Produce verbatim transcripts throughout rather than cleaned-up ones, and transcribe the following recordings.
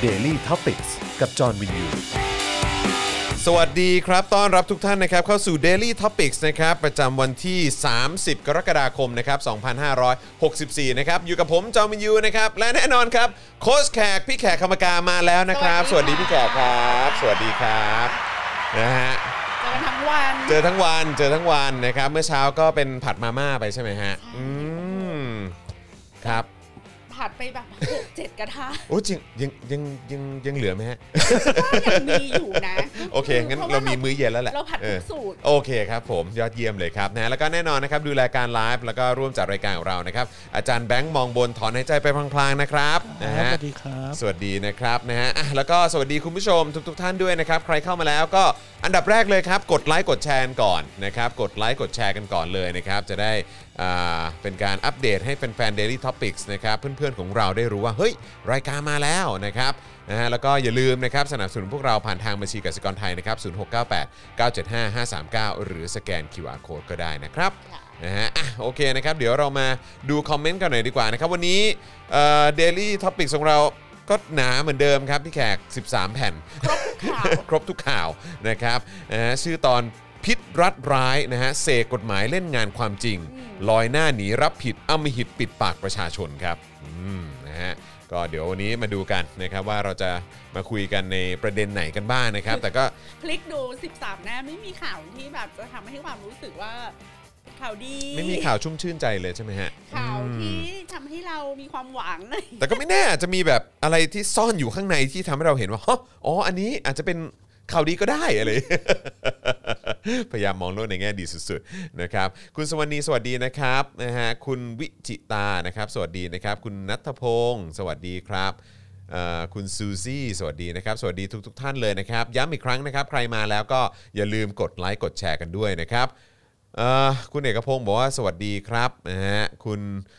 Daily Topics กับจอห์นวินยูสวัสดีครับต้อนรับทุกท่านนะครับเข้าสู่ Daily Topics นะครับประจำวันที่สามสิบกรกฎาคมนะครับสองพันห้าร้อยหกสิบสี่นะครับอยู่กับผมจอห์นวินยูนะครับและแน่นอนครับโค้ชแขกพี่แขกคำกามาแล้วนะครับสวัสดีพี่แขกครับสวัสดีครับนะฮะเจอทั้งวันเจอทั้งวันเจอทั้งวันนะครับเมื่อเช้าก็เป็นผัดมาม่าไปใช่ไหมฮะอืมครับผัดไปแบบหกเจ็ดกระทะโอ้จริงยังยังยังยังเหลือไหมฮะก็ยังมีอยู่นะโอเคงั้นเรามีมื้อเย็นแล้วแหละเราผัดทุกสูตรโอเคครับผมยอดเยี่ยมเลยครับนะแล้วก็แน่นอนนะครับดูรายการไลฟ์แล้วก็ร่วมจัดรายการของเรานะครับอาจารย์แบงค์มองบนถอนหายใจไปพลางๆนะครับนะฮะสวัสดีครับสวัสดีนะครับนะฮะแล้วก็สวัสดีคุณผู้ชมทุกๆท่านด้วยนะครับใครเข้ามาแล้วก็อันดับแรกเลยครับกดไลค์กดแชร์ก่อนนะครับกดไลค์กดแชร์กันก่อนเลยนะครับจะได้เป็นการอัปเดตให้แฟนๆ Daily Topics นะครับเพื่อนๆของเราได้รู้ว่าเฮ้ยรายการมาแล้วนะครับนะฮะแล้วก็อย่าลืมนะครับสนับสนุนพวกเราผ่านทางบัญชีกสิกรไทยนะครับศูนย์ หก เก้า แปด เก้า เจ็ด ห้า ห้า สาม เก้าหรือสแกน คิว อาร์ Code ก็ได้นะครับนะฮะอ่ะโอเคนะครับเดี๋ยวเรามาดูคอมเมนต์กันหน่อยดีกว่านะครับวันนี้เอ่อ Daily Topics ของเราก็หนาเหมือนเดิมครับพี่แขกสิบสามแผ่นครบทุกข่าวครบทุกข่าวนะครับนะฮะชื่อตอนพิษรัฐร้ายนะฮะเสกกฎหมายเล่นงานความจริงลอยหน้าหนีรับผิดอำมหิตปิดปากประชาชนครับอืมนะฮะก็เดี๋ยววันนี้มาดูกันนะครับว่าเราจะมาคุยกันในประเด็นไหนกันบ้างนะครับแต่ก็พลิกดูสิบสามหน้าไม่มีข่าวที่แบบจะทำให้ความรู้สึกว่าข่าวดีไม่มีข่าวชุ่มชื่นใจเลยใช่ไหมฮะข่าวที่ทำให้เรามีความหวังแต่ก็ไม่แน่อาจจะมีแบบอะไรที่ซ่อนอยู่ข้างในที่ทำให้เราเห็นว่าอ๋ออันนี้อาจจะเป็นข่าวดีก็ได้อะไรพยายามมองโลกในแง่ดีสุดๆนะครับคุณสวรรณีสวัสดีนะครับนะฮะคุณวิจิตานะครับสวัสดีนะครับคุณณัฐพงศ์สวัสดีครับคุณซูซี่สวัสดีนะครับสวัสดีทุกๆท่านเลยนะครับย้ำอีกครั้งนะครับใครมาแล้วก็อย่าลืมกดไลค์กดแชร์กันด้วยนะครับคุณเอกพงศ์บอกว่าสวัสดีครับนะฮะคุณ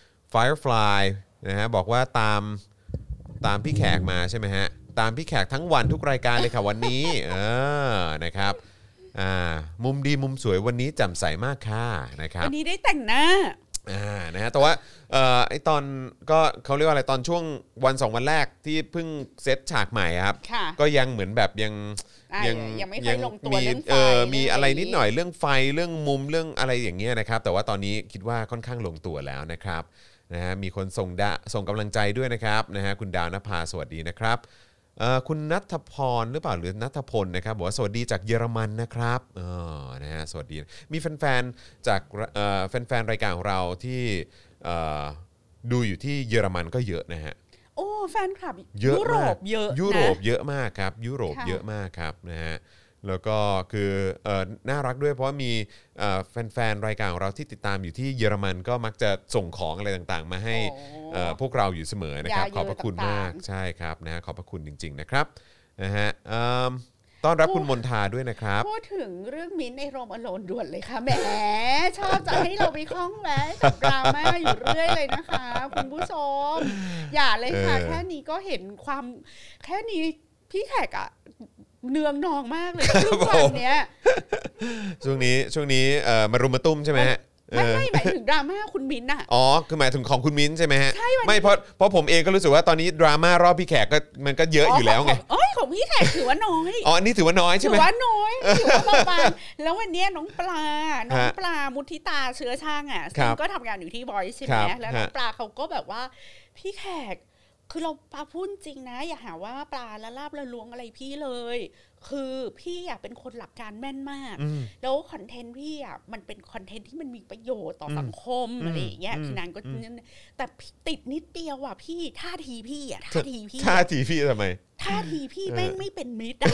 Firefly นะฮะบอกว่าตามตามพี่แขกมาใช่ไหมฮะตามพี่แขกทั้งวันทุกรายการเลยค่ะวันนี้เออนะครับอ่ามุมดีมุมสวยวันนี้แจ่มใสมากค่ะนะครับวันนี้ได้แต่งหน้าอ่านะฮะแต่ว่าเอ่อไอตอนก็เขาเรียกว่าอะไรตอนช่วงวันสองวันแรกที่เพิ่งเซตฉากใหม่ครับก็ยังเหมือนแบบยังยังยังไม่ค่อยลงตัวเรื่องไฟเออมีอะไรนิดหน่อยเรื่องไฟเรื่องมุมเรื่องอะไรอย่างเงี้ยนะครับแต่ว่าตอนนี้คิดว่าค่อนข้างลงตัวแล้วนะครับนะฮะมีคนส่งดาส่งกำลังใจด้วยนะครับนะฮะคุณดาวนภาสวัสดีนะครับคุณณัฐพรหรือเปล่าหรือณัฐพลนะครับบอกว่าสวัสดีจากเยอรมันนะครับเออนะฮะสวัสดีมีแฟนๆจากแฟนๆรายการของเราที่ดูอยู่ที่เยอรมันก็เยอะนะฮะโอ้แฟนคลับยุโรปเยอะยุโรปเยอะมากครับยุโรปเยอะมากครับนะฮะแล้วก็คือเอ่อน่ารักด้วยเพราะว่ามีแฟนๆรายการของเราที่ติดตามอยู่ที่เยอรมันก็มักจะส่งของอะไรต่างๆมาให้พวกเราอยู่เสมอนะครับขอบพระคุณมากใช่ครับนะขอบพระคุณจริงๆนะครับนะฮะต้อนรับคุณมนทาด้วยนะครับพูดถึงเรื่องมิ้นท์ในโรมอโลนด่วนเลยค่ะแหมชอบจะให้เราไปคล้องแวะกับดราม่าอยู่เรื่อยเลยนะคะคุณผู้ชมอย่าเลยค่ะแค่นี้ก็เห็นความแค่นี้พี่แขกอะเนืองนองมากเลยทุกวันเนี้ยช่วงนี้ช่วงนี้เอ่อมารุมมาตุ้มใช่ไหมฮะไม่ไม่หมายถึงดราม่าคุณมิ้นท์น่ะอ๋อคือหมายถึงของคุณมิ้นท์ใช่ไหมฮะไม่เพราะเพราะผมเองก็รู้สึกว่าตอนนี้ดราม่ารอบพี่แขกก็มันก็เยอะอยู่แล้วไงอ๋อของพี่แขกถือว่าน้อยอ๋ออันนี้ถือว่าน้อยใช่ไหมถือว่าน้อยถือว่าเบาๆแล้ววันนี้น้องปลาน้องปลามุทิตาเชื้อช่างอ่ะซึ่งก็ทำงานอยู่ที่ Voice ใช่ไหมแล้วน้องปลาเขาก็แบบว่าพี่แขกคือเราปลาพูดจริงนะอย่าหาว่าปลาละลาบละล้วงอะไรพี่เลยคือพี่อ่ะเป็นคนหลักการแม่นมากแล้วคอนเทนต์พี่อ่ะมันเป็นคอนเทนต์ที่มันมีประโยชน์ต่อสังคมอะไรอย่างเงี้ยคือนางก็แต่ติดนิดเดียวอ่ะพี่ท่าทีพี่อ่ะท่าทีพี่ท่าทีพี่ทำไมท่าทีพี่แม่งไม่เป็นมิตร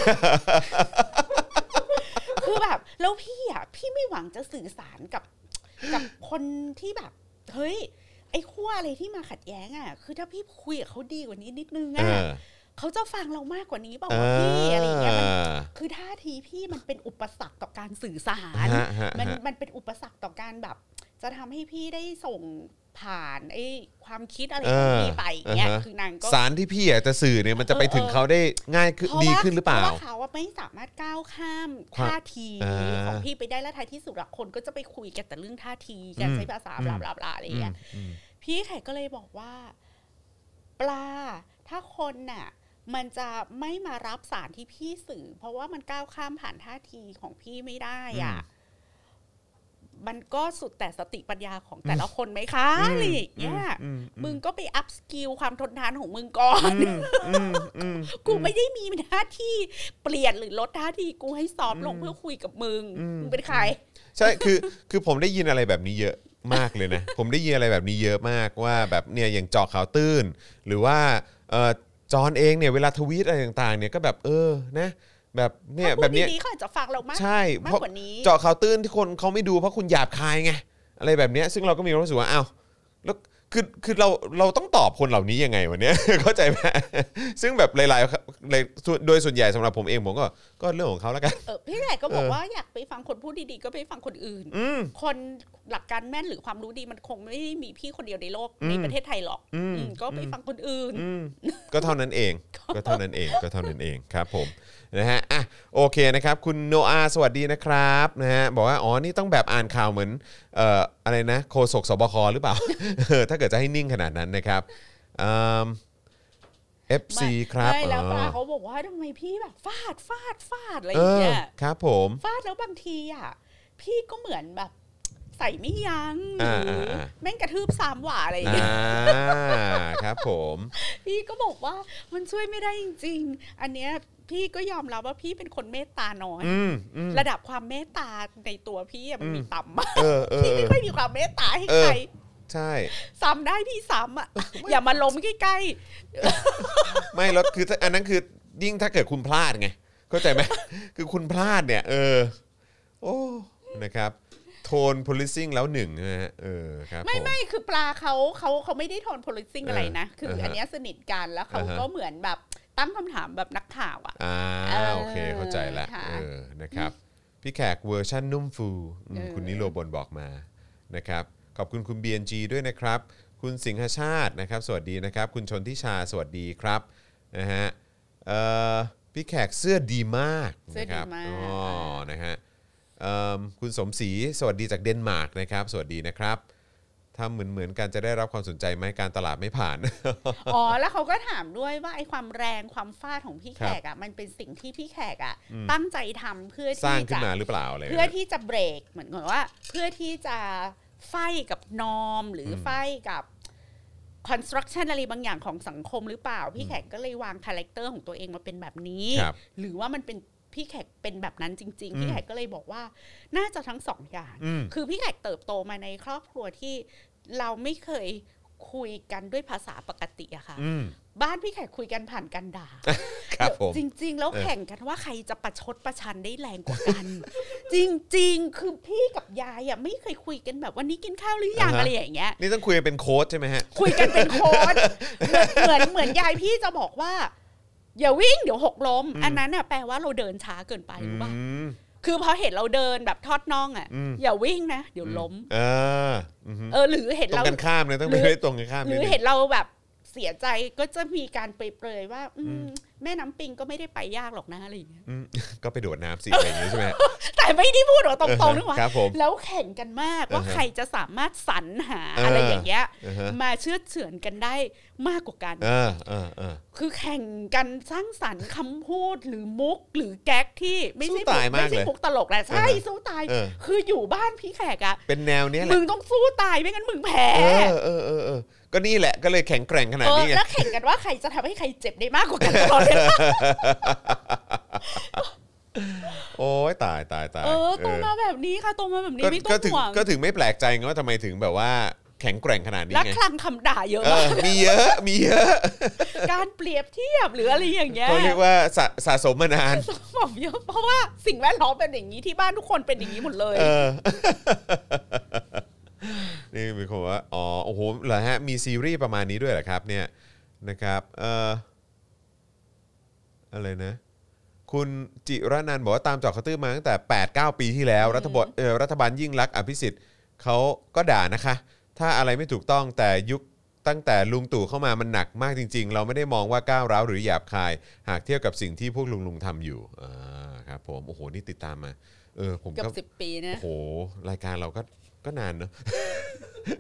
คือแบบแล้วพี่อ่ะพี่ไม่หวังจะสื่อสารกับกับคนที่แบบเฮ้ยไอ้ขั้วอะไรที่มาขัดแย้งอ่ะคือถ้าพี่คุยกับเขาดีกว่านี้นิดนึงอ่ะเขาจะฟังเรามากกว่านี้เปล่าวะพี่อะไรอย่างเงี้ยมันคือท่าทีพี่มันเป็นอุปสรรคต่อการสื่อสารมันมันเป็นอุปสรรคต่อการแบบจะทำให้พี่ได้ส่งผ่านไอ้ความคิดอะไรของพี่ไปเนี่ยคือนางก็สารที่พี่อยากจะสื่อเนี่ยมันจะไปถึงเขาได้ง่ายขึ้นดีขึ้นหรือเปล่าเพราะว่าเขาไม่สามารถก้าวข้ามท่าทีของพี่ไปได้และท้ายที่สุดคนก็จะไปคุยกันแต่เรื่องท่าทีการใช้ภาษาบลาบลาบลาอะไรอย่างเงี้ยพี่แขกก็เลยบอกว่าปลาถ้าคนน่ะมันจะไม่มารับสารที่พี่สื่อเพราะว่ามันก้าวข้ามผ่านท่าทีของพี่ไม่ได้อ่ะมันก็สุดแต่สติปัญญาของแต่ละคนไหมคะอะไรอย่างเงี้ยมึงก็ไปอัพสกิลความทนทานของมึงก่อนกูไม่ได้มีหน้าที่เปลี่ยนหรือลดท่าทีกูให้ซอฟต์ลงเพื่อคุยกับมึงมึงเป็นใครใช่คือคือผมได้ยินอะไรแบบนี้เยอะมากเลยนะผมได้ยินอะไรแบบนี้เยอะมากว่าแบบเนี่ยอย่างเจาะข่าวตื้นหรือว่าเอ่อจอนเองเนี่ยเวลาทวีตอะไรต่างๆเนี่ยก็แบบเออนะแบบเนี่ยแบบนี้เขาจะฟังเรามากใช่มากกว่านี้เจาะข่าวตื้นที่คนเขาไม่ดูเพราะคุณหยาบคายไงอะไรแบบนี้ซึ่งเราก็มีความรู้สึกว่าอ้าวแล้วคือคือเราเราต้องตอบคนเหล่านี้ยังไงวันนี้เข้าใจไหมซึ่งแบบหลายๆโดยส่วนใหญ่สำหรับผมเองผมก็ก็เรื่องของเขาแล้วกันเออพี่แหละก็บอกว่าอยากไปฟังคนพูดดีๆก็ไปฟังคนอื่นคนหลักการแม่นหรือความรู้ดีมันคงไม่ได้มีพี่คนเดียวในโลกในประเทศไทยหรอกก็ไปฟังคนอื่นก็เท่านั้นเองก็เท่านั้นเองก็เท่านั้นเองครับผมนะฮะอ่ะโอเคนะครับคุณโนอาสวัสดีนะครับนะฮะบอกว่าอ๋อนี่ต้องแบบอ่านข่าวเหมือนเอ่ออะไรนะโฆษกสบคหรือเปล่า ถ้าเกิดจะให้นิ่งขนาดนั้นนะครับอืม เอฟ ซี ครับไม่แล้วปลาเขาบอกว่าทำไมพี่แบบฟาดฟาดฟาดอะไรอย่างเงี้ยครับผมฟาดแล้วบางทีอ่ะพี่ก็เหมือนแบบใส่ไม่ยั้งหรือแม่งกระทืบซ้ำหว่าอะไรอย่างเงี้ยครับผมพี่ก็บอกว่ามันช่วยไม่ได้จริงๆอันเนี้ยพี่ก็ยอมรับว่าพี่เป็นคนเมตตาน้อยระดับความเมตตาในตัวพี่มันมีต่ำมากพี่ไม่ค่อยมีความเมตตาให้ใครใช่ซ้ำได้พี่ซ้ำอ่ะอย่ามาล้มใกล้ๆไม่แล้วคืออันนั้นคือยิ่งถ้าเกิดคุณพลาดไงเข้าใจไหมคือคุณพลาดเนี่ยเออโอ้นะครับโทน policing แล้วหนึ่งนะฮะเออครับไม่ไม่คือปลาเขาเขาเขาไม่ได้โทน policing อะไรนะคืออันนี้สนิทกันแล้วเขาก็เหมือนแบบตั้งคำถามแบบนักข่าวอ่ะอ่าโอเคเข้าใจแล้วเออนะครับพี่แขกเวอร์ชันนุ่มฟูคุณนิโรบลบอกมานะครับขอบคุณคุณ บี เอ็น จี ด้วยนะครับคุณสิงหชาตินะครับสวัสดีนะครับคุณชนทิชาสวัสดีครับนะฮะเอ่อพี่แขกเสื้อดีมากนะครับอ๋อนะฮะคุณสมศรีสวัสดีจากเดนมาร์กนะครับสวัสดีนะครับถ้าเหมือนเหมือนกันจะได้รับความสนใจไหมการตลาดไม่ผ่านอ๋อแล้วเขาก็ถามด้วยว่าไอ้ความแรงความฟาดของพี่แขกอ่ะมันเป็นสิ่งที่พี่แขกอ่ะตั้งใจทำเพื่อที่จะสร้างขึ้นมาหรือเปล่าอะไรเพื่อที่จะเบรกเหมือนกับว่าเพื่อที่จะไฟกับนอมหรือไฟกับconstruction อะไรบางอย่างของสังคมหรือเปล่าพี่แขกก็เลยวางคาแรคเตอร์ของตัวเองมาเป็นแบบนี้หรือว่ามันเป็นพี่แขกเป็นแบบนั้นจริงๆพี่แขกก็เลยบอกว่าน่าจะทั้งสองอย่างคือพี่แขกเติบโตมาในครอบครัวที่เราไม่เคยคุยกันด้วยภาษาปกติอะค่ะบ้านพี่แขกคุยกันผ่านการด่าจริงๆแล้วแข่งกันว่าใครจะประชดประชันได้แรงกว่ากันจริงๆคือพี่กับยายอะไม่เคยคุยกันแบบวันนี้กินข้าวหรือยังอะไรอย่างเงี้ยนี่ต้องคุยกันเป็นโค้ชใช่ไหมฮะคุยกันเป็นโค้ชเหมือนเหมือนยายพี่จะบอกว่าอย่าวิ่งเดี๋ยวหกล้มอันนั้นน่ะแปลว่าเราเดินช้าเกินไปรู้ป่ะคือพอเห็นเราเดินแบบทอดน่องอ่ะอย่าวิ่งนะเดี๋ยวล้มเออเออหรือเห็นเราตรงกันข้ามเลยต้องไม่ได้ตรงกันข้ามหรือเห็นเราแบบเสียใจก็จะมีการเปรยๆว่าแม่น้ำปิงก็ไม่ได้ไปยากหรอกนะอะไรอย่างเงี้ยก็ไปโดดน้ำสิอะไรอย่างเงี้ยใช่ไหมแต่ไม่ได้พูดหรอกตรงๆนึกว่าแล้วแข่งกันมากว่าใครจะสามารถสรรหาอะไรอย่างเงี้ยมาเชื่อเฉือนกันได้มากกว่ากันคือแข่งกันสร้างสรรค์คำพูดหรือมุกหรือแก๊กที่ไม่ใช่ไม่ใช่มุกตลกแหละใช่สู้ตายคืออยู่บ้านพี่แขกอะเป็นแนวเนี้ยแหละมึงต้องสู้ตายไม่งั้นมึงแพ้เออเออเออก็นี่แหละก็เลยแข็งแกร่งขนาดนี้ไงแล้วแข่งกันว่าใครจะทำให้ใครเจ็บได้มากกว่ากันตลอดเลยโอ้ยตายตายตายเออโตมาแบบนี้ค่ะโตมาแบบนี้ไม่ต้องห่วงก็ถึงไม่แปลกใจไงว่าทำไมถึงแบบว่าแข็งแกร่งขนาดนี้ไงและคลังคำด่าเยอะมากมีเยอะมีเยอะการเปรียบเทียบหรืออะไรอย่างเงี้ยเขาเรียกว่าสะสมมานานสะสมเยอะเพราะว่าสิ่งแวดล้อมเป็นอย่างนี้ที่บ้านทุกคนเป็นอย่างนี้หมดเลยนี่มีคนว่าอ๋อโอ้โหเหรอฮะมีซีรีส์ประมาณนี้ด้วยเหรอครับเนี่ยนะครับเอ่ออะไรนะคุณจิรนันท์บอกว่าตามเจาะข่าวตื้นมาตั้งแต่ แปดเก้า ปีที่แล้วรัฐบาลเอ่อรัฐบาลยิ่งลักษณ์อภิสิทธิ์เขาก็ด่านะคะถ้าอะไรไม่ถูกต้องแต่ยุคตั้งแต่ลุงตู่เข้ามามันหนักมากจริงๆเราไม่ได้มองว่าก้าวร้าวหรือหยาบคายหากเทียบกับสิ่งที่พวกลุงลุงทำอยู่อ่าครับผมโอ้โหนี่ติดตามมาเออผมก็เกือบสิบปีนะโอ้โหรายการเราก็ก็นานเนอะ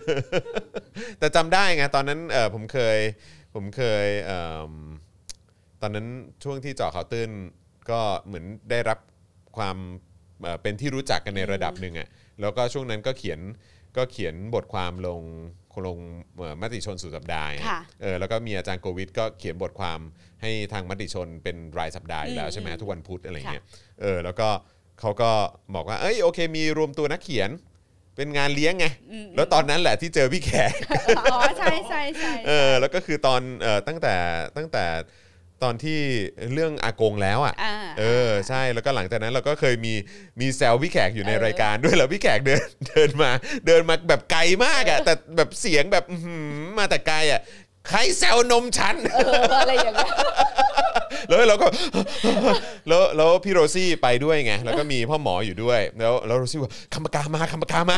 แต่จำได้ไงตอนนั้นเออผมเคยผมเคยเอ่อตอนนั้นช่วงที่เจาะข่าวตื้นก็เหมือนได้รับความเอ่อเป็นที่รู้จักกันในระดับหนึ่งอ่ะแล้วก็ช่วงนั้นก็เขียนก็เขียนบทความลงลงเอ่อมติชนสุดสัปดาห์เออแล้วก็มีอาจารย์โควิดก็เขียนบทความให้ทางมติชนเป็นรายสัปดาห์อยู่แล้วใช่ไหมทุกวันพุธอะไรเงี้ยเออแล้วก็เขาก็บอกว่าเอ้ยโอเคมีรวมตัวนักเขียนเป็นงานเลี้ยงไงแล้วตอนนั้นแหละที่เจอพี่แขกอ๋อใช่ใช่ใช่เออแล้วก็คือตอนเอ่อตั้งแต่ตั้งแต่ตอนที่เรื่องอากงแล้วอ่ะเออใช่แล้วก็หลังจากนั้นเราก็เคยมีมีแซวพี่แขกอยู่ในรายการด้วยแล้วพี่แขกเดินเดินมาเดินมาแบบไกลมากอ่ะแต่แบบเสียงแบบมาแต่ไกลอ่ะใครแซวนมฉันเอออะไรอย่างเงี้ยแล้วเราก็แล้วแล้วพี่โรซี่ไปด้วยไงแล้วก็มีพ่อหมออยู่ด้วยแล้วแล้วโรซี่ว่าคำปากามาคำปากามา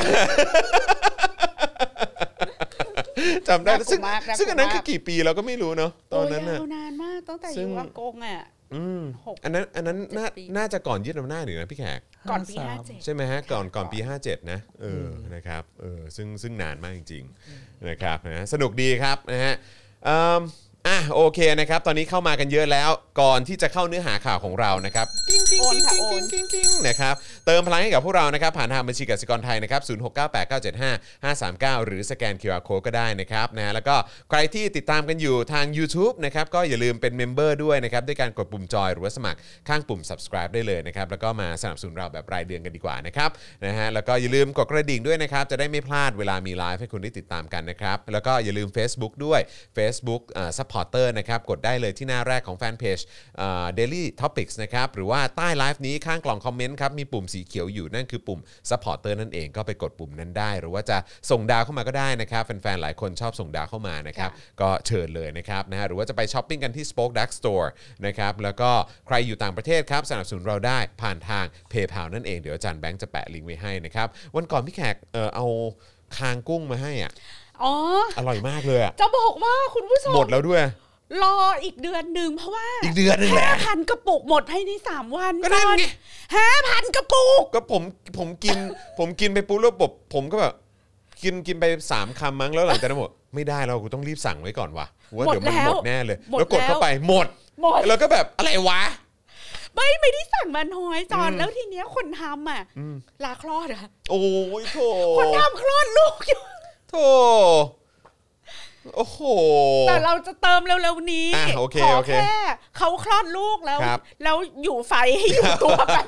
จำได้ซึ่งซึ่งอันนั้นคือกี่ปีเราก็ไม่รู้เนาะตอนนั้นน่ะนานมากตั้งแต่อยู่อากงอ่ะอืมอันนั้นอันนั้นน่าน่าจะก่อนยึดอำนาจหรือนะพี่แขกก่อนปีห้าเจ็ดใช่ไหมฮะก่อนก่อนปีห้าเจ็ดนะเออนะครับเออซึ่งซึ่งนานมากจริงๆนะครับนะสนุกดีครับนะฮะอ่ะโอเคนะครับตอนนี้เข้ามากันเยอะแล้วก่อนที่จะเข้าเนื้อหาข่าวของเรานะครับกิ้งกิ้งกิ้งกิ้งกิ้งกิ้งนะครับเติมพลังให้กับพวกเรานะครับผ่านทางบัญชีกสิกรไทยนะครับศูนย์ หก เก้า แปด เก้า เจ็ด ห้า ห้า สาม เก้าหรือสแกน คิว อาร์ Code ก็ได้นะครับนะแล้วก็ใครที่ติดตามกันอยู่ทาง YouTube นะครับก็อย่าลืมเป็นเมมเบอร์ด้วยนะครับด้วยการกดปุ่มจอยหรือว่าสมัครข้างปุ่ม Subscribe ได้เลยนะครับแล้วก็มาสนับสนุนเราแบบรายเดือนกันดีกว่านะครับนะฮะแล้วก็อย่าลืมกดกระดิ่งด้วยนะครับจะได้ไม่พลาดเวลามีไลฟ์ให้คุณได้ติดตามกันนะครับแล้วก็อย่าลืม Facebook ด้วย Facebook เอ่อ Supporter นะครับกดได้เลยที่หน้าแรกของแฟนเพจเอ่อ Daily Topics นะครับหรือว่าใต้ไลฟ์นี้ข้างกล่องคอมเมนต์ครับมีปุ่มสีเขียวอยู่นั่นคือปุ่ม Supporter นั่นเองก็ไปกดปุ่มนั้นได้หรือว่าจะส่งดาวเข้ามาก็ได้นะครับแฟนๆหลายคนชอบส่งดาวเข้ามานะครับก็เชิญเลยนะครับนะฮะหรือว่าจะไปช้อปปิ้งกันที่ Spoke Dark Store นะครับแล้วก็ใครอยู่ต่างประเทศครับสนับสนุนเราได้ผ่านทาง PayPal นั่นเองเดี๋ยวอาจารย์แบงค์จะแปะลิงก์ไว้ให้นะครับวันก่อนพี่แขกเอ่อเอาคางกุ้งมาให้อ่ะอ๋ออร่อยมากเลยอ่ะจะบอกว่าคุณผู้ชมหมดแล้วด้วยรออีกเดือนหนึ่งเพราะว่าอีกเดือนนึงแหละห้าพัน กระปุกหมดภายในสามวันก็นั่นไงห้าพัน กระปุกก็ผมผมกินผมกินไปปุ๊บแล้วบบผมก็แบบกินกินไปสามคำมั้งแล้วหลังจากนั้นหมดไม่ได้แล้วกูต้องรีบสั่งไว้ก่อนว่ะว่าเดี๋ยวมันหมดแน่เลยแล้วกดเข้าไปหมดแล้วก็แบบอะไรวะไม่ไม่ได้สั่งมาน้อยจอนแล้วทีเนี้ยคนทำอ่ะลาคลอดอ่ะโอ้ยโถคนทำคลอดลูกอยู่โถโอ้โหแต่เราจะเติมเร็วๆนี้โอเคขอแค่เขาคลอดลูกแล้วแล้วอยู่ไฟให้อยู่ตัวกัน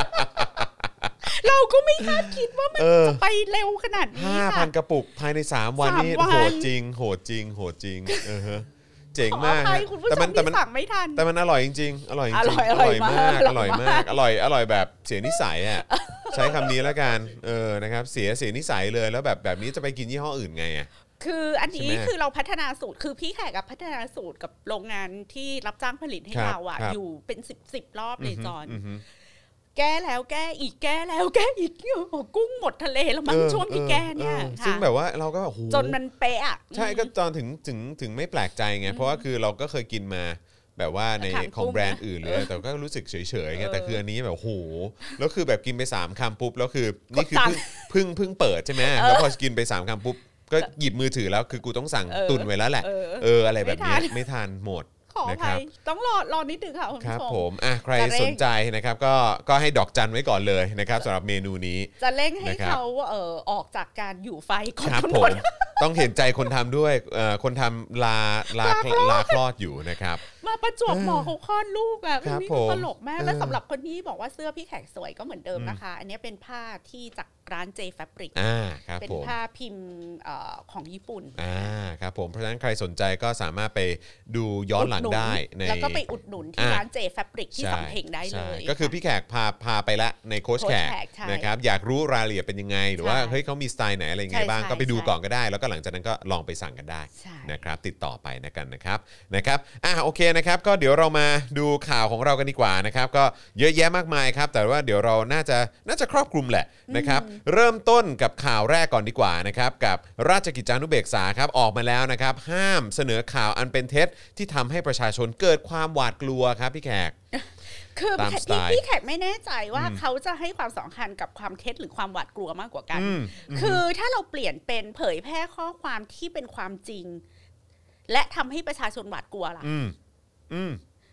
เราก็ไม่คาดคิดว่ามันจะไปเร็วขนาดนี้ห้าพัน กระปุกภายในสามวันนี่โหดจริงโหดจริงโหดจริงเออฮะเจ๋งมากแต่มันแต่มันสั่งไม่ทันแต่มันอร่อยจริงๆอร่อยจริงๆอร่อยมากอร่อยมากอร่อยอร่อยแบบเสียนิสัยอ่ะใช้คำนี้แล้วกันเออนะครับเสียเสียนิสัยเลยแล้วแบบแบบนี้จะไปกินยี่ห้ออื่นไงอ่ะคืออันนี้คือเราพัฒนาสูตรคือพี่แขกกับพัฒนาสูตรกับโรงงานที่รับจ้างผลิตให้เราอ่ะอยู่เป็นสิบสิบรอบเลยจอนแก้แล้วแก้อีกแก้แล้วแก้อีกกุ้งหมดทะเลแล้วมั้งช่วงที่แก้เนี่ยซึ่งแบบว่าเราก็จนมันเป๊ะใช่ก็ตอนถึงถึงถึงไม่แปลกใจไงเพราะว่าคือเราก็เคยกินมาแบบว่าในของแบรนด์อื่นเลยแต่ก็รู้สึกเฉยๆไงแต่คืออันนี้แบบโหแล้วคือแบบกินไปสามคำปุ๊บแล้วคือนี่คือเพิ่งเพิ่งเปิดใช่ไหมแล้วพอกินไปสามคำปุ๊บก็หยิบมือถือแล้วคือกูต้องสั่งตุนไว้แล้วแหละเอออะไรแบบนี้ไม่ทันหมดนะครับต้องรอรอนิดนึงค่ะคุณผู้ชมครับผมอ่ะใครสนใจนะครับก็ก็ให้ดอกจันไว้ก่อนเลยนะครับสำหรับเมนูนี้จะเร่งให้เขาเอ่อออกจากการอยู่ไฟก่อนทั้งหมดต้องเห็นใจคนทำด้วยเอ่อคนทำลาลาลาคลอดอยู่นะครับมาประจวบหมอเขาคลอดลูกอ่ะนี่ตลกมากแล้วสำหรับคนที่บอกว่าเสื้อพี่แขกสวยก็เหมือนเดิมนะคะอันนี้เป็นผ้าที่จากร้าน J Fabric อ่าครับเป็นผ้าพิมพ์ของญี่ปุ่นอ่าครับผมเพราะฉะนั้นใครสนใจก็สามารถไปดูย้อนหลังได้ในแล้วก็ไปอุดหนุนที่ร้าน J Fabric ที่สำเพ็งได้เลยก็คือพี่แขกพาพาไปละในโค้ชแขกนะครับอยากรู้รายละเอียดเป็นยังไงหรือว่าเฮ้ยเขามีสไตล์ไหนอะไรยังไงบ้างก็ไปดูก่อนก็ได้แล้วก็หลังจากนั้นก็ลองไปสั่งกันได้นะครับติดต่อไปนะกันนะครับนะครับอ่ะโอเคนะครับก็เดี๋ยวเรามาดูข่าวของเรากันดีกว่านะครับก็เยอะแยะมากมายครับแต่ว่าเดี๋ยวเราน่าจะน่าจะครอบคลุมแหละนะครับเริ่มต้นกับข่าวแรกก่อนดีกว่านะครับกับราชกิจจานุเบกษาครับออกมาแล้วนะครับห้ามเสนอข่าวอันเป็นเท็จที่ทำให้ประชาชนเกิดความหวาดกลัวครับพี่แขกคือพี่พี่แขกไม่แน่ใจว่าเขาจะให้ความสำคัญกับความเท็จหรือความหวาดกลัวมากกว่ากันคือถ้าเราเปลี่ยนเป็นเผยแพร่ข้อความที่เป็นความจริงและทำให้ประชาชนหวาดกลัวล่ะอืมอืม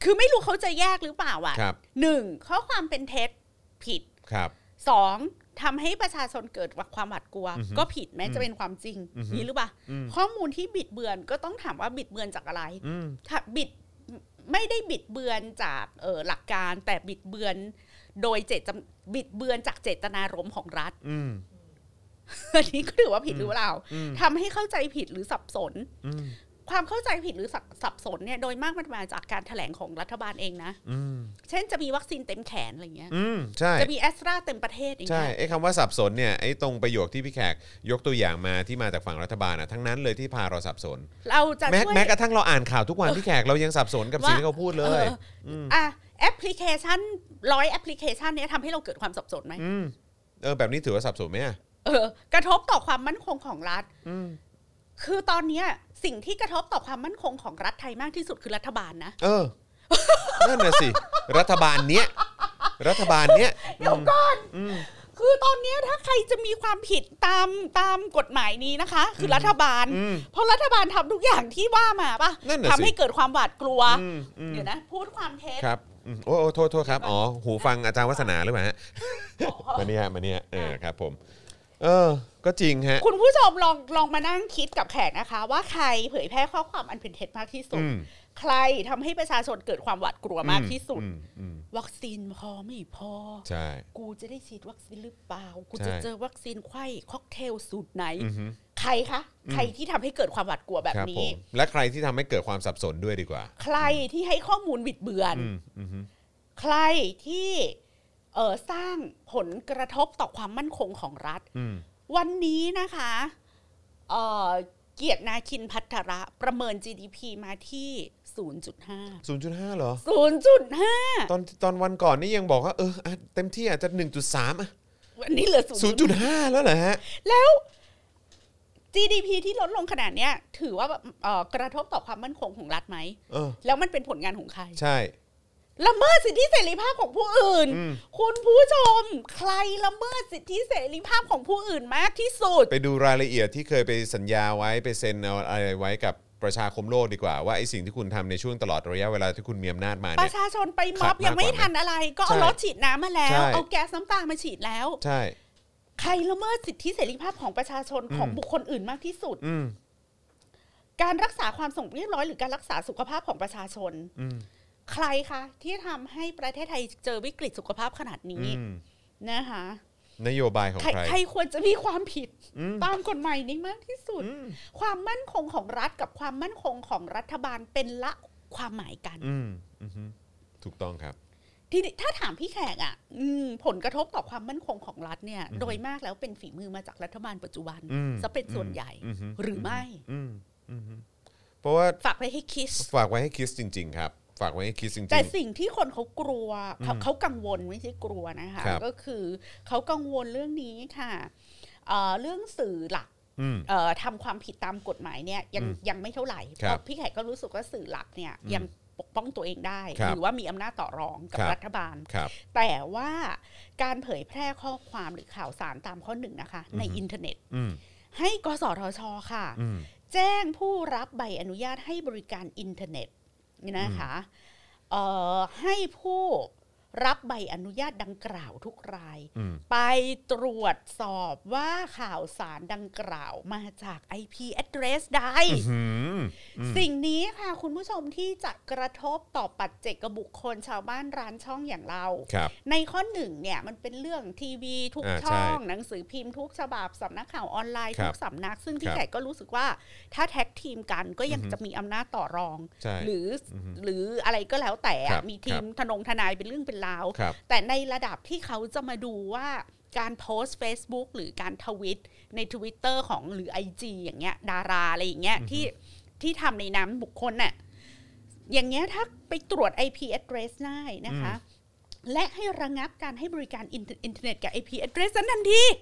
คือไม่รู้เขาจะแยกหรือเปล่าอ่ะครับหนึ่งข้อความเป็นเท็จผิดครับสองทำให้ประชาชนเกิดความหวาดกลัวก็ผิดแม้จะเป็นความจริงนี่หรือเปล่าข้อมูลที่บิดเบือนก็ต้องถามว่าบิดเบือนจากอะไรถ้าบิดไม่ได้บิดเบือนจากเอ่อหลักการแต่บิดเบือนโดยเจตบิดเบือนจากเจตนารมณ์ของรัฐอันนี้ก็ถือว่าผิดหรือเปล่าทำให้เข้าใจผิดหรือสับสนความเข้าใจผิดหรือสับสนเนี่ยโดยมากมันมาจากการแถลงของรัฐบาลเองนะเช่นจะมีวัคซีนเต็มแขนอะไรเงี้ยจะมีแอสตราเต็มประเทศอย่างเงี้ยใช่ไอ้คำว่าสับสนเนี่ยไอ้ตรงประโยคที่พี่แขกยกตัวอย่างมาที่มาจากฝั่งรัฐบาลอ่ะทั้งนั้นเลยที่พาเราสับสนเราจะช่วยแม้กระทั่งเราอ่านข่าวทุกวันพี่แขกเรายังสับสนกับสิ่งที่เขาพูดเลยอ่ะแอปพลิเคชันร้อยแอปพลิเคชันนี้ทำให้เราเกิดความสับสนไหมเออแบบนี้ถือว่าสับสนไหมเออกระทบต่อความมั่นคงของรัฐคือตอนนี้สิ่งที่กระทบต่อความมั่นคงของรัฐไทยมากที่สุดคือรัฐบาลนะเออนั่นน่ะสิรัฐบาลเนี้ยรัฐบาลเนี้ยเดี๋ยวก่อนคือตอนนี้ถ้าใครจะมีความผิดตามตามกฎหมายนี้นะคะคือรัฐบาลเพราะรัฐบาลทำทุกอย่างที่ว่ามาป่ะทำให้เกิดความหวาดกลัวเดี๋ยวนะพูดความเท็จครับโอ้โทษโทษครับอ๋อหูฟังอาจารย์วัฒนาหรือเปล่าฮะมาเนี่ยมาเนี่ยเออครับผมเออก็จริงฮะคุณผู้ชมลองลองมานั่งคิดกับแขกนะคะว่าใครเผยแพร่ข้อความอันเป็นเท็จมากที่สุดใครทำให้ประชาชนเกิดความหวาดกลัวมากที่สุดวัคซีนพอไม่พอใช่กูจะได้ฉีดวัคซีนหรือเปล่ากูจะเจอวัคซีนไข้ค็อกเทลสูตรไหนใครคะใครที่ทำให้เกิดความหวาดกลัวแบบนี้และใครที่ทำให้เกิดความสับสนด้วยดีกว่าใครที่ให้ข้อมูลบิดเบือนใครที่เอ่อสร้างผลกระทบต่อความมั่นคงของรัฐวันนี้นะคะเอ่อเกียรตินาคินภัทระประเมิน จี ดี พี มาที่ ศูนย์จุดห้าศูนย์จุดห้า เหรอศูนย์จุดห้าตอนตอนวันก่อนนี่ยังบอกว่าเออเต็มที่อาจจะ หนึ่งจุดสาม อ่ะวันนี้เหลือศูนย์จุดห้า แล้วเหรอฮะแล้ว จี ดี พี ที่ลดลงขนาดเนี้ยถือว่าเอ่อกระทบต่อความมั่นคงของรัฐไหมเออแล้วมันเป็นผลงานของใครใช่ละเมิดสิทธิเสรีภาพของผู้อื่นคุณผู้ชมใครละเมิดสิทธิเสรีภาพของผู้อื่นมากที่สุดไปดูรายละเอียดที่เคยไปสัญญาไว้ไปเซ็นเอาอะไรไว้กับประชาคมโลกดีกว่าว่าไอ้สิ่งที่คุณทำในช่วงตลอดระยะเวลาที่คุณมีอำนาจมาเนี่ยประชาชนไปม็อบยังไม่ทันอะไรก็เอารถฉีดน้ำมาแล้วเอาแก๊สน้ำตามาฉีดแล้วใช่ใครละเมิดสิทธิเสรีภาพของประชาชนของบุคคลอื่นมากที่สุดการรักษาความสงบเรียบร้อยหรือการรักษาสุขภาพของประชาชนใครคะที่ทำให้ประเทศไทยเจอวิกฤตสุขภาพขนาดนี้นะคะนโยบายของใครใครควรจะมีความผิดตามกฎหมายนี้มากที่สุดความมั่นคงของรัฐกับความมั่นคงของรัฐบาลเป็นละความหมายกันถูกต้องครับทีนี้ถ้าถามพี่แขกอ่ะผลกระทบต่อความมั่นคงของรัฐเนี่ยโดยมากแล้วเป็นฝีมือมาจากรัฐบาลปัจจุบันจะเป็นส่วนใหญ่หรือไม่เพราะว่าฝากไว้ให้คิดฝากไว้ให้คิดจริงๆครับฝากไว้ให้คิดจริงๆแต่สิ่งที่คนเขากลัวเขาเขากังวลไม่ใช่กลัวนะคะก็คือเขากังวลเรื่องนี้ค่ะเรื่องสื่อหลักทำความผิดตามกฎหมายเนี่ยยังยังไม่เท่าไหร่เพราะพี่แขกก็รู้สึกว่าสื่อหลักเนี่ยยังปกป้องตัวเองได้หรือว่ามีอำนาจต่อรองกับรัฐบาลแต่ว่าการเผยแพร่ข้อความหรือข่าวสารตามข้อหนึ่งนะคะในอินเทอร์เน็ตให้กสทช.ค่ะแจ้งผู้รับใบอนุญาตให้บริการอินเทอร์เน็ตนะคะให้ผู้รับใบอนุญาตดังกล่าวทุกรายไปตรวจสอบว่าข่าวสารดังกล่าวมาจาก ไอ พี address ใดสิ่งนี้ค่ะคุณผู้ชมที่จะกระทบต่อปัจเจกบุคคลชาวบ้านร้านช่องอย่างเราในข้อหนึ่งเนี่ยมันเป็นเรื่องทีวีทุกช่องหนังสือพิมพ์ทุกฉบับสำนักข่าวออนไลน์ทุกสำนักซึ่งที่แขกก็รู้สึกว่าถ้าแท็กทีมกันก็ยังจะมีอำนาจต่อรองหรือหรืออะไรก็แล้วแต่มีทีมทนงทนายเป็นเรื่องเป็นราวแต่ในระดับที่เขาจะมาดูว่าการโพสต์ Facebook หรือการทวิตใน Twitter ของหรือ ไอ จี อย่างเงี้ยดาราอะไรอย่างเงี้ยที่ที่ทำในนามบุคคลน่ะอย่างเงี้ยถ้าไปตรวจ ไอ พี address ได้นะคะและให้ระงับการให้บริการอินเทอร์เน็ตกับ ไอ พี address นั้นทันที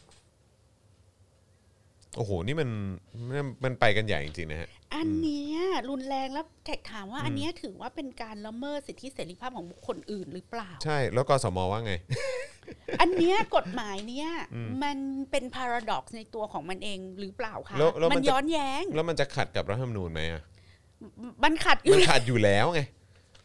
โอ้โหนี่มันมันไปกันใหญ่จริงๆนะฮะอันเนี้ยรุนแรงแล้วแขกถามว่าอันเนี้ยถือว่าเป็นการละเมิดสิทธิเสรีภาพของบุคคลอื่นหรือเปล่าใช่แล้วกสมว่าไงอันเนี้ยกฎหมายเนี้ยมันเป็นพาราดอกซ์ในตัวของมันเองหรือเปล่าคะมันย้อนแย้งแล้วมันจะขัดกับรัฐธรรมนูญไหมอ่ะมันขัดมันขัดอยู่แล้วไง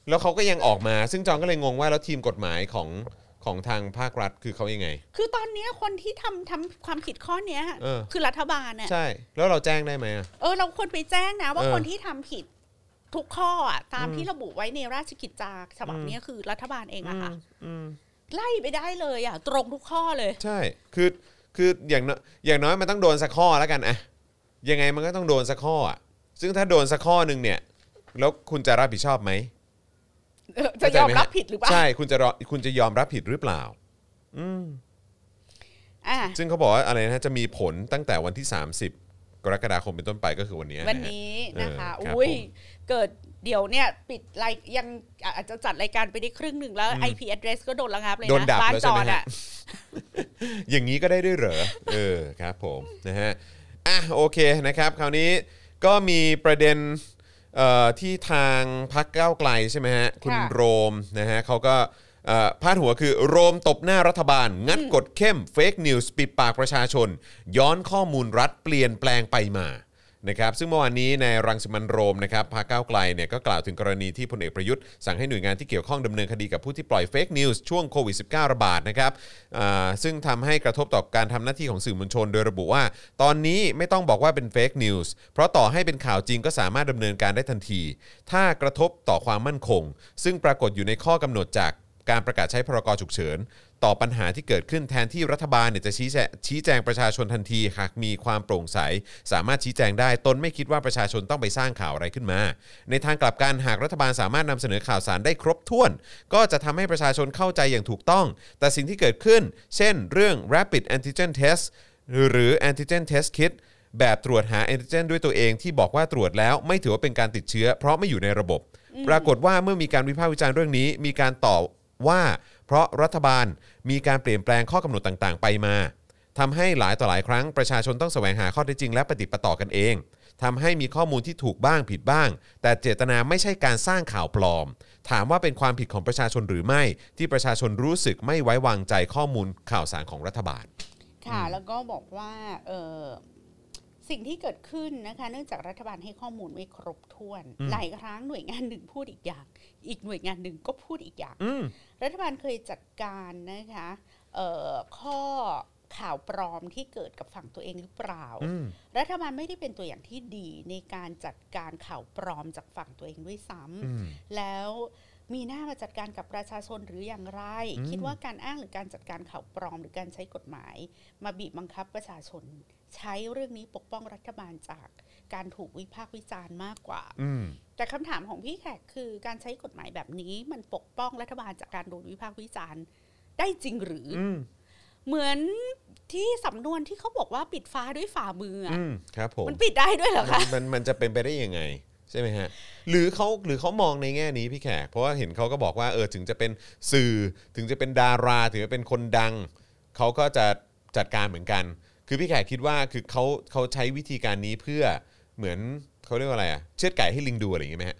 แล้วเขาก็ยังออกมาซึ่งจองก็เลยงงว่าแล้วทีมกฎหมายของของทางภาครัฐคือเขายังไงคือตอนนี้คนที่ทำทำความผิดข้อเนี้ยคือรัฐบาลน่ะใช่แล้วเราแจ้งได้ไหมเออเราควรไปแจ้งนะว่าคนที่ทำผิดทุกข้ออ่ะตามที่ระบุไว้ในราชกิจจาฉบับนี้คือรัฐบาลเองอะค่ะไล่ไปได้เลยอ่ะตรงทุกข้อเลยใช่คือคืออย่างน้อยอย่างน้อยมันต้องโดนสักข้อแล้วกันอะยังไงมันก็ต้องโดนสักข้ออ่ะซึ่งถ้าโดนสักข้อนึงเนี่ยแล้วคุณจะรับผิดชอบไหมจะยอมรับผิดหรือเปล่าใช่คุณจะคุณจะยอมรับผิดหรือเปล่าอืมอ่าซึ่งเขาบอกว่าอะไรนะจะมีผลตั้งแต่วันที่สามสิบกรกฎาคมเป็นต้นไปก็คือวันนี้วันนี้นะคะอุ้ยเกิดเดี๋ยวเนี่ยปิดไลน์ยังอาจจะจัดรายการไปได้ครึ่งหนึ่งแล้ว ไอ พี address ก็โดนระงับเลยนะบ้านจอดอ่ะอย่างนี้ก็ได้ด้วยเหรอเออครับผมนะฮะอ่ะโอเคนะครับคราวนี้ก็มีประเด็นที่ทางพรรคก้าวไกลใช่ไหมฮะคุณโรมนะฮะเขาก็พาดหัวคือโรมตบหน้ารัฐบาลงัดกฎเข้มเฟกนิวส์ปิดปากประชาชนย้อนข้อมูลรัฐเปลี่ยนแปลงไปมานะครับซึ่งเมื่อวานนี้ในรังสิมันต์โรมนะครับพรรคก้าวไกลเนี่ยก็กล่าวถึงกรณีที่พลเอกประยุทธ์สั่งให้หน่วยงานที่เกี่ยวข้องดำเนินคดีกับผู้ที่ปล่อยเฟกนิวส์ช่วงโควิด สิบเก้า ระบาดนะครับซึ่งทำให้กระทบต่อการทำหน้าที่ของสื่อมวลชนโดยระบุว่าตอนนี้ไม่ต้องบอกว่าเป็นเฟกนิวส์เพราะต่อให้เป็นข่าวจริงก็สามารถดำเนินการได้ทันทีถ้ากระทบต่อความมั่นคงซึ่งปรากฏอยู่ในข้อกำหนดจากการประกาศใช้พรกฉุกเฉินต่อปัญหาที่เกิดขึ้นแทนที่รัฐบาลเนี่ยจะชี้แจงชี้แจงประชาชนทันทีหากมีความโปร่งใสสามารถชี้แจงได้ตนไม่คิดว่าประชาชนต้องไปสร้างข่าวอะไรขึ้นมาในทางกลับกันหากรัฐบาลสามารถนำเสนอข่าวสารได้ครบถ้วนก็จะทำให้ประชาชนเข้าใจอย่างถูกต้องแต่สิ่งที่เกิดขึ้นเช่นเรื่อง Rapid Antigen Test หรือ Antigen Test Kit แบบตรวจหาแอนติเจนด้วยตัวเองที่บอกว่าตรวจแล้วไม่ถือว่าเป็นการติดเชื้อเพราะไม่อยู่ในระบบปรากฏว่าเมื่อมีการวิพากษ์วิจารณ์เรื่องนี้มีการตอบว่าเพราะรัฐบาลมีการเปลี่ยนแปลงข้อกำหนดต่างๆไปมาทำให้หลายต่อหลายครั้งประชาชนต้องแสวงหาข้อเท็จจริงและปฏิปต่อกันเองทำให้มีข้อมูลที่ถูกบ้างผิดบ้างแต่เจตนาไม่ใช่การสร้างข่าวปลอมถามว่าเป็นความผิดของประชาชนหรือไม่ที่ประชาชนรู้สึกไม่ไว้วางใจข้อมูลข่าวสารของรัฐบาลค่ะแล้วก็บอกว่าเออสิ่งที่เกิดขึ้นนะคะเนื่องจากรัฐบาลให้ข้อมูลไม่ครบถ้วนหลายครั้งหน่วยงานหนึ่งพูดอีกอย่างอีกหน่วยงานหนึ่งก็พูดอีกอย่างรัฐบาลเคยจัดการนะคะข้อข่าวปลอมที่เกิดกับฝั่งตัวเองหรือเปล่ารัฐบาลไม่ได้เป็นตัวอย่างที่ดีในการจัดการข่าวปลอมจากฝั่งตัวเองด้วยซ้ำแล้วมีหน้ามาจัดการกับประชาชนหรืออย่างไรคิดว่าการอ้างหรือการจัดการข่าวปลอมหรือการใช้กฎหมายมาบีบบังคับประชาชนใช้เรื่องนี้ปกป้องรัฐบาลจากการถูกวิพากษ์วิจารณ์มากกว่าแต่คำถามของพี่แขกคือการใช้กฎหมายแบบนี้มันปกป้องรัฐบาลจากการโดนวิพากษ์วิจารณ์ได้จริงหรือเหมือนที่สำนวนที่เขาบอกว่าปิดฟ้าด้วยฝ่ามืออ่ะครับผมมันปิดได้ด้วยเหรอคะมันมันจะเป็นไปได้ยังไงใช่ไหมฮะหรือเขาหรือเขามองในแง่นี้พี่แขกเพราะว่าเห็นเขาก็บอกว่าเออถึงจะเป็นสื่อถึงจะเป็นดาราถึงจะเป็นคนดังเขาก็จะจัดการเหมือนกันคือพี่แขกคิดว่าคือเขาเขาใช้วิธีการนี้เพื่อเหมือนเขาเรียกว่าอะไรอ่ะเชือดไก่ให้ลิงดูอะไรอย่างงี้ไหมฮะ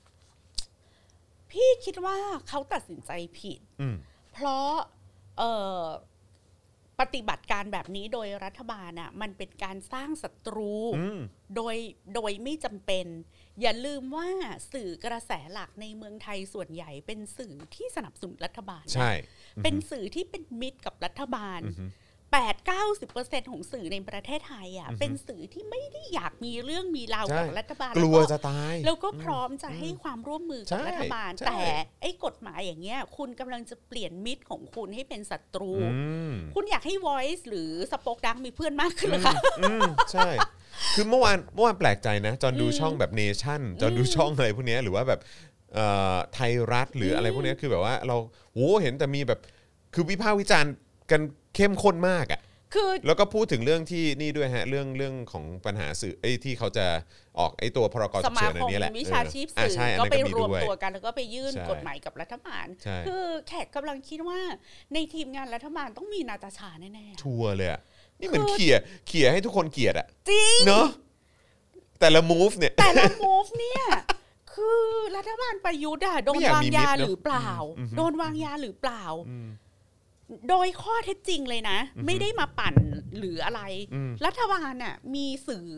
พี่คิดว่าเขาตัดสินใจผิดเพราะเอ่อปฏิบัติการแบบนี้โดยรัฐบาลอ่ะมันเป็นการสร้างศัตรูโดยโดยไม่จำเป็นอย่าลืมว่าสื่อกระแสหลักในเมืองไทยส่วนใหญ่เป็นสื่อที่สนับสนุนรัฐบาลใช่เป็นสื่อที่เป็นมิตรกับรัฐบาลแปด เก้าสิบเปอร์เซ็นต์ ของสื่อในประเทศไทยอ่ะเป็นสื่อที่ไม่ได้อยากมีเรื่องมีราวกับรัฐบาลกลัวจะตายแล้วก็พร้อมจะให้ความร่วมมือกับรัฐบาลแต่ไอ้กฎหมายอย่างเงี้ยคุณกำลังจะเปลี่ยนมิตรของคุณให้เป็นศัตรูคุณอยากให้ Voice หรือสป็อคดังมีเพื่อนมากขึ้นหรอคะใช่คือเมื่อวานเมื่อวานแปลกใจนะจอนดูช่องแบบเนชั่นจอนดูช่องอะไรพวกนี้หรือว่าแบบไทยรัฐหรืออะไรพวกนี้คือแบบว่าเราโหเห็นแต่มีแบบคือวิพากษ์วิจารณ์กันเข้มข้นมากอ่ะคือแล้วก็พูดถึงเรื่องที่นี่ด้วยฮะเรื่องเรื่องของปัญหาสื่อไอ้ที่เขาจะออกไอ้ตัวพรกฉุกเฉินอันนี้แหละสมาคมวิชาชีพสื่อก็ไปรวมตัวกันแล้วก็ไปยื่นกฎหมายกับรัฐบาลคือแขกกำลังคิดว่าในทีมงานรัฐบาลต้องมีนาตาชาแน่ๆชัวร์เลยอ่ะนี่เหมือนเขี่ยเขี่ยให้ทุกคนเกลียดอ่ะจริงเนาะแต่ละ move เนี่ยแต่ละ move เนี่ยคือรัฐบาลประยุทธ์อ่ะโดนวางยาหรือเปล่าโดนวางยาหรือเปล่าโดยข้อเท็จจริงเลยนะไม่ได้มาปั่นหรืออะไรรัฐบาลน่ะมีสื่อแบบ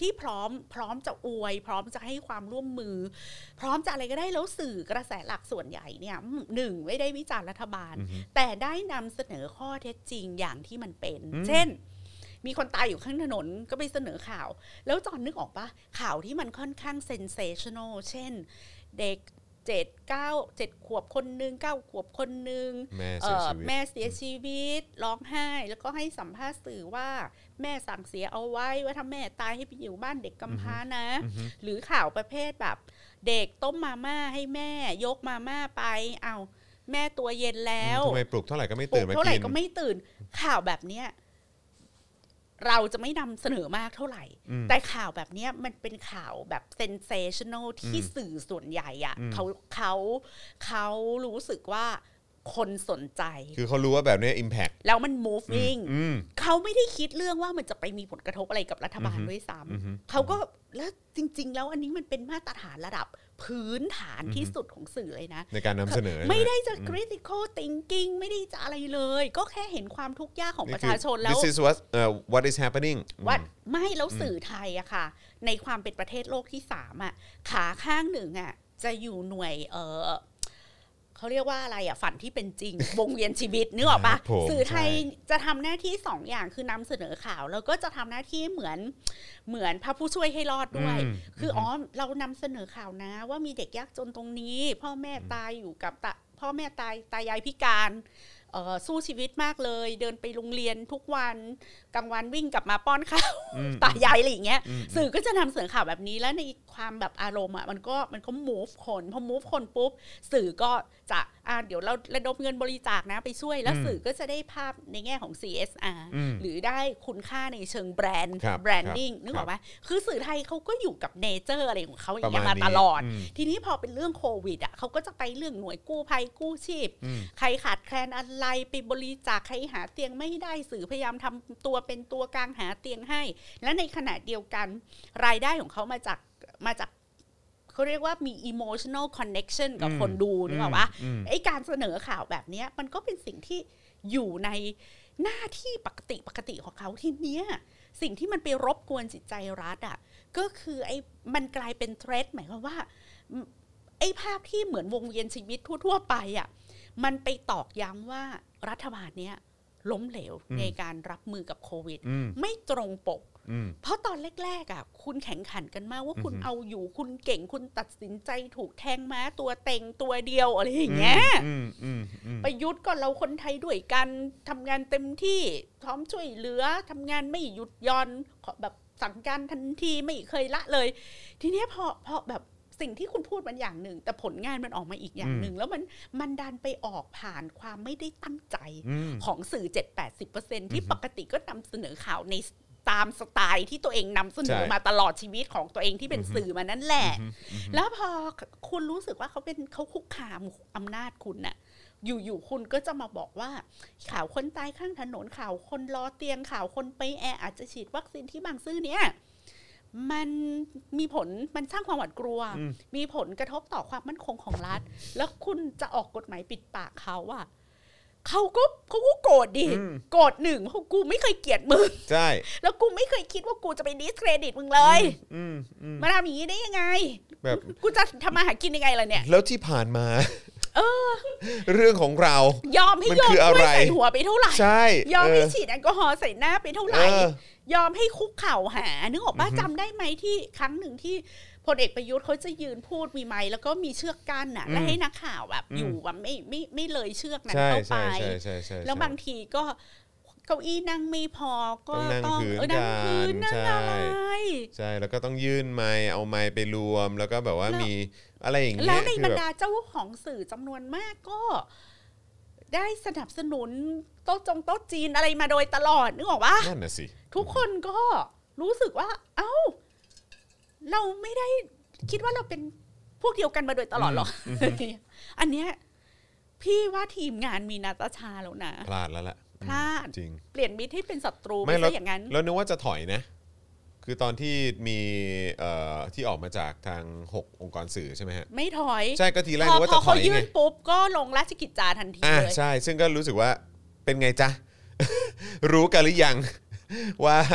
ที่พร้อมพร้อมจะอวยพร้อมจะให้ความร่วมมือพร้อมจะอะไรก็ได้แล้วสื่อกระแสหลักส่วนใหญ่เนี่ยหนึ่งไม่ได้วิจารณ์รัฐบาลแต่ได้นำเสนอข้อเท็จจริงอย่างที่มันเป็นเช่นมีคนตายอยู่ข้างถนนก็ไปเสนอข่าวแล้วจอนนึกออกปะข่าวที่มันค่อนข้างเซนเซชันนลเช่นเด็กเจ็ด เก้า เจ็ดขวบคนนึงเก้าขวบคนนึงแม่เสียชีวิตแม่เสียชีวิตร้องไห้แล้วก็ให้สัมภาษณ์สื่อว่าแม่สั่งเสียเอาไว้ว่าถ้าแม่ตายให้ไปอยู่บ้านเด็กกำพร้านะหรือข่าวประเภทแบบเด็กต้มมาม่าให้แม่ยกมาม่าไปเอาแม่ตัวเย็นแล้วทำไมปลุกเท่าไหร่ก็ไม่ตื่นเท่าไหร่ก็ไม่ตื่นข่าวแบบเนี้ยเราจะไม่นำเสนอมากเท่าไหร่แต่ข่าวแบบนี้มันเป็นข่าวแบบเซนเซชันนลที่สื่อส่วนใหญ่อะเขาเขาเขารู้สึกว่าคนสนใจคือเขารู้ว่าแบบนี้ impact แล้วมัน moving เขาไม่ได้คิดเรื่องว่ามันจะไปมีผลกระทบอะไรกับรัฐบาลด้วยซ้ำเขาก็แล้วจริงๆแล้วอันนี้มันเป็นมาตรฐานระดับพื้นฐานที่สุดของสื่อเลยนะในการนำเสนอไม่ได้จะ critical thinking ไม่ได้จะอะไรเลยก็แค่เห็นความทุกข์ยากของประชาชนแล้ว This is what uh, what is happening ว่าไม่แล้วสื่อไทยอะค่ะในความเป็นประเทศโลกที่สามอะขาข้างหนึ่งอะจะอยู่หน่วยเออเขาเรียกว่าอะไรอ่ะฝันที่เป็นจริง วงเวียนชีวิตนึกออกปะสื่อไทยจะทำหน้าที่สองอย่างคือนำเสนอข่าวแล้วก็จะทำหน้าที่เหมือนเหมือนพระผู้ช่วยให้รอดด้วยคืออ๋อเรานำเสนอข่าวนะว่ามีเด็กยากจนตรงนี้พ่อแม่ตายอยู่กับพ่อแม่ตายตายายพิการสู้ชีวิตมากเลยเดินไปโรงเรียนทุกวันกลางวันวิ่งกลับมาป้อนข้าวตายายอะไรอย่างเงี้ยสื่อก็จะนำเสนอข่าวแบบนี้แล้วในความแบบอารมณ์อ่ะมันก็มันก็ move คนพอ move คนปุ๊บสื่อก็จะอ่าเดี๋ยวเราระดมเงินบริจาคนะไปช่วยแล้วสื่อก็จะได้ภาพในแง่ของ ซี เอส อาร์ หรือได้คุณค่าในเชิงแบรนด์แบรนดิ้งนึกออกไหมคือสื่อไทยเขาก็อยู่กับเนเจอร์อะไรของเขาอย่างเงี้ยมาตลอดทีนี้พอเป็นเรื่องโควิดอ่ะเขาก็จะไปเรื่องหน่วยกู้ภัยกู้ชีพใครขาดแคลนอะไรไปบริจาคใครหาเตียงไม่ได้สื่อพยายามทำตัวเป็นตัวกลางหาเตียงให้และในขณะเดียวกันรายได้ของเขามาจากมาจากเขาเรียกว่ามี emotional connection กับคนดูนึกออกปะไอ้การเสนอข่าวแบบนี้มันก็เป็นสิ่งที่อยู่ในหน้าที่ปกติปกติของเขาทีเนี้ยสิ่งที่มันไปรบกวนจิตใจรัฐอ่ะก็คือไอ้มันกลายเป็นเทรนด์หมายความว่าไอ้ภาพที่เหมือนวงเวียนชีวิตทั่วๆไปอ่ะมันไปตอกย้ำว่ารัฐบาลเนี้ยล้มเหลวในการรับมือกับโควิดไม่ตรงปกเพราะตอนแรกๆอ่ะคุณแข่งขันกันมากว่าคุณเอาอยู่คุณเก่งคุณตัดสินใจถูกแทงม้าตัวเต็งตัวเดียวอะไรอย่างเงี้ยประยุทธ์ก็เราคนไทยด้วยกันทำงานเต็มที่พร้อมช่วยเหลือทำงานไม่หยุดหย่อนแบบสั่งการทันทีไม่เคยละเลยทีนี้พอพอแบบสิ่งที่คุณพูดมันอย่างหนึ่งแต่ผลงานมันออกมาอีกอย่างหนึ่งแล้วมันมันดันไปออกผ่านความไม่ได้ตั้งใจของสื่อ เจ็ดถึงแปดสิบเปอร์เซ็นต์ ที่ปกติก็นำเสนอข่าวในตามสไตล์ที่ตัวเองนำเสนอมาตลอดชีวิตของตัวเองที่เป็นสื่อมานั่นแหละแล้วพอคุณรู้สึกว่าเขาเป็นเขาคุกคามอำนาจคุณน่ะอยู่ๆคุณก็จะมาบอกว่าข่าวคนตายข้างถนนข่าวคนรอเตียงข่าวคนไปแออาจจะฉีดวัคซีนที่บางซื่อเนี่ยมันมีผลมันสร้างความหวาดกลัวมีผลกระทบต่อความมั่นคงของรัฐแล้วคุณจะออกกฎหมายปิดปากเขาอะเขาก็เขาก็โกรธดิโกรธหนึ่งเพราะกูไม่เคยเกลียดมึงใช่แล้วกูไม่เคยคิดว่ากูจะไปดิสเครดิตมึงเลยมาทำอย่างนี้ได้ยังไงแบบกูจะทำมาหากินยังไงล่ะเนี่ยแล้วที่ผ่านมาเออเรื่องของเรายอมให้โยนกล้วยใส่หัวไปเท่าไหร่ใช่ยอมให้ฉีดแอลกอฮอล์ใส่หน้าไปเท่าไหร่ยอมให้คุกเข่าหานึกออกป่ะจำได้ไหมที่ครั้งหนึ่งที่พลเอกประยุทธ์เขาจะยืนพูดมีไมค์แล้วก็มีเชือกกั้นน่ะและให้นักข่าวแบบอยู่แบบไม่ไม่ไม่เลยเชือกนั้นเข้าไปแล้วบางทีก็เก้าอี้นั่งไม่พอก็ต้องเออนั่งพื้นนั่งอะไรใช่แล้วก็ต้องยื่นไมค์เอาไมค์ไปรวมแล้วก็แบบว่ามีอะไรอย่างเงี้ยแล้วในบรรดาเจ้าของสื่อจำนวนมากก็ได้สนับสนุนโต๊ะจงโต๊ะจีนอะไรมาโดยตลอดนึกออกปะนั่นน่ะสิทุกคนก็รู้สึกว่าเอ้าเราไม่ได้คิดว่าเราเป็นพวกเดียวกันมาโดยตลอดหรอกอันเนี้ยพี่ว่าทีมงานมีนาตาชาแล้วนะพลาดแล้วแหละพลาดจริงเปลี่ยนมิตรให้เป็นศัตรูไม่ใช่อย่างนั้นแล้วนึกว่าจะถอยนะคือตอนที่มีเอ่อที่ออกมาจากทางหกองค์กรสื่อใช่ไหมฮะไม่ถอยใช่ก็ทีแรกนึกว่าจะถอยไงพอเขายื่นปุ๊บก็ลงราชกิจจาทันทีเลยใช่ซึ่งก็รู้สึกว่าเป็นไงจ๊ะ รู้กันหรือยังว่า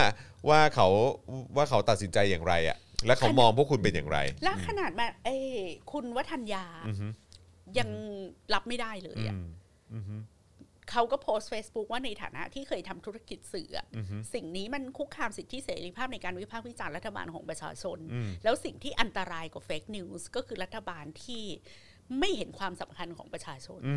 ว่าเขาว่าเขาตัดสินใจอย่างไรอ่ะและเขามองพวกคุณเป็นอย่างไรและขนาดมาเอ้คุณวัฒนยายังรับไม่ได้เลยอ่ะเขาก็โพสต์ Facebook ว่าในฐานะที่เคยทำธุรกิจสื่อสิ่งนี้มันคุกคามสิทธิเสรีภาพในการวิพากษ์วิจารณ์รัฐบาลของประชาชนแล้วสิ่งที่อันตรายกว่าเฟกนิวส์ก็คือรัฐบาลที่ไม่เห็นความสำคัญของประชาชน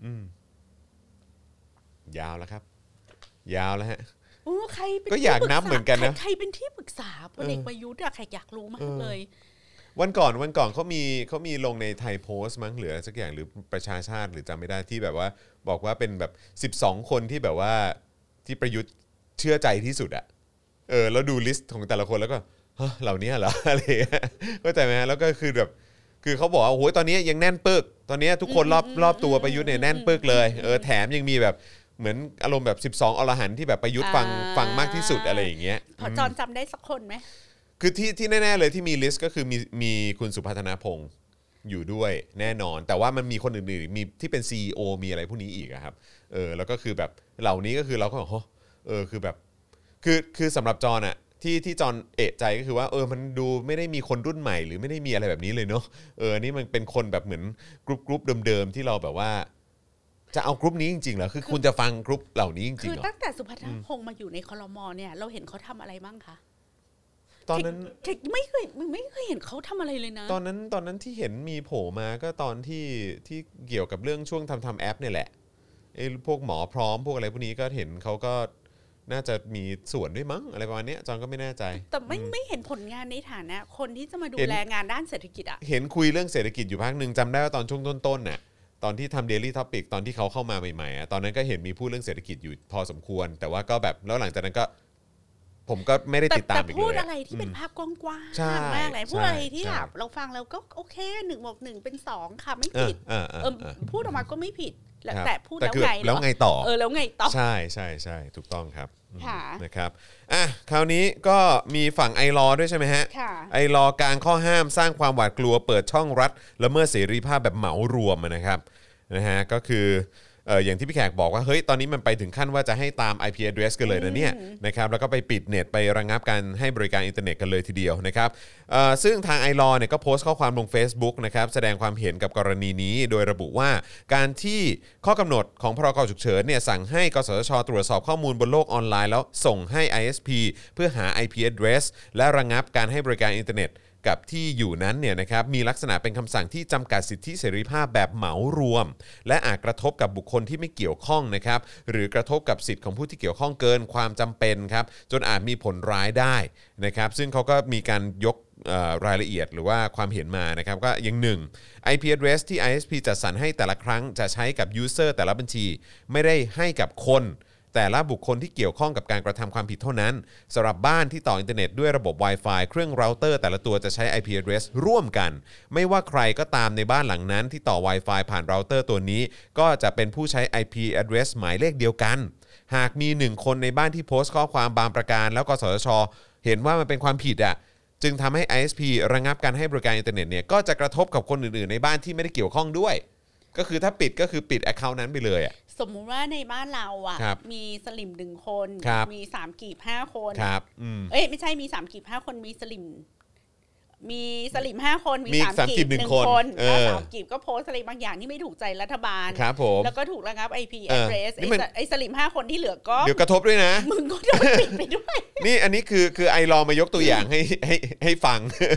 ยาวแล้วครับยาวแล้วฮะโอ้ใครเป็นก็อยากนับเหมือนกันนะใครเป็นที่ปรึกษาพลเอกประยุทธ์อะใครอยากรู้มากเลยวันก่อนวันก่อนเขามีเขามีลงในไทยโพสต์มั้งหรือสักอย่างหรือประชาชาติหรือจำไม่ได้ที่แบบว่าบอกว่าเป็นแบบสิบสองคนที่แบบว่าที่ประยุทธ์เชื่อใจที่สุดอะเออแล้วดูลิสต์ของแต่ละคนแล้วก็ฮะเหล่านี้เหรออะไรเข้าใจไหมแล้วก็คือแบบคือเขาบอกว่าโอ้โหตอนนี้ยังแน่นปึกตอนนี้ทุกคนรอบรอบตัวประยุทธ์เนี่ยแน่นปึกเลยเออแถมยังมีแบบเหมือนอารมณ์แบบสิบสองอรหันต์ที่แบบประยุทธ์ฟังฟังมากที่สุดอะไรอย่างเงี้ยพอจอนจำได้สักคนไหมคือที่ที่แน่ๆเลยที่มีลิสต์ก็คือมีมีคุณสุพัฒนาพงศ์อยู่ด้วยแน่นอนแต่ว่ามันมีคนอื่นๆมีที่เป็น ซี อี โอ มีอะไรพวกนี้อีกครับเออแล้วก็คือแบบเหล่านี้ก็คือเราก็โหเออคือแบบคือคือสำหรับจอนอะที่ที่จอนเอะใจก็คือว่าเออมันดูไม่ได้มีคนรุ่นใหม่หรือไม่ได้มีอะไรแบบนี้เลยเนาะเออนี่มันเป็นคนแบบเหมือนกรุ๊ปกรุ๊ปเดิมๆที่เราแบบว่าจะเอากรุ๊ปนี้จริงๆเหรอคือคุณจะฟังกรุ๊ปเหล่านี้จริงๆเหรอคือตั้งแต่สุพัฒนพงศ์มาอยู่ในครม.เนี่ยเราเห็นเขาทำอะไรบ้างคะตอนนั้นไม่เคยไม่เคยเห็นเขาทำอะไรเลยนะตอนนั้นตอนนั้นที่เห็นมีโผล่มาก็ตอนที่ที่เกี่ยวกับเรื่องช่วงทำทำแอปเนี่ยแหละไอ้พวกหมอพร้อมพวกอะไรพวกนี้ก็เห็นเขาก็น่าจะมีส่วนด้วยมั้งอะไรประมาณนี้จอนก็ไม่แน่ใจแต่ไม่ไม่เห็นผลงานในฐานะคนที่จะมาดูแลงานด้านเศรษฐกิจอ่ะเห็นคุยเรื่องเศรษฐกิจอยู่พักนึงจำได้ว่าตอนช่วงต้นๆน่ะตอนที่ทำ Daily Topic ตอนที่เขาเข้ามาใหม่ๆอ่ะตอนนั้นก็เห็นมีพูดเรื่องเศรษฐกิจอยู่พอสมควรแต่ว่าก็แบบแล้วหลังจากนั้นก็ผมก็ไม่ได้ติดตามอีกเลยแต่พูดอะไรที่เป็นภาพกว้างๆมากเลยพูดอะไรที่แบบเราฟังแล้วก็โอเคหนึ่งบวกหนึ่งเป็นสองค่ะไม่ผิดพูดออกมาก็ไม่ผิดแต่พูดแล้วไงแล้วไงต่อเออแล้วไงต่อใช่ใช่ใช่ถูกต้องครับนะครับอ่ะคราวนี้ก็มีฝั่งไอลอด้วยใช่ไหมฮะไอลอกลางข้อห้ามสร้างความหวาดกลัวเปิดช่องรัฐละเมิดเสรีภาพแบบเหมารวมนะครับนะฮะก็คือเอ่ออย่างที่พี่แขกบอกว่าเฮ้ยตอนนี้มันไปถึงขั้นว่าจะให้ตาม ไอ พี address กันเลยนะเนี่ยนะครับแล้วก็ไปปิดเน็ตไประงับการให้บริการอินเทอร์เน็ตกันเลยทีเดียวนะครับเอ่อซึ่งทางไอลอเนี่ยก็โพสต์ข้อความลง Facebook นะครับแสดงความเห็นกับกรณีนี้โดยระบุว่าการที่ข้อกำหนดของพรกฉุกเฉินเนี่ยสั่งให้กสทช.ตรวจสอบข้อมูลบนโลกออนไลน์แล้วส่งให้ ไอ เอส พี เพื่อหา ไอ พี address และระงับการให้บริการอินเทอร์เน็ตกับที่อยู่นั้นเนี่ยนะครับมีลักษณะเป็นคำสั่งที่จำกัดสิทธิเสรีภาพแบบเหมารวมและอาจกระทบกับบุคคลที่ไม่เกี่ยวข้องนะครับหรือกระทบกับสิทธิของผู้ที่เกี่ยวข้องเกินความจำเป็นครับจนอาจมีผลร้ายได้นะครับซึ่งเขาก็มีการยกรายละเอียดหรือว่าความเห็นมานะครับก็อย่างหนึ่ง ไอ พี address ที่ ไอ เอส พี จัดสรรให้แต่ละครั้งจะใช้กับ user แต่ละบัญชีไม่ได้ให้กับคนแต่ละบุคคลที่เกี่ยวข้องกับการกระทำความผิดเท่านั้นสำหรับบ้านที่ต่ออินเทอร์เน็ตด้วยระบบ Wi-Fi เครื่องเราเตอร์แต่ละตัวจะใช้ ไอ พี address ร่วมกันไม่ว่าใครก็ตามในบ้านหลังนั้นที่ต่อ Wi-Fi ผ่านเราเตอร์ตัวนี้ก็จะเป็นผู้ใช้ ไอ พี address หมายเลขเดียวกันหากมีหนึ่งคนในบ้านที่โพสต์ข้อความบางประการแล้วกสทช.เห็นว่ามันเป็นความผิดอ่ะจึงทำให้ ไอ เอส พี ระงับการให้บริการอินเทอร์เน็ตเนี่ยก็จะกระทบกับคนอื่นๆในบ้านที่ไม่ได้เกี่ยวข้องด้วยก็คือถ้าปิดก็คือปิด account นั้นไปเลยอ่ะสมมุติว่าในบ้านเราอ่ะมีสลิมหนึ่งคนมีสามกีบห้าคนครับเอ้ยไม่ใช่มีสามกีบห้าคนมีสลิมมีสลิมห้าคนมีสามกีบหนึ่งคนแล้วสามกีบก็โพสอะไรบางอย่างที่ไม่ถูกใจรัฐบาลครับผมแล้วก็ถูกระงับ ไอ พี address ไอ้สลิมห้าคนที่เหลือก็เดี๋ยวกระทบด้วยนะมึงก็โดนปิดไปด้วยนี่อันนี้คือคือไอรอมายกตัวอย่างให้ให้ให้ฟัง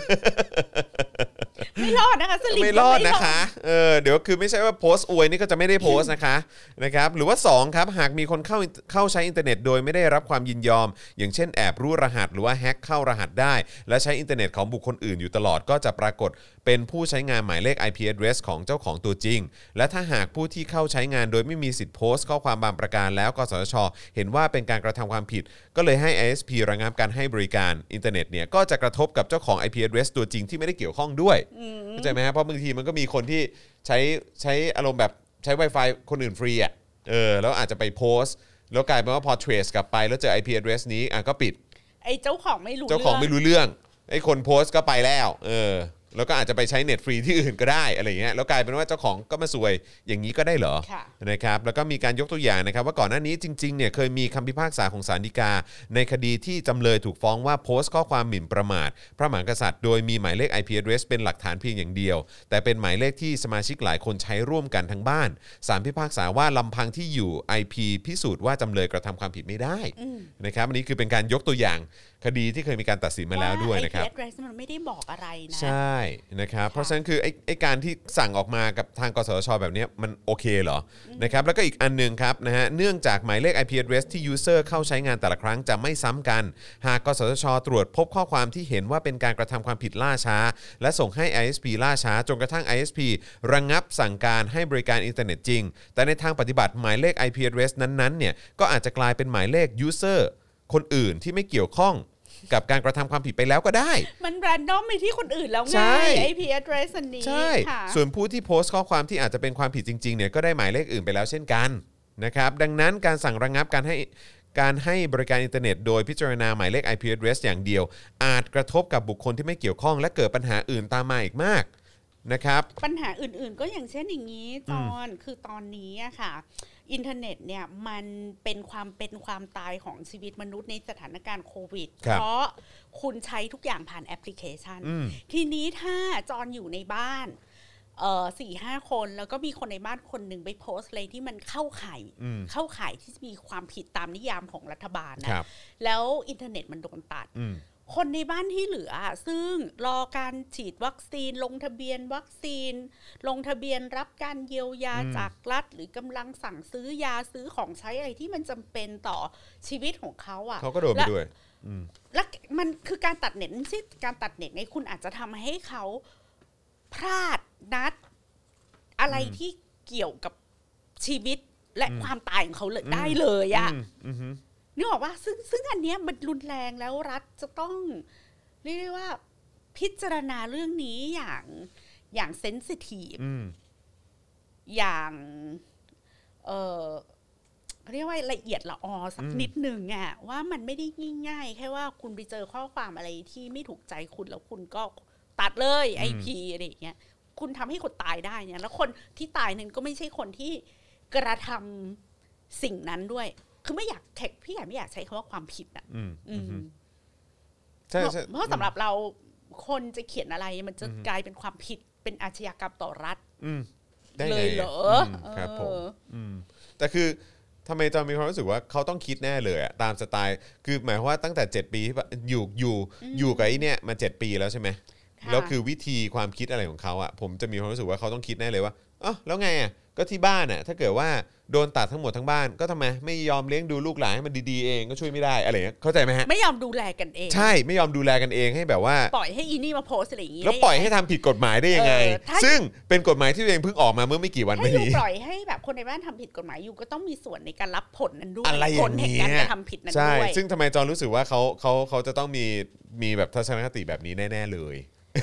ไม่รอดนะคะสลิมไม่รอดนะคะเออเดี๋ยวคือไม่ใช่ว่าโพสต์อวยนี่ก็จะไม่ได้โพสต์นะคะนะครับหรือว่าสองครับหากมีคนเข้าเข้าใช้อินเทอร์เน็ตโดยไม่ได้รับความยินยอมอย่างเช่นแอบรู้รหัสหรือว่าแฮ็กเข้ารหัสได้และใช้อินเทอร์เน็ตของบุคคลอื่นอยู่ตลอดก็จะปรากฏเป็นผู้ใช้งานหมายเลข ไอ พี address ของเจ้าของตัวจริงและถ้าหากผู้ที่เข้าใช้งานโดยไม่มีสิทธิ์โพสต์ข้อความบางประการแล้วกสทช.เห็นว่าเป็นการกระทำความผิดก็เลยให้ ไอ เอส พี ระงับการให้บริการอินเทอร์เน็ตเนี่ยก็จะกระทบกับเจ้าของ ไอ พี address ตัวจริงที่ไม่ได้เกี่ยวข้องด้วยเข้าใจไหมครับเพราะบางทีมันก็มีคนที่ใช้ใช้อารมณ์แบบใช้ Wi-Fi คนอื่นฟรีอ่ะเออแล้วอาจจะไปโพสต์แล้วกลายเป็นว่าพอ trace กลับไปแล้วเจอ ไอ พี address นี้อ่ะก็ปิดไอ้เจ้าของไม่รู้เจ้าของไม่รู้เรื่องไอ้คนโพสต์ก็ไปแล้วเออแล้วก็อาจจะไปใช้เน็ตฟรีที่อื่นก็ได้อะไรเงี้ยแล้วกลายเป็นว่าเจ้าของก็มาซวยอย่างนี้ก็ได้เหรอนะครับแล้วก็มีการยกตัวอย่างนะครับว่าก่อนหน้านี้จริงๆเนี่ยเคยมีคำพิพากษาของศาลฎีกาในคดีที่จำเลยถูกฟ้องว่าโพสต์ข้อความหมิ่นประมาทพระมหากษัตริย์โดยมีหมายเลข ไอ พี address เป็นหลักฐานเพียงอย่างเดียวแต่เป็นหมายเลขที่สมาชิกหลายคนใช้ร่วมกันทั้งบ้านศาลพิพากษาว่าลำพังที่อยู่ ไอ พี พิสูจน์ว่าจำเลยกระทำความผิดไม่ได้นะครับอันนี้คือเป็นการยกตัวอย่างคดีที่เคยมีการตัดสินมาแล้วด้วยนะครับไอ พี address มันไม่ได้บอกอะไรนะใช่นะครับเพราะฉะนั้นคือไอ้ไอ้การที่สั่งออกมากับทางกสทช.แบบนี้มันโอเคเหรอนะครับแล้วก็อีกอันนึงครับนะฮะเนื่องจากหมายเลข ไอ พี address ที่ user เข้าใช้งานแต่ละครั้งจะไม่ซ้ำกันหากกสทช.ตรวจพบข้อความที่เห็นว่าเป็นการกระทำความผิดล่าช้าและส่งให้ ไอ เอส พี ล่าช้าจนกระทั่ง ไอ เอส พี ระงับสั่งการให้บริการอินเทอร์เน็ตจริงแต่ในทางปฏิบัติหมายเลข ไอ พี address นั้นๆเนี่ยก็อาจจะกลายเป็นหมายเลข user คนอื่นที่ไม่เกี่ยวข้องกับการกระทำความผิดไปแล้วก็ได้มันแรนดอมไปที่คนอื่นแล้วไง ไอ พี address อันนี้ใช่ส่วนผู้ที่โพสต์ข้อความที่อาจจะเป็นความผิดจริงๆเนี่ยก็ได้หมายเลขอื่นไปแล้วเช่นกันนะครับดังนั้นการสั่งระงับการให้การให้บริการอินเทอร์เน็ตโดยพิจารณาหมายเลข ไอ พี address อย่างเดียวอาจกระทบกับบุคคลที่ไม่เกี่ยวข้องและเกิดปัญหาอื่นตามมาอีกมากนะครับปัญหาอื่นๆก็อย่างเช่นอย่างนี้จอนคือตอนนี้อะค่ะอินเทอร์เน็ตเนี่ยมันเป็นความเป็นความตายของชีวิตมนุษย์ในสถานการณ์โควิดเพราะคุณใช้ทุกอย่างผ่านแอปพลิเคชันทีนี้ถ้าจอนอยู่ในบ้านเอ่อสี่ห้าคนแล้วก็มีคนในบ้านคนหนึ่งไปโพสต์อะไรที่มันเข้าข่ายเข้าข่ายที่มีความผิดตามนิยามของรัฐบาลนะแล้วอินเทอร์เน็ตมันโดนตัดคนในบ้านที่เหลือซึ่งรอการฉีดวัคซีนลงทะเบียนวัคซีนลงทะเบียนรับการเยียวยาจากรัฐหรือกำลังสั่งซื้อยาซื้อของใช้อะไรที่มันจำเป็นต่อชีวิตของเขาอ่ะเขาก็โดนไปด้วยและมันคือการตัดเน็ตไม่ใช่การตัดเน็ตไงคุณอาจจะทำให้เขาพลาดนัดอะไรที่เกี่ยวกับชีวิตและความตายของเขาเลยได้เลยอ่ะนึกออกว่าซึ่งซึ่งอันเนี้ยมันรุนแรงแล้วรัฐจะต้องเรียกได้ว่าพิจารณาเรื่องนี้อย่างอย่างเซนซิทีฟอย่างเออเรียกว่าละเอียดละออสักนิดหนึ่งอ่ะว่ามันไม่ได้ง่ายๆแค่ว่าคุณไปเจอข้อความอะไรที่ไม่ถูกใจคุณแล้วคุณก็ตัดเลยไอพีอะไรอย่างเงี้ยคุณทำให้คนตายได้เนี่ยแล้วคนที่ตายนั้นก็ไม่ใช่คนที่กระทำสิ่งนั้นด้วยคือไม่อยากแท็กพี่ใหญ่ไม่อยากใช้คำว่าความผิดอ่ะใช่เพราะสำหรับเราคนจะเขียนอะไรมันจะกลายเป็นความผิดเป็นอาชญากรรมต่อรัฐเลยเหรอครับผมแต่คือทำไมจอมีความรู้สึกว่าเขาต้องคิดแน่เลยอะตามสไตล์คือหมายความว่าตั้งแต่เจ็ดปีอยู่อยู่อยู่กับไอ้เนี่ยมาเจ็ดปีแล้วใช่ไหมแล้วคือวิธีความคิดอะไรของเขาอะผมจะมีความรู้สึกว่าเขาต้องคิดแน่เลยว่าอ๋อแล้วไงอะก็ที่บ้านน่ะถ้าเกิดว่าโดนตัดทั้งหมดทั้งบ้านก็ทำไมไม่ยอมเลี้ยงดูลูกหลานให้มันดีๆเองก็ช่วยไม่ได้อะไรเงี้ยเข้าใจไหมฮะไม่ยอมดูแลกันเองใช่ไม่ยอมดูแลกันเองให้แบบว่าปล่อยให้อีนี่มาโพสอะไรอย่างงี้แล้วปล่อยให้ทำผิดกฎหมายได้ยังไงซึ่งเป็นกฎหมายที่ตัวเองเพิ่งออกมาเมื่อไม่กี่วันมานี้ปล่อยให้แบบคนในบ้านทำผิดกฎหมายอยู่ก็ต้องมีส่วนในการรับผลนั้นด้วยผลแห่งการกระทำผิดนั้นด้วยใช่ซึ่งทำไมจอรู้สึกว่าเขาเขาเขาจะต้องมีมีแบบทัศนคติแบบนี้แน่ๆเลย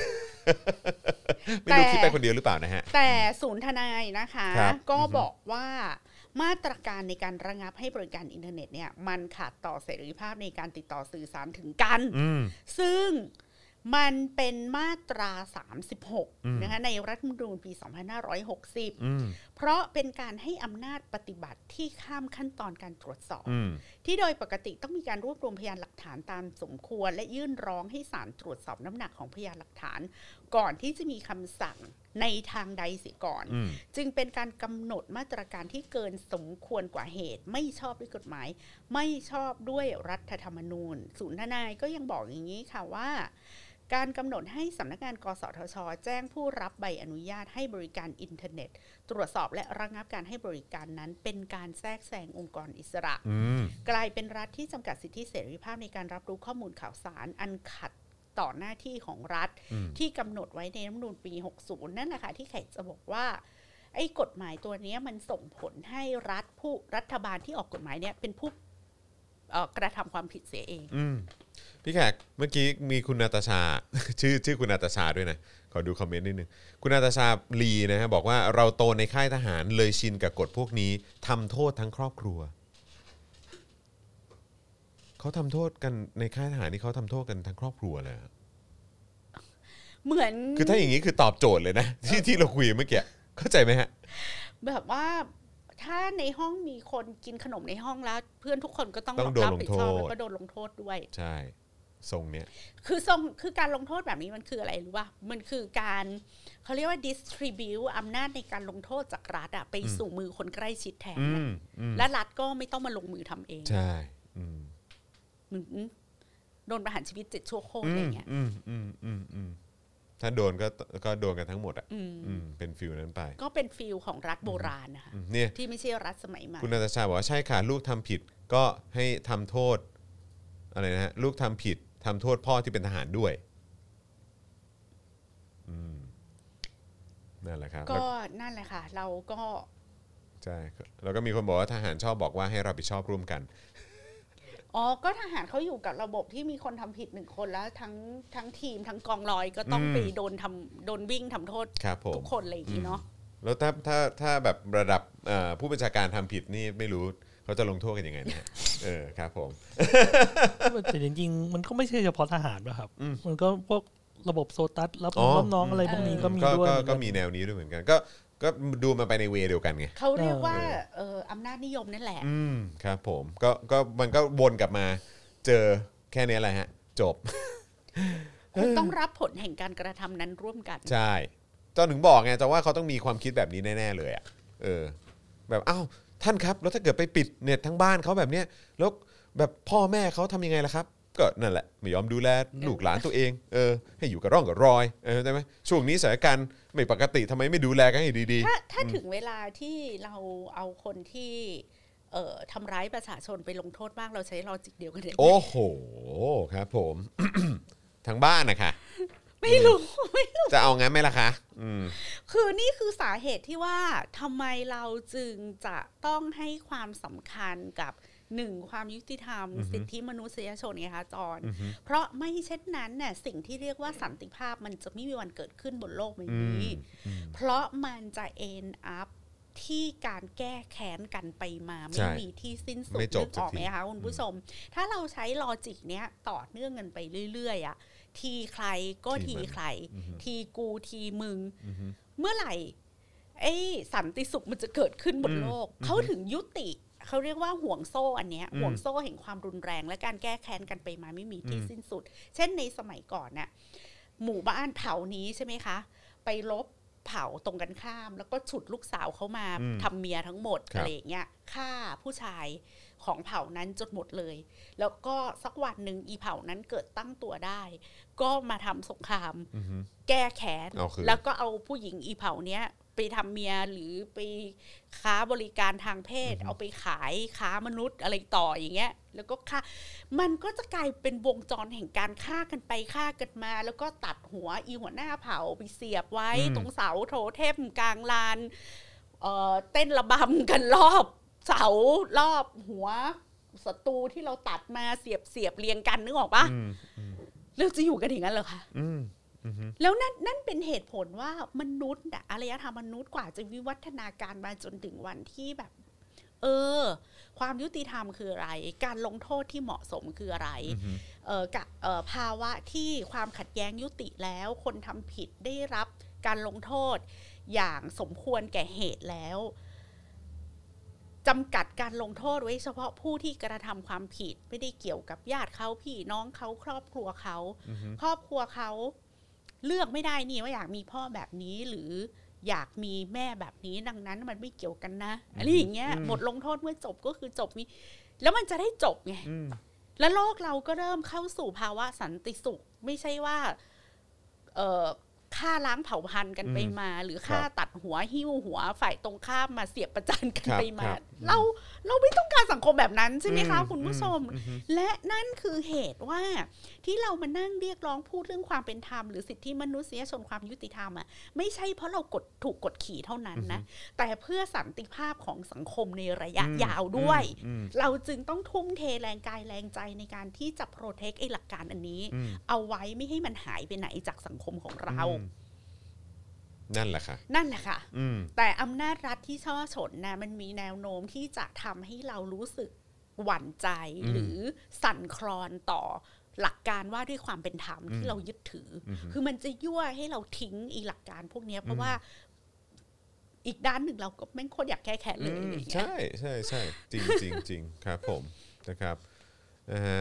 ไม่รู้คิดไปคนเดียวหรือเปล่านะฮะแต่ศูนย์ทนายนะคะก็บอกว่ามาตรการในการระงับให้บริการอินเทอร์เน็ตเนี่ยมันขัดต่อเสรีภาพในการติดต่อสื่อสารถึงกันซึ่งมันเป็นมาตราสามสิบหกนะคะในรัฐธรรมนูญปีสองพันห้าร้อยหกสิบเพราะเป็นการให้อำนาจปฏิบัติที่ข้ามขั้นตอนการตรวจสอบที่โดยปกติต้องมีการรวบรวมพยานหลักฐานตามสมควรและยื่นร้องให้ศาลตรวจสอบน้ำหนักของพยานหลักฐานก่อนที่จะมีคำสั่งในทางใดเสียก่อนจึงเป็นการกำหนดมาตรการที่เกินสมควรกว่าเหตุไม่ชอบด้วยกฎหมายไม่ชอบด้วยรัฐธรรมนูญศูนย์ทนายก็ยังบอกอย่างนี้ค่ะว่าการกำหนดให้สำนักงานกสทช.แจ้งผู้รับใบอนุญาตให้บริการอินเทอร์เน็ตตรวจสอบและระงับการให้บริการนั้นเป็นการแทรกแซงองค์กรอิสระกลายเป็นรัฐที่จำกัดสิทธิเสรีภาพในการรับรู้ข้อมูลข่าวสารอันขัดต่อหน้าที่ของรัฐที่กำหนดไว้ในรัฐธรรมนูญปีหกสิบนั่นแหละค่ะที่แขกจะบอกว่าไอ้กฎหมายตัวนี้มันส่งผลให้รัฐผู้รัฐบาลที่ออกกฎหมายเนี้ยเป็นผู้กระทำความผิดเสียเองพี่แขกเมื่อกี้มีคุณนาตาชาชื่อชื่อคุณนาตาชาด้วยนะขอดูคอมเมนต์นิดนึงคุณนาตาชาลีนะฮะบอกว่าเราโตในค่ายทหารเลยชินกับกฎพวกนี้ทำโทษทั้งครอบครัวเขาทำโทษกันในค่ายทหารนี่เขาทำโทษกันทั้งครอบครัวเลยเหมือนคือถ้าอย่างนี้คือตอบโจทย์เลยนะที่ที่เราคุยเมื่อกี้เข้าใจไหมฮะแบบว่าถ้าในห้องมีคนกินขนมในห้องแล้วเพื่อนทุกคนก็ต้องต้องโดนลงโทษแล้วก็โดนลงโทษด้วยใช่ทรงเนี้ยคือทรงคือการลงโทษแบบนี้มันคืออะไรรู้ป่ะมันคือการเขาเรียกว่า distribute อำนาจในการลงโทษจากรัฐอะไปสู่มือคนใกล้ชิดแทนและรัฐก็ไม่ต้องมาลงมือทำเองใช่โดนประหารชีวิตเจ็ดชั่วโคตรอะไรเงี้ยถ้าโดนก็ก็โดนกันทั้งหมดอ่ะเป็นฟิลนั้นไปก็เป็นฟิลของรัฐโบราณนะคะที่ไม่ใช่รัฐสมัยใหม่คุณนาตาชาบอกว่าใช่ค่ะลูกทำผิดก็ให้ทำโทษอะไรนะฮะลูกทำผิดทำโทษพ่อที่เป็นทหารด้วยนั่นแหละครับก็นั่นแหละค่ะเราก็ใช่แล้วก็มีคนบอกว่าทหารชอบบอกว่าให้รับผิดชอบร่วมกันอ๋อก็ทหารเขาอยู่กับระบบที่มีคนทำผิดหนึ่งคนแล้วทั้งทั้งทีมทั้งกองร้อยก็ต้องไปโดนทำโดนวิ่งทำโทษทุกคนอะไรอย่างนี้เนาะแล้วถ้าถ้าถ้าแบบระดับผู้บัญชาการทำผิดนี่ไม่รู้เขาจะลงโทษกันยังไงนะเออครับผมแต่จริงๆมันก็ไม่ใช่เฉพาะทหารป่ะครับมันก็พวกระบบโซตัสรับน้องอะไรพวกนี้ก็มีด้วยก็มีแนวนี้ด้วยเหมือนกันก็ก็ดูมันไปในเวเดียวกันไงเขาเรียกว่าเอออำนาจนิยมนั่นแหละอืมครับผมก็ก็มันก็วนกลับมาเจอแค่นี้แหละฮะจบคุณต้องรับผลแห่งการกระทำนั้นร่วมกันใช่เจ้าถึงบอกไงแต่ว่าเขาต้องมีความคิดแบบนี้แน่ๆเลยอ่ะเออแบบอ้าวท่านครับแล้วถ้าเกิดไปปิดเน็ตทั้งบ้านเขาแบบเนี้ยแล้วแบบพ่อแม่เขาทำยังไงล่ะครับก็นั่นแหละไม่ยอมดูแลลูกหลานตัวเองเออให้อยู่กับร่องกับรอยเออใช่ไหมช่วงนี้สถานการณ์ไม่ปกติทำไมไม่ดูแลกันให้ดีๆถ้าถ้าถึงเวลาที่เราเอาคนที่เอ่อทำร้ายประชาชนไปลงโทษบ้างเราใช้ลอจิกเดียวกันเลยโอ้โหครับผม ทางบ้านนะคะไม่รู้ไม่รู้จะเอางั้นไหมล่ะคะอืมคือนี่คือสาเหตุที่ว่าทำไมเราจึงจะต้องให้ความสำคัญกับหนึ่งความยุติธรรมสิทธิมนุษยชนไงคะจอนเพราะไม่เช่นนั้นเนี่ยสิ่งที่เรียกว่าสันติภาพมันจะไม่มีวันเกิดขึ้นบนโลกใบนี้เพราะมันจะ end up ที่การแก้แค้นกันไปมาไม่มีที่สิ้นสุดนึกออกไหมคะคุณผู้ชมถ้าเราใช้ลอจิกเนี้ยต่อเนื่องกันไปเรื่อยๆอ่ะทีใครก็ทีใครทีกูทีมึงเมื่อไหร่ไอ้สันติสุขมันจะเกิดขึ้นบนโลกเขาถึงยุติเขาเรียกว่าห่วงโซ่อันเนี้ยห่วงโซ่แห่งความรุนแรงและการแก้แค้นกันไปมาไม่มีที่สิ้นสุดเช่นในสมัยก่อนน่ะหมู่บ้านเผ่านี้ใช่ไหมคะไปลบเผ่าตรงกันข้ามแล้วก็ฉุดลูกสาวเขามาทำเมียทั้งหมดอะไรอย่างเงี้ยฆ่าผู้ชายของเผ่านั้นจนหมดเลยแล้วก็สักวันหนึ่งอีเผ่านั้นเกิดตั้งตัวได้ก็มาทำสงครามแก้แค้นแล้วก็เอาผู้หญิงอีเผ่าเนี้ยไปทำเมียหรือไปค้าบริการทางเพศเอาไปขายค้ามนุษย์อะไรต่ออย่างเงี้ยแล้วก็ฆ่ามันก็จะกลายเป็นวงจรแห่งการฆ่ากันไปฆ่ากันมาแล้วก็ตัดหัวอีหัวหน้าเผ่าไปเสียบไว้ตรงเสาโถเทมกลางลานเอ่อเต้นระบำกันรอบเสารอบหัวศัตรูที่เราตัดมาเสียบเสียบเรียงกันนึกออกปะเราจะอยู่กันอย่างนั้นเหรอคะแล้วนั่นนั่นเป็นเหตุผลว่ามนุษย์อะอารยธรรมมนุษย์กว่าจะวิวัฒนาการมาจนถึงวันที่แบบเออความยุติธรรมคืออะไรการลงโทษที่เหมาะสมคืออะไรเอ่อกับเอ่อภาวะที่ความขัดแย้งยุติแล้วคนทำผิดได้รับการลงโทษอย่างสมควรแก่เหตุแล้วจำกัดการลงโทษไว้เฉพาะผู้ที่กระทำความผิดไม่ได้เกี่ยวกับญาติเขาพี่น้องเขาครอบครัวเขาครอบครัวเขาเลือกไม่ได้นี่ว่าอยากมีพ่อแบบนี้หรืออยากมีแม่แบบนี้ดังนั้นมันไม่เกี่ยวกันนะอะไรอย่างเงี้ยบทลงโทษเมื่อจบก็คือจบมีแล้วมันจะได้จบไงแล้วโลกเราก็เริ่มเข้าสู่ภาวะสันติสุขไม่ใช่ว่าเอ่อฆ่าล้างเผ่าพันธุ์กันไปมาหรือฆ่าตัดหัวหิ้วหัวฝ่ายตรงข้ามมาเสียบประจันกันไปมาเราเราไม่ต้องการสังคมแบบนั้นใช่ไหมคะคุณผู้ชมและนั่นคือเหตุว่าที่เรามานั่งเรียกร้องพูดเรื่องความเป็นธรรมหรือสิทธิมนุษยชนความยุติธรรมอ่ะไม่ใช่เพราะเรากดถูกกดขี่เท่านั้นนะแต่เพื่อสันติภาพของสังคมในระยะยาวด้วยเราจึงต้องทุ่มเทแรงกายแรงใจในการที่จะโปรเทคไอ้หลักการอันนี้เอาไว้ไม่ให้มันหายไปไหนจากสังคมของเรานั่นแหละค่ะนั่นแหละค่ะแต่อำนาจรัฐที่ช่อฉนนะมันมีแนวโน้มที่จะทำให้เรารู้สึกหวั่นใจหรือสั่นคลอนต่อหลักการว่าด้วยความเป็นธรรมที่เรายึดถืออคือมันจะยั่วให้เราทิ้งอีหลักการพวกนี้เพราะว่าอีกด้านหนึ่งเราก็ไม่โคตรอยากแก้แค้นเลยอย่างเงี้ยใช่ใช่ใช่จริงจริงจริงครับผมนะครับนะฮะ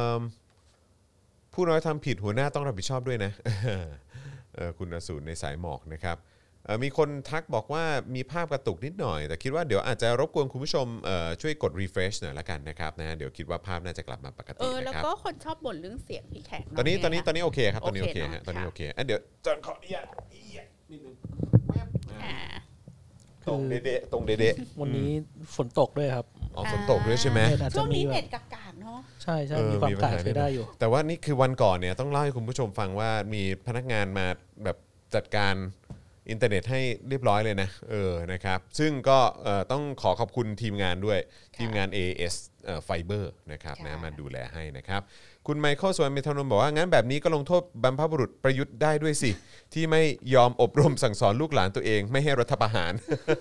ผู้น้อยทำผิดหัวหน้าต้องรับผิดชอบด้วยนะคุณอสูรในสายหมอกนะครับมีคนทักบอกว่ามีภาพกระตุกนิดหน่อยแต่คิดว่าเดี๋ยวอาจจะรบกวนคุณผู้ชมช่วยกด refresh หน่อยละกันนะครับนะเดี๋ยวคิดว่าภาพน่าจะกลับมาปกตินะครับแล้วก็คนชอบบ่นเรื่องเสียงพี่แขกตอนนี้ตอนนี้ตอนนี้โอเคครับตอนนี้โอเคฮะตอนนี้โอเคอ่ะเดี๋ยวจอนขออนุญาตนิดนึงตรงเด๊ะตรงเด๊ะวันนี้ฝนตกด้วยครับอ๋อฝนตกด้วยใช่ไหมช่วงนี้เน็ตกากๆเนาะใช่ใช่มีความกากใช้ได้อยู่แต่ว่านี่คือวันก่อนเนี่ยต้องเล่าให้คุณผู้ชมฟังว่ามีพนักงานมาแบบจัดการอินเทอร์เน็ตให้เรียบร้อยเลยนะเออนะครับซึ่งก็ต้องขอขอบคุณทีมงานด้วยทีมงาน เอ เอส Fiber นะครับนะมาดูแลให้นะครับคุณไมเคิลสวนเมทานนท์บอกว่างั้นแบบนี้ก็ลงโทษบรรพบุรุษประยุทธ์ได้ด้วยสิที่ไม่ยอมอบรมสั่งสอนลูกหลานตัวเองไม่ให้รัฐประหาร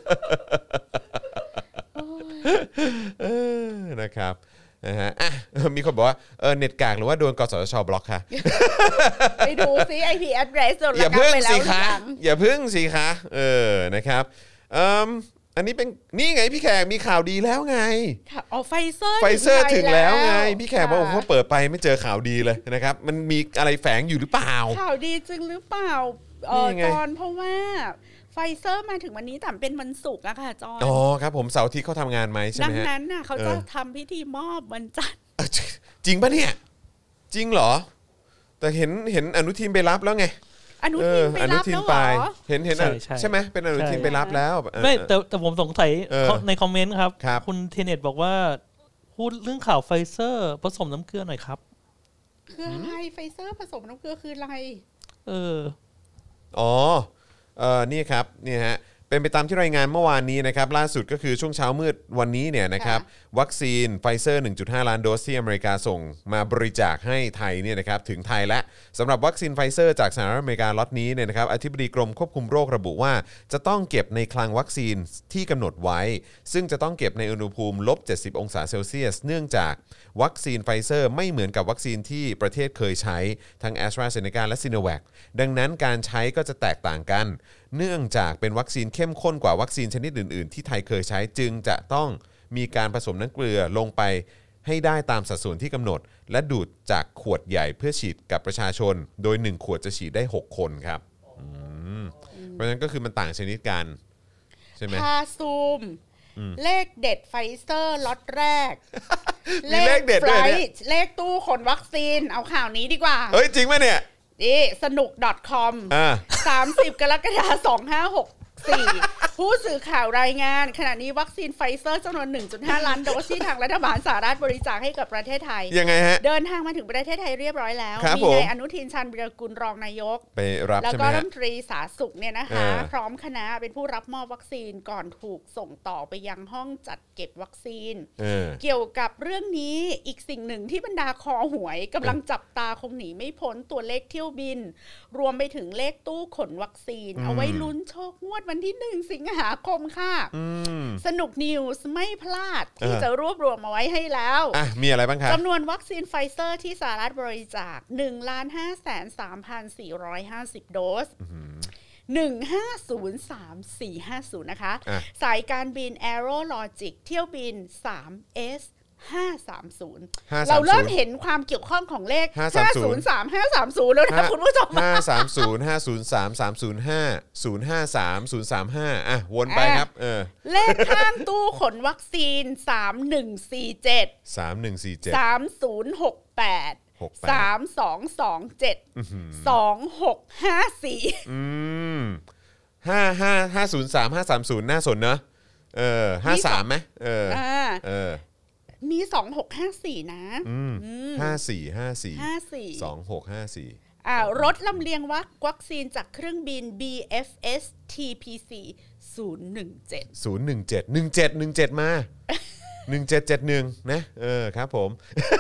นะครับนะฮะอ่ะมีคนบอกว่าเออเน็ตกากหรือว่าโดนกสทช.บล็อกค่ะไปดูซิ ไอ พี address โดนระงับไปแล้วสิคะอย่าพึ่งสิคะเออนะครับเอ่ออันนี้เป็นนี่ไงพี่แขกมีข่าวดีแล้วไงค่ะอ๋อไฟเซอร์ไฟเซอร์ถึงแล้วไงพี่แขกบอกว่าเปิดไปไม่เจอข่าวดีเลยนะครับมันมีอะไรแฝงอยู่หรือเปล่าข่าวดีจริงหรือเปล่าเออจอนเพราะว่าไฟเซอร์มาถึงวันนี้แต่เป็นวันศุกร์อะค่ะจอนอ๋อครับผมเสาร์อาทิตย์เขาทำงานไหมใช่ไหมดังนั้นน่ะเขาจะทำพิธีมอบวันจันทร์จริงปะเนี่ยจริงเหรอแต่เห็นเห็นอนุทินไปรับแล้วไงอนุทินไปรับแล้วเหรอเห็นเห็นใช่ไหมเป็นอนุทินไปรับแล้วไม่แต่แต่ผมสงสัยในคอมเมนต์ครับคุณเทเน็ตบอกว่าพูดเรื่องข่าวไฟเซอร์ผสมน้ำเกลือหน่อยครับคืออะไรไฟเซอร์ผสมน้ำเกลือคืออะไรเอออ๋อเออนี่ครับนี่ฮะเป็นไปตามที่รายงานเมื่อวานนี้นะครับล่าสุดก็คือช่วงเช้ามืดวันนี้เนี่ยนะครับวัคซีนไฟเซอร์ หนึ่งจุดห้า ล้านโดสที่อเมริกาส่งมาบริจาคให้ไทยเนี่ยนะครับถึงไทยและสำหรับวัคซีนไฟเซอร์จากสหรัฐอเมริกาล็อตนี้เนี่ยนะครับอธิบดีกรมควบคุมโรคระบุว่าจะต้องเก็บในคลังวัคซีนที่กำหนดไว้ซึ่งจะต้องเก็บในอุณหภูมิลบเจ็ดสิบองศาเซลเซียสเนื่องจากวัคซีนไฟเซอร์ไม่เหมือนกับวัคซีนที่ประเทศเคยใช้ทั้ง AstraZeneca และ Sinovac ดังนั้นการใช้ก็จะแตกต่างกันเนื่องจากเป็นวัคซีนเข้มข้นกว่าวัคซีนชนิดอื่นๆที่ไทยเคยใช้จึงจะต้องมีการผสมน้ำเกลือลงไปให้ได้ตามสัดส่วนที่กำหนดและดูดจากขวดใหญ่เพื่อฉีดกับประชาชนโดยหนึ่งขวดจะฉีดได้หกคนครับเพราะฉะนั้นก็คือมันต่างชนิดกันใช่ไหมพาซูมเลขเด็ดไฟเซอร์ล็อตแรกเลขเด็ดด้วยเนี่ยเลขตู้ขนวัคซีนเอาข่าวนี้ดีกว่าเฮ้ยจริงไหมเนี่ยนี่สนุก .com สามสิบกรกฎาคมสองพันห้าร้อยหกสิบสี่ผู้สื่อข่าวรายงานขณะนี้วัคซีนไฟเซอร์จำนวน หนึ่งจุดห้า ล้านโดสที่ทางรัฐบาลสหรัฐบริจาคให้กับประเทศไทยยังไงฮะเดินทางมาถึงประเทศไทยเรียบร้อยแล้วมีนายอนุทินชาญวิรากูลรองนายกไปรับแล้วก็รัฐมนตรีสาธารณสุขเนี่ยนะคะพร้อมคณะเป็นผู้รับมอบวัคซีนก่อนถูกส่งต่อไปยังห้องจัดเก็บวัคซีนเกี่ยวกับเรื่องนี้อีกสิ่งหนึ่งที่บรรดาคอหวยกำลังจับตาคงหนีไม่พ้นตัวเลขเที่ยวบินรวมไปถึงเลขตู้ขนวัคซีนเอาไว้ลุ้นโชคงวดวันที่หนึ่งสิงหาคมค่ะสนุกนิวส์ไม่พลาดที่จะรวบรวมมาไว้ให้แล้วอ่ะมีอะไรบ้างครับจำนวนวัคซีนไฟเซอร์ที่สหรัฐบริจาค หนึ่งล้านห้าแสนสามพันสี่ร้อยห้าสิบ โดสหนึ่งห้าศูนย์สามสี่ห้าศูนย์นะคะสายการบิน Aerologic เที่ยวบิน สาม เอสห้าสามศูนย์ เราเริ่มเห็นความเกี่ยวข้องของเลขห้าศูนย์สาม ห้าสามศูนย์แล้วนะคุณผู้ชมห้าสามศูนย์ ห้าศูนย์สาม สามศูนย์ห้า ศูนย์ห้าสาม ศูนย์สามห้าอ่ะวนไปครับเออเลขข้างตู้ขนวัคซีนสามหนึ่งสี่เจ็ดสามหนึ่งสี่เจ็ดสามศูนย์หกแปด สามสองสองเจ็ด สองหกห้าสี่อืมห้าห้าห้าศูนย์สามห้าสามศูนย์น่าสนเนอะเออห้าสามมั้ยเออเออมีสองหกห้าสี่นะอืมห้าสี่ห้าสี่ห้าสี่สองหกห้าสี่อ่ารถลำเลียงวัควัคซีนจากเครื่องบิน บี เอฟ เอส ที พี ซี ศูนย์หนึ่งเจ็ดศูนย์หนึ่งเจ็ด หนึ่งเจ็ด หนึ่งเจ็ดมาหนึ่งเจ็ดเจ็ดหนึ่งนะเออครับผม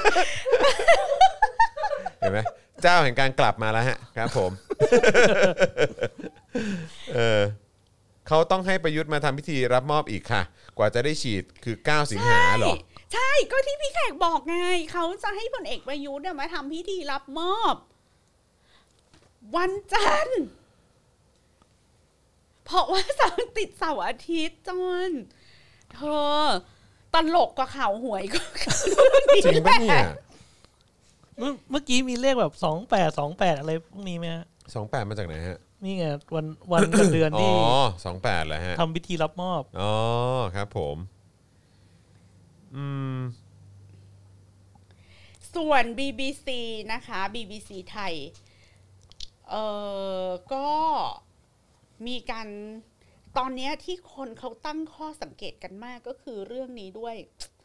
เห็นไหมเจ้าแห่งการกลับมาแล้วฮะครับผมเออเขาต้องให้ประยุทธ์มาทำพิธีรับมอบอีกค่ะกว่าจะได้ฉีดคือเก้าสิงหาหรอใช่ก็ที่พี่แขกบอกไงเขาจะให้พลเอกประยุทธ์มาทำพิธีรับมอบวันจันทร์เพราะว่าเสาร์ติดเสาร์อาทิตย์จนเธอตลกกว่าข่าวหวยก็จริงปะเนี่ยเมื่อกี้มีเลขแบบสองแปดสองแปดอะไรพวกนี้ไหมฮะสองแปดมาจากไหนฮะนี่ไงวันวันกับเดือนที่อ๋อสองแปดเหรอฮะทำพิธีรับมอบอ๋อครับผมอืมส่วน บี บี ซี นะคะ บี บี ซี ไทยเอ่อก็มีการตอนนี้ที่คนเขาตั้งข้อสังเกตกันมากก็คือเรื่องนี้ด้วย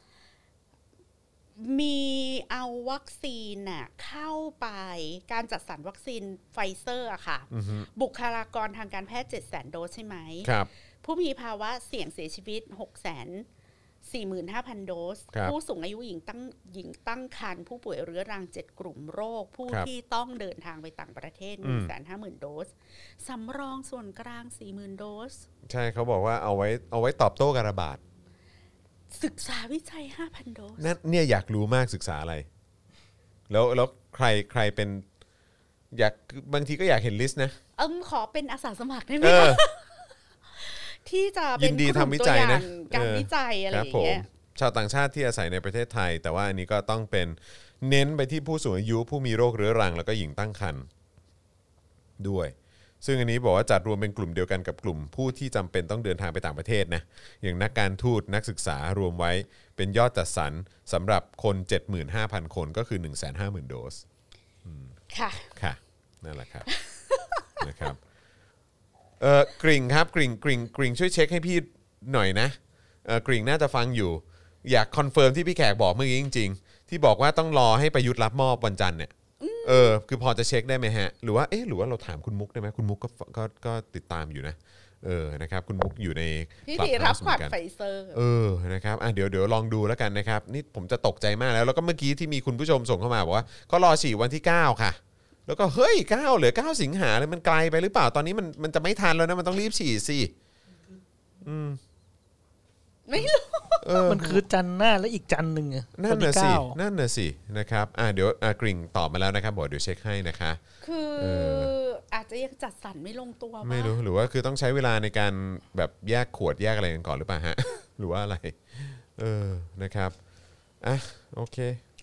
มีเอาวัคซีนน่ะเข้าไปการจัดสรรวัคซีนไฟเซอร์อะค่ะบุคลากรทางการแพทย์ เจ็ดแสน โดสใช่ไหมครับผู้มีภาวะเสี่ยงเสียชีวิต หกแสนสี่หมื่นห้าพัน โดสผู้สูงอายุหญิงตั้งหญิงตั้งครรภ์ผู้ป่วยเรื้อรังเจ็ดกลุ่มโรคผู้ที่ต้องเดินทางไปต่างประเทศ หนึ่งแสนห้าหมื่น โดสสำรองส่วนกลาง สี่หมื่น โดสใช่เขาบอกว่าเอาไว้เอาไว้ตอบโต้การระบาดศึกษาวิจัย ห้าพัน โดสนั่นเนี่ยอยากรู้มากศึกษาอะไรแล้วแล้วใครใครเป็นอยากบางทีก็อยากเห็นลิสต์นะเอิมขอเป็นอาสาสมัครได้ไหมคะที่จะเป็นกลุ่มตัวอย่างการวิจัยอะไรอย่างเงี้ยชาวต่างชาติที่อาศัยในประเทศไทยแต่ว่าอันนี้ก็ต้องเป็นเน้นไปที่ผู้สูงอายุผู้มีโรคเรื้อรังแล้วก็หญิงตั้งครรภ์ด้วยซึ่งอันนี้บอกว่าจัดรวมเป็นกลุ่มเดียวกันกับกลุ่มผู้ที่จำเป็นต้องเดินทางไปต่างประเทศนะอย่างนักการทูตนักศึกษารวมไว้เป็นยอดจัดสรรสำหรับคน เจ็ดหมื่นห้าพัน คนก็คือ หนึ่งแสนห้าหมื่น โดสค่ะค่ะนั่นแหละครับนะครับเอ่อกริ่งครับกริ่งกริ่งกริ่งช่วยเช็คให้พี่หน่อยนะเอ่อกริ่งน่าจะฟังอยู่อยากคอนเฟิร์มที่พี่แขกบอกเมื่อกี้จริงๆที่บอกว่าต้องรอให้ประยุทธ์รับมอบวันจันทร์เนี่ยเออคือพอจะเช็คได้ไหมฮะหรือว่าเอ๊ะหรือว่าเราถามคุณมุกได้ไหมคุณมุกก็ก็ก็ติดตามอยู่นะเออนะครับคุณมุกอยู่ในพิธีรับขวัญไฟเซอร์เออนะครับอ่ะเดี๋ยวเดี๋ยวลองดูแล้วกันนะครับนี่ผมจะตกใจมากแล้วแล้วก็เมื่อกี้ที่มีคุณผู้ชมส่งเข้ามาบอกว่าก็รอฉีดวันที่เก้าค่ะแล้วก็เฮ้ยเก้าเหลือเก้าสิงหาเลยมันไกลไปหรือเปล่าตอนนี้มันมันจะไม่ทันแล้วนะมันต้องรีบฉีดสิอืมไม่รู้มันคือจันทร์หน้าและอีกจันทร์นึงอ่ะนั่นน่ะสินั่นน่ะสินะครับอ่ะเดี๋ยวอ่ะกริ่งตอบมาแล้วนะครับบอกเดี๋ยวเช็คให้นะคะคืออาจจะยังจัดสรรไม่ลงตัวไม่รู้หรือว่าคือต้องใช้เวลาในการแบบแยกขวดแยกอะไรกันก่อนหรือเปล่าฮะหรือว่าอะไรเออนะครับอ่ะโอเค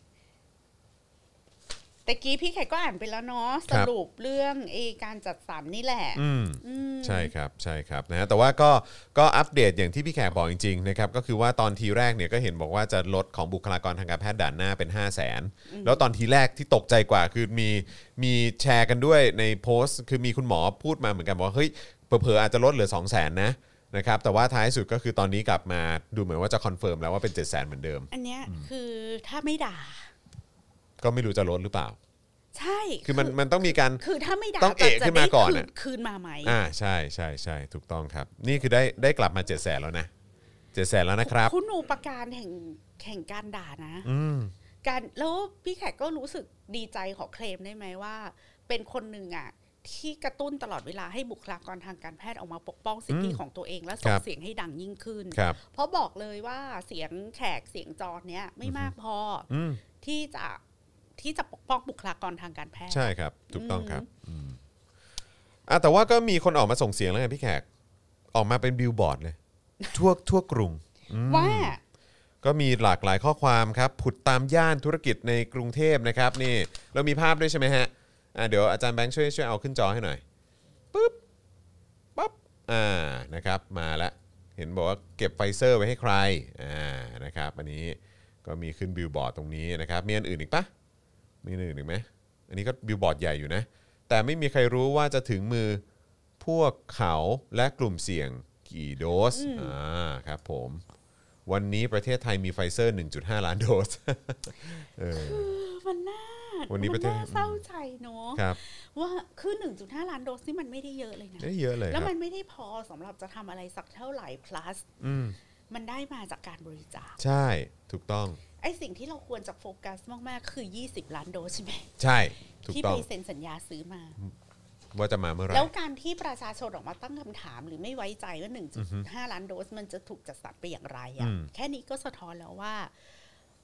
แต่กี้พี่แขกก็อ่านไปแล้วเนาะสรุปเรื่องเอการจัดสรรนี่แหละอืมใช่ครับใช่ครับนะฮะแต่ว่าก็ก็อัปเดตอย่างที่พี่แขกบอกจริงๆนะครับก็คือว่าตอนทีแรกเนี่ยก็เห็นบอกว่าจะลดของบุคลากรทางการแพทย์ด่านหน้าเป็น ห้าแสน แล้วตอนทีแรกที่ตกใจกว่าคือมีมีแชร์กันด้วยในโพสต์คือมีคุณหมอพูดมาเหมือนกันว่าเฮ้ยเผลอๆอาจจะลดเหลือ สองแสน นะนะครับแต่ว่าท้ายสุดก็คือตอนนี้กลับมาดูเหมือนว่าจะคอนเฟิร์มแล้วว่าเป็น เจ็ดแสน เหมือนเดิมอันเนี้ยคือถ้าไม่ด่าก็ไม่รู้จะลดหรือเปล่าใช่คือมันมันต้องมีการคือถ้าไม่ด่าต้องเอะขึ้นมาก่อนน่ะคืนมาไหมอ่าใช่ใช่ใช่ถูกต้องครับนี่คือได้ได้กลับมา เจ็ดแสน แล้วนะ เจ็ดแสน แล้วนะครับคุณูปการแห่งแห่งการด่านะการแล้วพี่แขกก็รู้สึกดีใจขอเคลมได้ไหมว่าเป็นคนหนึ่งอ่ะที่กระตุ้นตลอดเวลาให้บุคลากรทางการแพทย์ออกมาปกป้องสิทธิของตัวเองและส่งเสียงให้ดังยิ่งขึ้นเพราะบอกเลยว่าเสียงแขกเสียงจอเนี้ยไม่มากพอที่จะที่จะปกป้องบุคลากรทางการแพทย์ใช่ครับถูกต้องครับอ่ะแต่ว่าก็มีคนออกมาส่งเสียงแล้วไงพี่แขกออกมาเป็นบิลบอร์ดเลยทั่วทั่วกรุงว่าก็มีหลากหลายข้อความครับผุดตามย่านธุรกิจในกรุงเทพนะครับนี่เรามีภาพด้วยใช่ไหมฮะอ่ะเดี๋ยวอาจารย์แบงค์ช่วยช่วยเอาขึ้นจอให้หน่อยปึ๊บปั๊บอ่านะครับมาแล้วเห็นบอกว่าเก็บไฟเซอร์ไว้ให้ใครอ่านะครับอันนี้ก็มีขึ้นบิลบอร์ดตรงนี้นะครับมีอันอื่นอีกปะมีหนึ่งหนึ่งไหมอันนี้ก็บิลบอร์ดใหญ่อยู่นะแต่ไม่มีใครรู้ว่าจะถึงมือพวกเขาและกลุ่มเสี่ยงกี่โดสอ่าครับผมวันนี้ประเทศไทยมีไฟเซอร์ หนึ่งจุดห้า ล้านโดสเออมันน่าวันนี้ประเทศเศร้าใจเนาะว่าคือ หนึ่งจุดห้า ล้านโดสนี่มันไม่ได้เยอะเลยนะไม่เยอะเลยแล้วมันไม่ได้พอสำหรับจะทำอะไรสักเท่าไหร่ plus มันได้มาจากการบริจาคใช่ถูกต้องไอ้สิ่งที่เราควรจะโฟกัสมากๆคือยี่สิบล้านโดสใช่ไหมใช่ถูกต้องที่ไปเซ็นสัญญาซื้อมาว่าจะมาเมื่อไหร่แล้วการที่ประชาชนออกมาตั้งคำถามหรือไม่ไว้ใจว่า หนึ่งจุดห้า ล้านโดสมันจะถูกจัดสรรไปอย่างไรอ่ะแค่นี้ก็สะท้อนแล้วว่า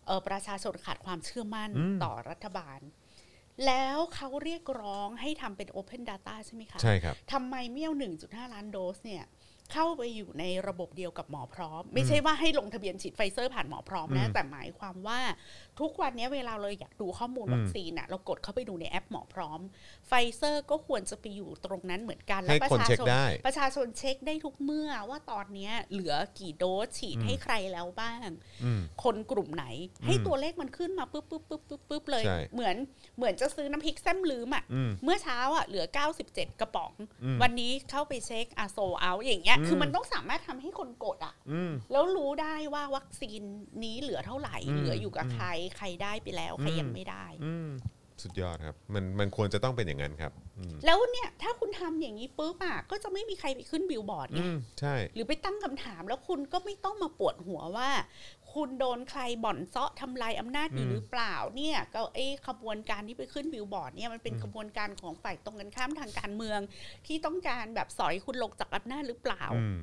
เอ่อประชาชนขาดความเชื่อมั่นต่อรัฐบาลแล้วเขาเรียกร้องให้ทำเป็น Open Data ใช่ไหมคะใช่ครับทำไมเมี่ยว หนึ่งจุดห้า ล้านโดสเนี่ยเข้าไปอยู่ในระบบเดียวกับหมอพร้อมไม่ใช่ว่าให้ลงทะเบียนฉีดไฟเซอร์ผ่านหมอพร้อมนะแต่หมายความว่าทุกวันนี้เวลาเราอยากดูข้อมูลวัคซีนน่ะเรากดเข้าไปดูในแอปหมอพร้อมไฟเซอร์ก็ควรจะไปอยู่ตรงนั้นเหมือนกันและประชาชนประชาชนเช็คได้ทุกเมื่อว่าตอนนี้เหลือกี่โดสฉีดให้ใครแล้วบ้างคนกลุ่มไหนให้ตัวเลขมันขึ้นมาปุ๊บปุ๊บปุ๊บปุ๊บปุ๊บเลยเหมือนเหมือนจะซื้อน้ำพริกแซมลืมอ่ะเมื่อเช้าอ่ะเหลือเก้าสิบเจ็ดกระป๋องวันนี้เข้าไปเช็คอะโซเอาอย่างเงี้ยคือมันต้องสามารถทำให้คนกดอ่ะแล้วรู้ได้ว่าวัคซีนนี้เหลือเท่าไหร่เหลืออยู่กับใครใครได้ไปแล้วใครยังไม่ได้สุดยอดครับมันมันควรจะต้องเป็นอย่างนั้นครับแล้วเนี่ยถ้าคุณทำอย่างนี้ปุ๊บอ่ะก็จะไม่มีใครไปขึ้นบิลบอร์ดไงใช่หรือไปตั้งคำถามแล้วคุณก็ไม่ต้องมาปวดหัวว่าคุณโดนใครบ่อนเซาะทำลายอำนาจอยู่หรือเปล่าเนี่ยก็ไอ้ขบวนการที่ไปขึ้นบิลบอร์ดเนี่ยมันเป็นขบวนการของฝ่ายตรงกันข้ามทางการเมืองที่ต้องการแบบสอยคุณลงจากอำนาจหรือเปล่า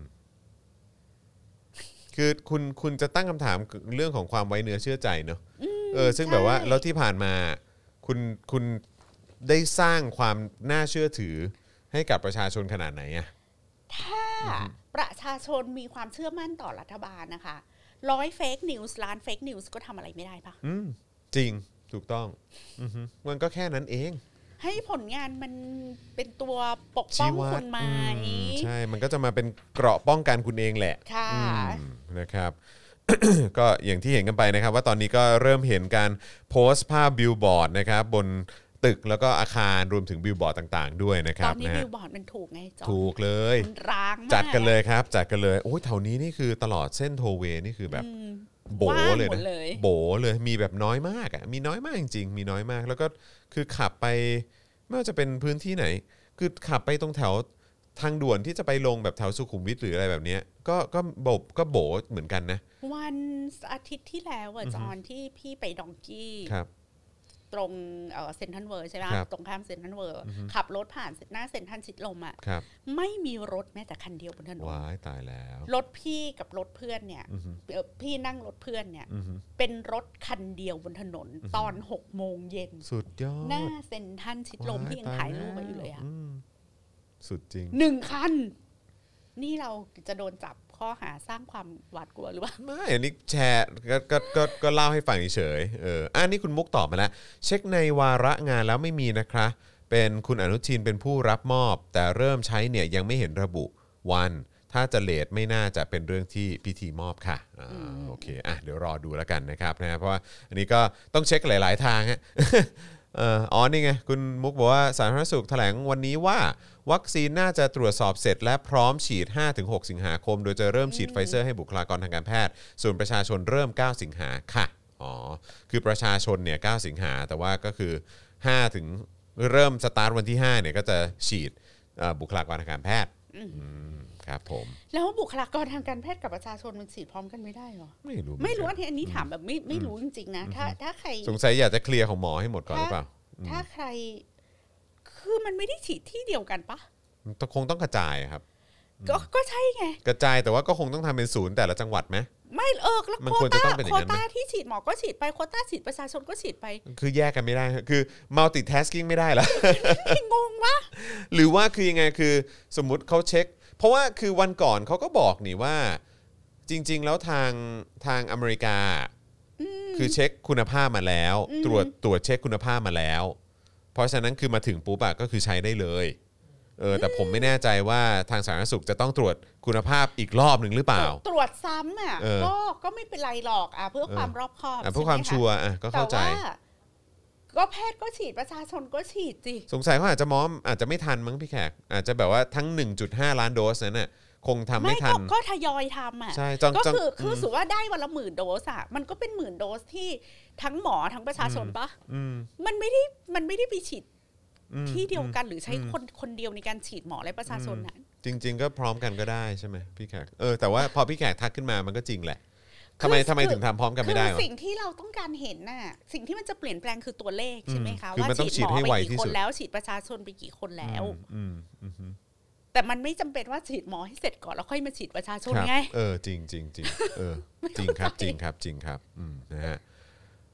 คือคุณคุณจะตั้งคำถามเรื่องของความไว้เนื้อเชื่อใจเนอะเออซึ่งแบบว่าแล้วที่ผ่านมาคุณคุณได้สร้างความน่าเชื่อถือให้กับประชาชนขนาดไหนอะถ้าประชาชนมีความเชื่อมั่นต่อรัฐบาลนะคะร้อยเฟกนิวส์ล้านเฟกนิวส์ก็ทำอะไรไม่ได้ปะอืมจริงถูกต้องอือฮึมันก็แค่นั้นเองให้ผลงานมันเป็นตัวปกป้องคุณไหมใช่มันก็จะมาเป็นเกราะป้องกันคุณเองแหละค่ะนะครับ ก็อย่างที่เห็นกันไปนะครับว่าตอนนี้ก็เริ่มเห็นการโพสต์ภาพบิลบอร์ดนะครับบนตึกแล้วก็อาคารรวมถึงบิลบอร์ดต่างๆด้วยนะครับตอนนี้บิลบอร์ดมันถูกไงจ๊อถูกเลยร้างมากจัดกันเลยครับจัดกันเลยโอ้ยแถวนี้นี่คือตลอดเส้นโทเวนี่คือแบบโบเลยนะโบเลยมีแบบน้อยมากอ่ะมีน้อยมากจริงๆมีน้อยมากแล้วก็คือขับไปไม่ว่าจะเป็นพื้นที่ไหนคือขับไปตรงแถวทางด่วนที่จะไปลงแบบแถวสุขุมวิทหรืออะไรแบบนี้ก็ก็โบก็โบเหมือนกันนะวันอาทิตย์ที่แล้วอ่ะจอนที่พี่ไปดองกี้ตรงเซ็นทรัลเวิลด์ใช่ไหมตรงข้ามเซ็นทรัลเวิลด์ขับรถผ่านหน้าเซ็นทรัลชิดลมอ่ะไม่มีรถแม้แต่คันเดียวบนถนนว้ายตายแล้วรถพี่กับรถเพื่อนเนี่ยพี่นั่งรถเพื่อนเนี่ยเป็นรถคันเดียวบนถนนตอนหกโมงเย็นสุดยอดหน้าเซ็นทรัลชิดลมที่ยังถ่ายรูปมาอยู่เลยอ่ะสุดจริงหนึ่งคันนี่เราจะโดนจับข้อหาสร้างความหวาดกลัวหรือเปล่าไม่อันนี้แชร์ก็ก็ก็ก็เล่าให้ฟังเฉยเอออันนี้คุณมุกตอบมาแล้วเช็คในวาระงานแล้วไม่มีนะคะเป็นคุณอนุทินเป็นผู้รับมอบแต่เริ่มใช้เนี่ยยังไม่เห็นระบุวันถ้าจะเลทไม่น่าจะเป็นเรื่องที่พิธีมอบค่ะอ่าโอเคอ่ะเดี๋ยวรอดูแล้วกันนะครับนะเพราะว่าอันนี้ก็ต้องเช็คหลายๆทางฮะเอ่ออ๋อนี่ไงคุณมุกบอกว่าสาธารณสุขแถลงวันนี้ว่าวัคซีนน่าจะตรวจสอบเสร็จและพร้อมฉีด ห้าถึงหก สิงหาคมโดยจะเริ่มฉีดไฟเซอร์ให้บุคลากรทางการแพทย์ส่วนประชาชนเริ่มเก้าสิงหาค่ะอ๋อคือประชาชนเนี่ยเก้าสิงหาแต่ว่าก็คือห้าถึงเริ่มสตาร์ทวันที่ห้าเนี่ยก็จะฉีดบุคลากรทางการแพทย์ครับผมแล้วบุคลากรทางการแพทย์กับประชาชนมันฉีดพร้อมกันไม่ได้หรอไม่รู้ไม่รู้อันนี้อันนี้ถามแบบไม่ไม่รู้จริงๆนะถ้าถ้าใครสงสัยอยากจะเคลียร์ของหมอให้หมดก่อนหรือเปล่าถ้าใครคือมันไม่ได้ฉีดที่เดียวกันปะต้องคงต้องกระจายครับก็ก็ใช่ไงกระจายแต่ว่าก็คงต้องทำเป็นศูนย์แต่ละจังหวัดไหมไม่เออแล้วโควต้าโควต้าที่ฉีดหมอก็ฉีดไปโควต้าฉีดประชาชนก็ฉีดไปคือแยกกันไม่ได้คือ multitasking ไม่ได้เหรองงวะหรือว่าคือยังไงคือสมมุติเขาเช็คเพราะว่าคือวันก่อนเขาก็บอกนี่ว่าจริงๆแล้วทางทางอเมริกาคือเช็คคุณภาพมาแล้วตรวจตรวจเช็คคุณภาพมาแล้วเพราะฉะนั้นคือมาถึงปุ๊บอะก็คือใช้ได้เลยเออแต่ผมไม่แน่ใจว่าทางสาธารณสุขจะต้องตรวจคุณภาพอีกรอบหนึ่งหรือเปล่าตรวจซ้ำอ่ะก็ก็ไม่เป็นไรหรอกอ่ะเพื่อความรอบคอบเพื่อความชัวร์อ่ะก็เข้าใจก็แพทย์ก็ฉีดประชาชนก็ฉีดสิสงสัยเขาอาจจะมอมอาจจะไม่ทันมั้งพี่แขกอาจจะแบบว่าทั้ง หนึ่งจุดห้า ล้านโดสนั้นน่ะคงทำไม่ทันก็ทยอยทำอ่ะก็คือคือสุว่าได้วันละหมื่นโดสอ่ะมันก็เป็นหมื่นโดสที่ทั้งหมอทั้งประชาชนปะมันไม่ได้มันไม่ได้ไปฉีดที่เดียวกันหรือใช้คนคนเดียวในการฉีดหมอและประชาชนนั้นจริงๆก็พร้อมกันก็ได้ใช่ไหมพี่แขกเออแต่ว่าพอพี่แขกทักขึ้นมามันก็จริงแหละทำไมทำไมถึงทำพร้อมกันไม่ได้คือสิ่งที่เราต้องการเห็นน่ะสิ่งที่มันจะเปลี่ยนแปลงคือตัวเลขใช่ไหมคะว่าฉีดหมอไปกี่คนแล้วฉีดประชาชนไปกี่คนแล้วแต่มันไม่จำเป็นว่าฉีดหมอให้เสร็จก่อนแล้วค่อยมาฉีดประชาชนไงเออจริงจริงจริงเออจริงครับจริงครับจริงครับอืมนะฮะ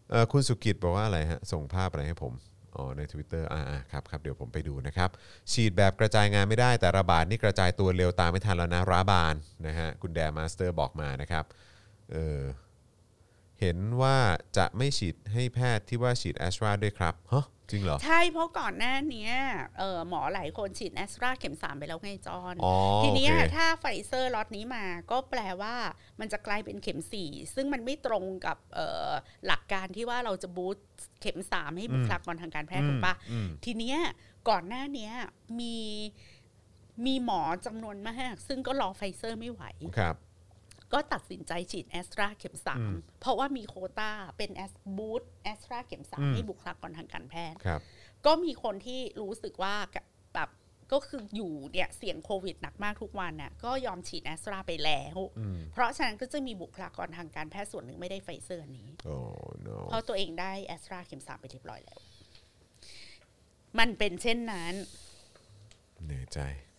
เอ่อคุณสุกิจบอกว่าอะไรฮะส่งภาพอะไรให้ผมอ๋อใน Twitter อ่าๆครับครับเดี๋ยวผมไปดูนะครับฉีดแบบกระจายงานไม่ได้แต่ระบาดนี่กระจายตัวเร็วตามไม่ทันแล้วนะร้าบานนะฮะคุณแดมาสเตอร์บอกมานะครับเออเห็นว่าจะไม่ฉีดให้แพทย์ที่ว่าฉีดแอสตราด้วยครับฮะจริงเหรอใช่เพราะก่อนหน้านี้เออหมอหลายคนฉีดแอสตราเข็มสามไปแล้วไงจอนทีนี้ถ้าไฟเซอร์ล็อตนี้มาก็แปลว่ามันจะกลายเป็นเข็มสี่ซึ่งมันไม่ตรงกับหลักการที่ว่าเราจะบูสต์เข็มสามให้บุคลากรทางการแพทย์ถูกปะทีนี้ก่อนหน้านี้มีมีหมอจำนวนมากซึ่งก็รอไฟเซอร์ไม่ไหวก็ตัดสินใจฉีดแอสตราเข็มสามเพราะว่ามีโควต้าเป็นแอสบูสต์แอสตราเข็มสามให้บุคลากรทางการแพทย์ก็มีคนที่รู้สึกว่าแบบก็คืออยู่เนี่ยเสี่ยงโควิดหนักมากทุกวันน่ะก็ยอมฉีดแอสตราไปแล้วเพราะฉะนั้นก็จะมีบุคลากรทางการแพทย์ส่วนหนึ่งไม่ได้ไฟเซอร์นี้ oh, no. เพราะตัวเองได้แอสตราเข็มสามไปเรียบร้อยแล้วมันเป็นเช่นนั้นเหนื่อยใจ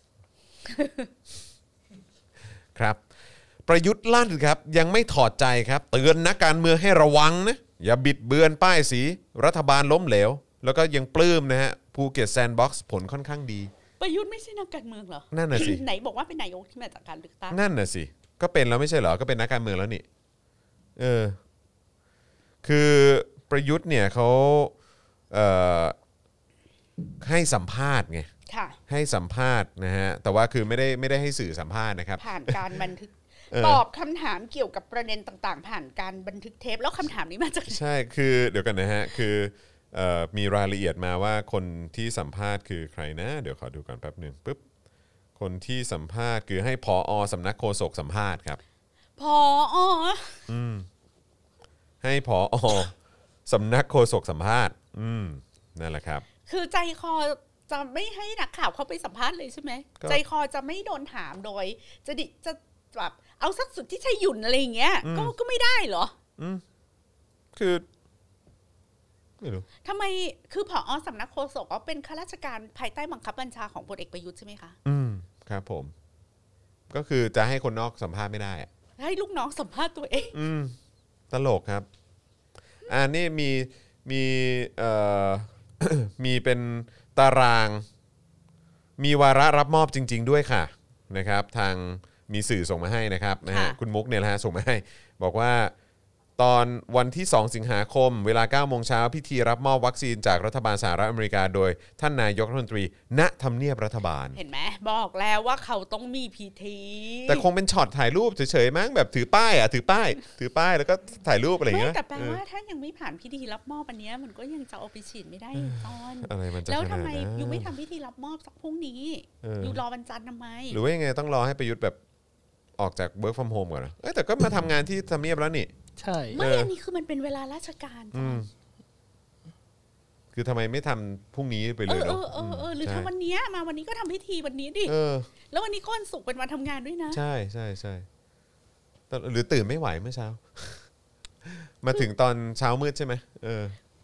ครับประยุทธ์ลั่นครับยังไม่ถอดใจครับเตือนนักการเมืองให้ระวังนะอย่าบิดเบือนป้ายสีรัฐบาลล้มเหลวแล้วก็ยังปลื้มนะฮะภูเก็ตแซนด์บ็อกซ์ผลค่อนข้างดีประยุทธ์ไม่ใช่นักการเมืองเหรอนั่นน่ะสิไหนบอกว่าเป็นนายกที่มาจากการเลือกตั้งนั่นน่ะสิก็เป็นแล้วไม่ใช่เหรอก็เป็นนักการเมืองแล้วนี่เออคือประยุทธ์เนี่ยเขาเอ่อให้สัมภาษณ์ไงให้สัมภาษณ์นะฮะแต่ว่าคือไม่ได้ไม่ได้ให้สื่อสัมภาษณ์นะครับผ่านการบันทึกตอบคำถามเกี่ยวกับประเด็นต่างๆผ่านการบันทึกเทปแล้วคำถามนี้มาจากใช่คือเดี๋ยวกันนะฮะคือเอ่อมีรายละเอียดมาว่าคนที่สัมภาษณ์คือใครนะเดี๋ยวขอดูก่อนแป๊บนึงปึ๊บคนที่สัมภาษณ์คือให้ผอ.สำนักโฆษกสัมภาษณ์ครับผอ. อืมให้ผอ.สำนักโฆษกสัมภาษณ์อืมนั่นแหละครับคือใจคอจะไม่ให้นักข่าวเข้าไปสัมภาษณ์เลยใช่ไหมใจคอจะไม่โดนถามโดยจะดิจะแบบเอาสักสุดที่ใช่หยุ่นอะไรอย่างเงี้ยก็ก็ไม่ได้เหรออืมคือไม่รู้ทำไมคือผอ.สำนักโฆษกก็เป็นข้าราชการภายใต้บังคับบัญชาของพลเอกประยุทธ์ใช่ไหมคะอืมครับผมก็คือจะให้คนนอกสัมภาษณ์ไม่ได้ให้ลูกน้องสัมภาษณ์ตัวเองอืมตลกครับอ่านี่มีมีเอ่อ มีเป็นตารางมีวาระรับมอบจริงๆด้วยค่ะนะครับทางมีสื่อส่งมาให้นะครับนะฮะคุณมุกเนี่ยนะฮะส่งมาให้บอกว่าตอนวันที่สองสิงหาคมเวลา เก้าโมงเช้าพิธีรับมอบวัคซีนจากรัฐบาลสหรัฐอเมริกาโดยท่านนายกรัฐมนตรีณทำเนียบรัฐบาลเห็นไหมบอกแล้วว่าเขาต้องมีพิธีแต่คงเป็นช็อตถ่ายรูปเฉยๆมั้งแบบถือป้ายอ่ะถือป้ายถือป้ายแล้วก็ถ่ายรูปอะไรอย่างเงี้ยแต่แปลว่าถ้ายังไม่ผ่านพิธีรับมอบอันนี้มันก็ยังจะเอาไปฉีดไม่ได้ตอนอะไรมันจะแล้วทำไมยูไม่ทำพิธีรับมอบสักพรุ่งนี้ยูรอวันจันทร์ทำไมหรือว่ายังไงต้องรอให้ประยุทธ์แบบออกจาก work from home ก่อนนะเอ้ยแต่ก็มาทำงานที่ทำเนียบแล้วนี่ใช่ไม่อันนี้คือมันเป็นเวลาราชการจ้ะคือทำไมไม่ทำพรุ่งนี้ไปเลยเนาะเออเออเออหรือถ้าวันนี้มาวันนี้ก็ทำพิธีวันนี้ดิแล้ววันนี้ก็วันศุกร์เป็นวันทำงานด้วยนะใช่ใช่ใช่หรือตื่นไม่ไหวเมื่อเช้ามาถึงตอนเช้ามืดใช่ไหมเออ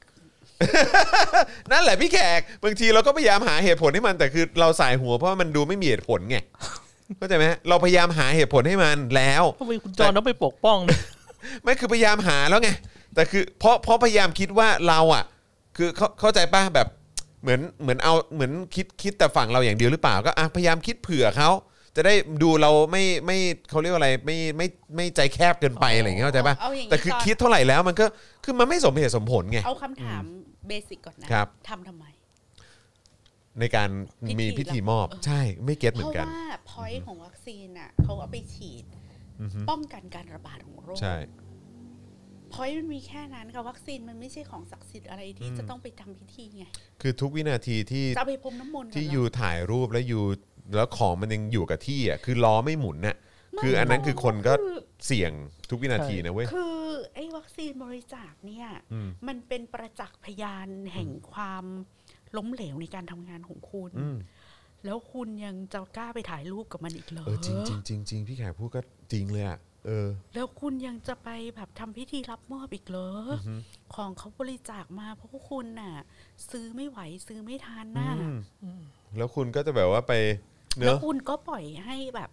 นั่นแหละพี่แขกบางทีเราก็พยายามหาเหตุผลให้มันแต่คือเราสายหัวเพราะว่ามันดูไม่มีเหตุผลไงเข้าใจไหมเราพยายามหาเหตุผลให้มันแล้วทำไมคุณจอนต้องไปปกป้องเนี่ยไม่คือพยายามหาแล้วไงแต่คือเพราะเพราะพยายามคิดว่าเราอ่ะคือเขาเข้าใจป่ะแบบเหมือนเหมือนเอาเหมือนคิดคิดแต่ฝั่งเราอย่างเดียวหรือเปล่าก็อ่ะพยายามคิดเผื่อเขาจะได้ดูเราไม่ไม่เขาเรียกว่าอะไรไม่ไม่ไม่ใจแคบเกินไปอะไรอย่างเงี้ยเข้าใจป่ะแต่คือคิดเท่าไหร่แล้วมันก็คือมันไม่สมเหตุสมผลไงเอาคำถามเบสิกก่อนนะทำทำไมในการมีพิธีมอบใช่ไม่เก็ตเหมือนกันเพราะว่าพอยต์ของวัคซีนอ่ะเขาเอาไปฉีดป้องกันการระบาดของโรคใช่พอยต์มันมีแค่นั้นค่ะวัคซีนมันไม่ใช่ของศักดิ์สิทธิ์อะไรที่จะต้องไปทำพิธีไงคือทุกวินาทีที่จะไปพรมน้ำมนต์ที่อยู่ถ่ายรูปแล้วอยู่แล้วของมันยังอยู่กับที่อ่ะคือล้อไม่หมุนน่ะคืออันนั้นคือคนก็เสี่ยงทุกวินาทีนะเว้ยคือไอ้วัคซีนบริจาคเนี่ยมันเป็นประจักษ์พยานแห่งความล้มเหลวในการทำงานของคุณแล้วคุณยังจะกล้าไปถ่ายรูปกับมันอีกเหรอเออจริงจริงจริงจริงพี่แขกพูดก็จริงเลยอ่ะเออแล้วคุณยังจะไปแบบทำพิธีรับมอบอีกเหรอของเขาบริจาคมาเพราะว่าคุณน่ะซื้อไม่ไหวซื้อไม่ทันน่ะแล้วคุณก็จะแบบว่าไปแล้วคุณก็ปล่อยให้แบบ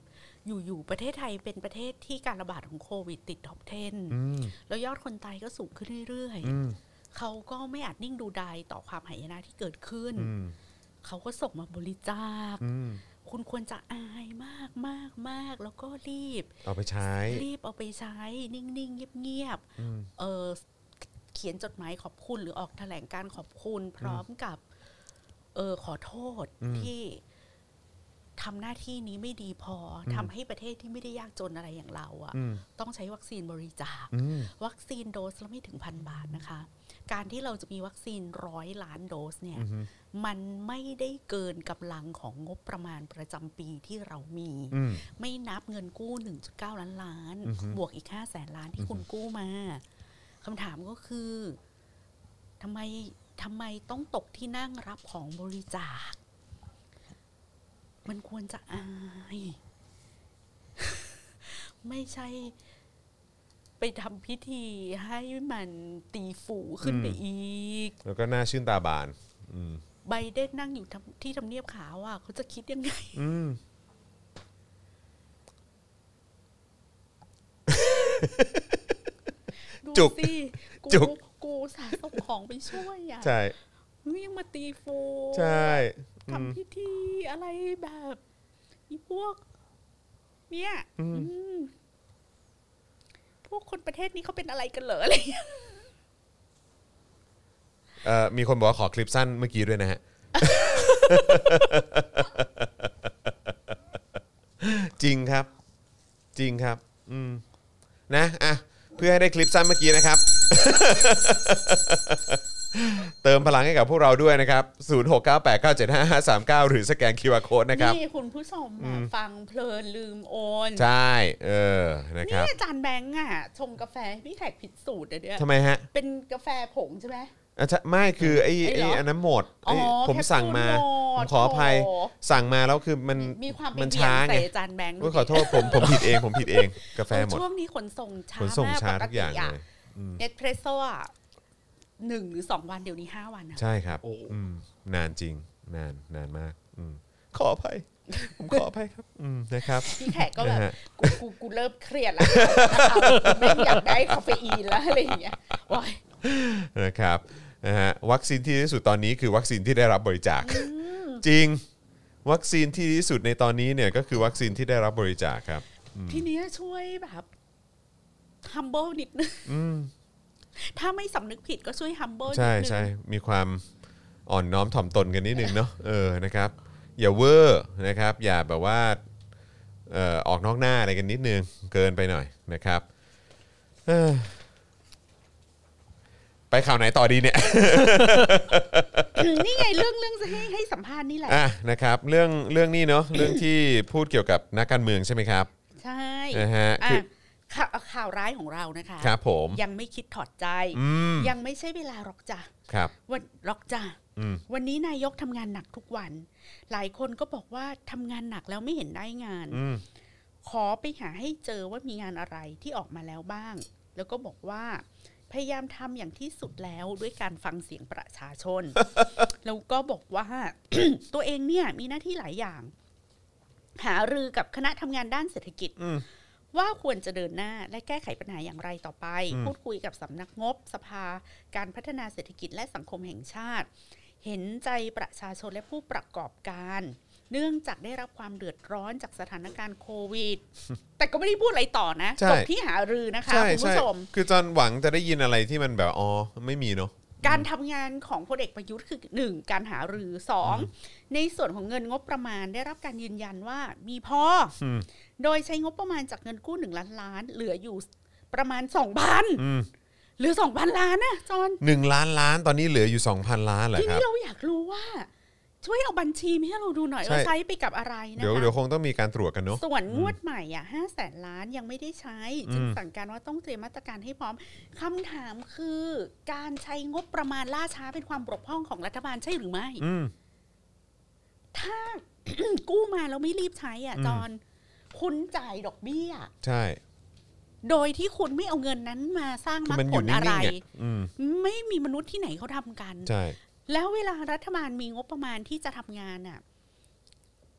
อยู่ๆประเทศไทยเป็นประเทศที่การระบาดของโควิดติดท็อปสิบแล้วยอดคนตายก็สูงขึ้นเรื่อยๆเขาก็ไม่อาจนิ่งดูดายต่อความหายนะที่เกิดขึ้นเขาก็ส่งมาบริจาคคุณควรจะอายมากมากมากแล้วก็รีบเอาไปใช้รีบเอาไปใช้นิ่งๆเงียบๆเออเขียนจดหมายขอบคุณหรือออกแถลงการขอบคุณพร้อมกับเออขอโทษที่ทำหน้าที่นี้ไม่ดีพอทำให้ประเทศที่ไม่ได้ยากจนอะไรอย่างเราอ่ะต้องใช้วัคซีนบริจาควัคซีนโดสละไม่ถึงพันบาทนะคะการที่เราจะมีวัคซีนร้อยล้านโดสเนี่ยมันไม่ได้เกินกำลังของงบประมาณประจำปีที่เรามีไม่นับเงินกู้ หนึ่งจุดเก้า ล้านล้านบวกอีกห้าแสนล้านที่คุณกู้มาคำถามก็คือทำไมทำไมต้องตกที่นั่งรับของบริจาคมันควรจะอาย ไม่ใช่ไปทำพิธีให้มันตีฝูขึ้นไปอีกแล้วก็น่าชื่นตาบานไบเดนนั่งอยู่ที่ทำเนียบขาวอ่ะเขาจะคิดยังไงจุกสิกูกูสาส่งของไปช่วยอ่ะใช่ยังมาตีฟูใช่ทำพิธีอะไรแบบอีพวกเนี่ยพวกคนประเทศนี้เขาเป็นอะไรกันเหรออะไรเอ่อมีคนบอกว่าขอคลิปสั้นเมื่อกี้ด้วยนะฮะ จริงครับจริงครับอืมนะอ่ะเพื่อให้ได้คลิปสั้นเมื่อกี้นะครับ เติมพลังให้กับพวกเราด้วยนะครับศูนย์ หก เก้า แปด เก้า เจ็ด ห้า ห้า สาม เก้าหรือสแกน คิว อาร์ Code นะครับนี่คุณผู้ชมฟังเพลินลืมโอนใช่เออนะครับนี่อาจารย์แบงค์อ่ะชงกาแฟพี่แขกผิดสูตรเดี๋ยวทำไมฮะเป็นกาแฟผงใช่ไหมอ่ะไม่คือไอ้ไอ้อันนั้นหมดผมสั่งมาผมขออภัยสั่งมาแล้วคือมันมันช้าไงอาจารย์แบงค์ขอโทษผมผมผิดเองผมผิดเองกาแฟหมดช่วงนี้ขนส่งช้าขนส่งช้าทุกอย่างเลยเนสเพรสโซ่อะหนึ่งหรือสองวันเดี๋ยวนี้ห้าวันใช่ครับนานจริงนานนานมากขออภัยผมขออภัยครับนะครับพี่แขกก็แบบกูกูกูเริ่มเครียดแล้วไม่อยากได้คาเฟอีนแล้วอะไรอย่างเงี้ยว้ายนะครับนะฮะวัคซีนที่ดีที่สุดตอนนี้คือวัคซีนที่ได้รับบริจาคจริงวัคซีนที่ดีที่สุดในตอนนี้เนี่ยก็คือวัคซีนที่ได้รับบริจาคครับทีนี้ช่วยแบบ humble นิดนึงถ้าไม่สำนึกผิดก็ช่วย humble นิดนึงใช่ใช่มีความอ่อนน้อมถ่อมตนกันนิดนึงเนาะเออนะครับอย่าเวอร์นะครับอย่าแบบว่าเอ่อออกนอกหน้าอะไรกันนิดนึงเกินไปหน่อยนะครับไปข่าวไหนต่อดีเนี่ยนี่ไงเรื่องเรื่องจะให้ให้สัมภาษณ์นี่แหละอ่ะนะครับเรื่องเรื่องนี้เนาะเรื่องที่พูดเกี่ยวกับนักการเมืองใช่ไหมครับใช่นะฮะข่าวข่าวร้ายของเรานะคะครับผมยังไม่คิดถอดใจยังไม่ใช่เวลาหรอกจ้ะครับวันหรอกจ้ะวันนี้นายกทำงานหนักทุกวันหลายคนก็บอกว่าทำงานหนักแล้วไม่เห็นได้งานขอไปหาให้เจอว่ามีงานอะไรที่ออกมาแล้วบ้างแล้วก็บอกว่าพยายามทำอย่างที่สุดแล้วด้วยการฟังเสียงประชาชน แล้วก็บอกว่า ตัวเองเนี่ยมีหน้าที่หลายอย่างหารือกับคณะทำงานด้านเศรษฐกิจว่าควรจะเดินหน้าและแก้ไขปัญหาอย่างไรต่อไปพูดคุยกับสำนักงบสภาการพัฒนาเศรษฐกิจและสังคมแห่งชาติเห็นใจประชาชนและผู้ประกอบการเนื่องจากได้รับความเดือดร้อนจากสถานการณ์โควิดแต่ก็ไม่ได้พูดอะไรต่อนะจบที่หารือนะคะคุณผู้ชมคือจอนหวังจะได้ยินอะไรที่มันแบบอ๋อไม่มีเนาะการทำงานของพลเอกประยุทธ์คือหนึ่งการหารือสองในส่วนของเงินงบประมาณได้รับการยืนยันว่ามีพอโดยใช้งบประมาณจากเงินกู้หนึ่งล้านล้านเหลืออยู่ประมาณ สองพัน เหลือ สองพัน ล้านนะจอนหนึ่งล้านล้านตอนนี้เหลืออยู่ สองพัน ล้านเหรอครับทีนี้เราอยากรู้ว่าช่วยเอาบัญชีมาให้เราดูหน่อยว่าใช้ไปกับอะไรนะคะเดี๋ยวเดี๋ยวคงต้องมีการตรวจกันเนาะส่วนงวดใหม่อ่ะห้าแสนล้านยังไม่ได้ใช้จึงสั่งการว่าต้องเตรียมมาตรการให้พร้อมคำถามคือการใช้งบประมาณล่าช้าเป็นความบกพร่องของรัฐบาลใช่หรือไม่ถ้า กู้มาแล้วไม่รีบใช้อ่ะจอนคุณจ่ายดอกเบี้ยใช่โดยที่คุณไม่เอาเงินนั้นมาสร้างมรรคผลอะไรไม่มีมนุษย์ที่ไหนเขาทำกันใช่แล้วเวลารัฐบาลมีงบประมาณที่จะทำงานน่ะ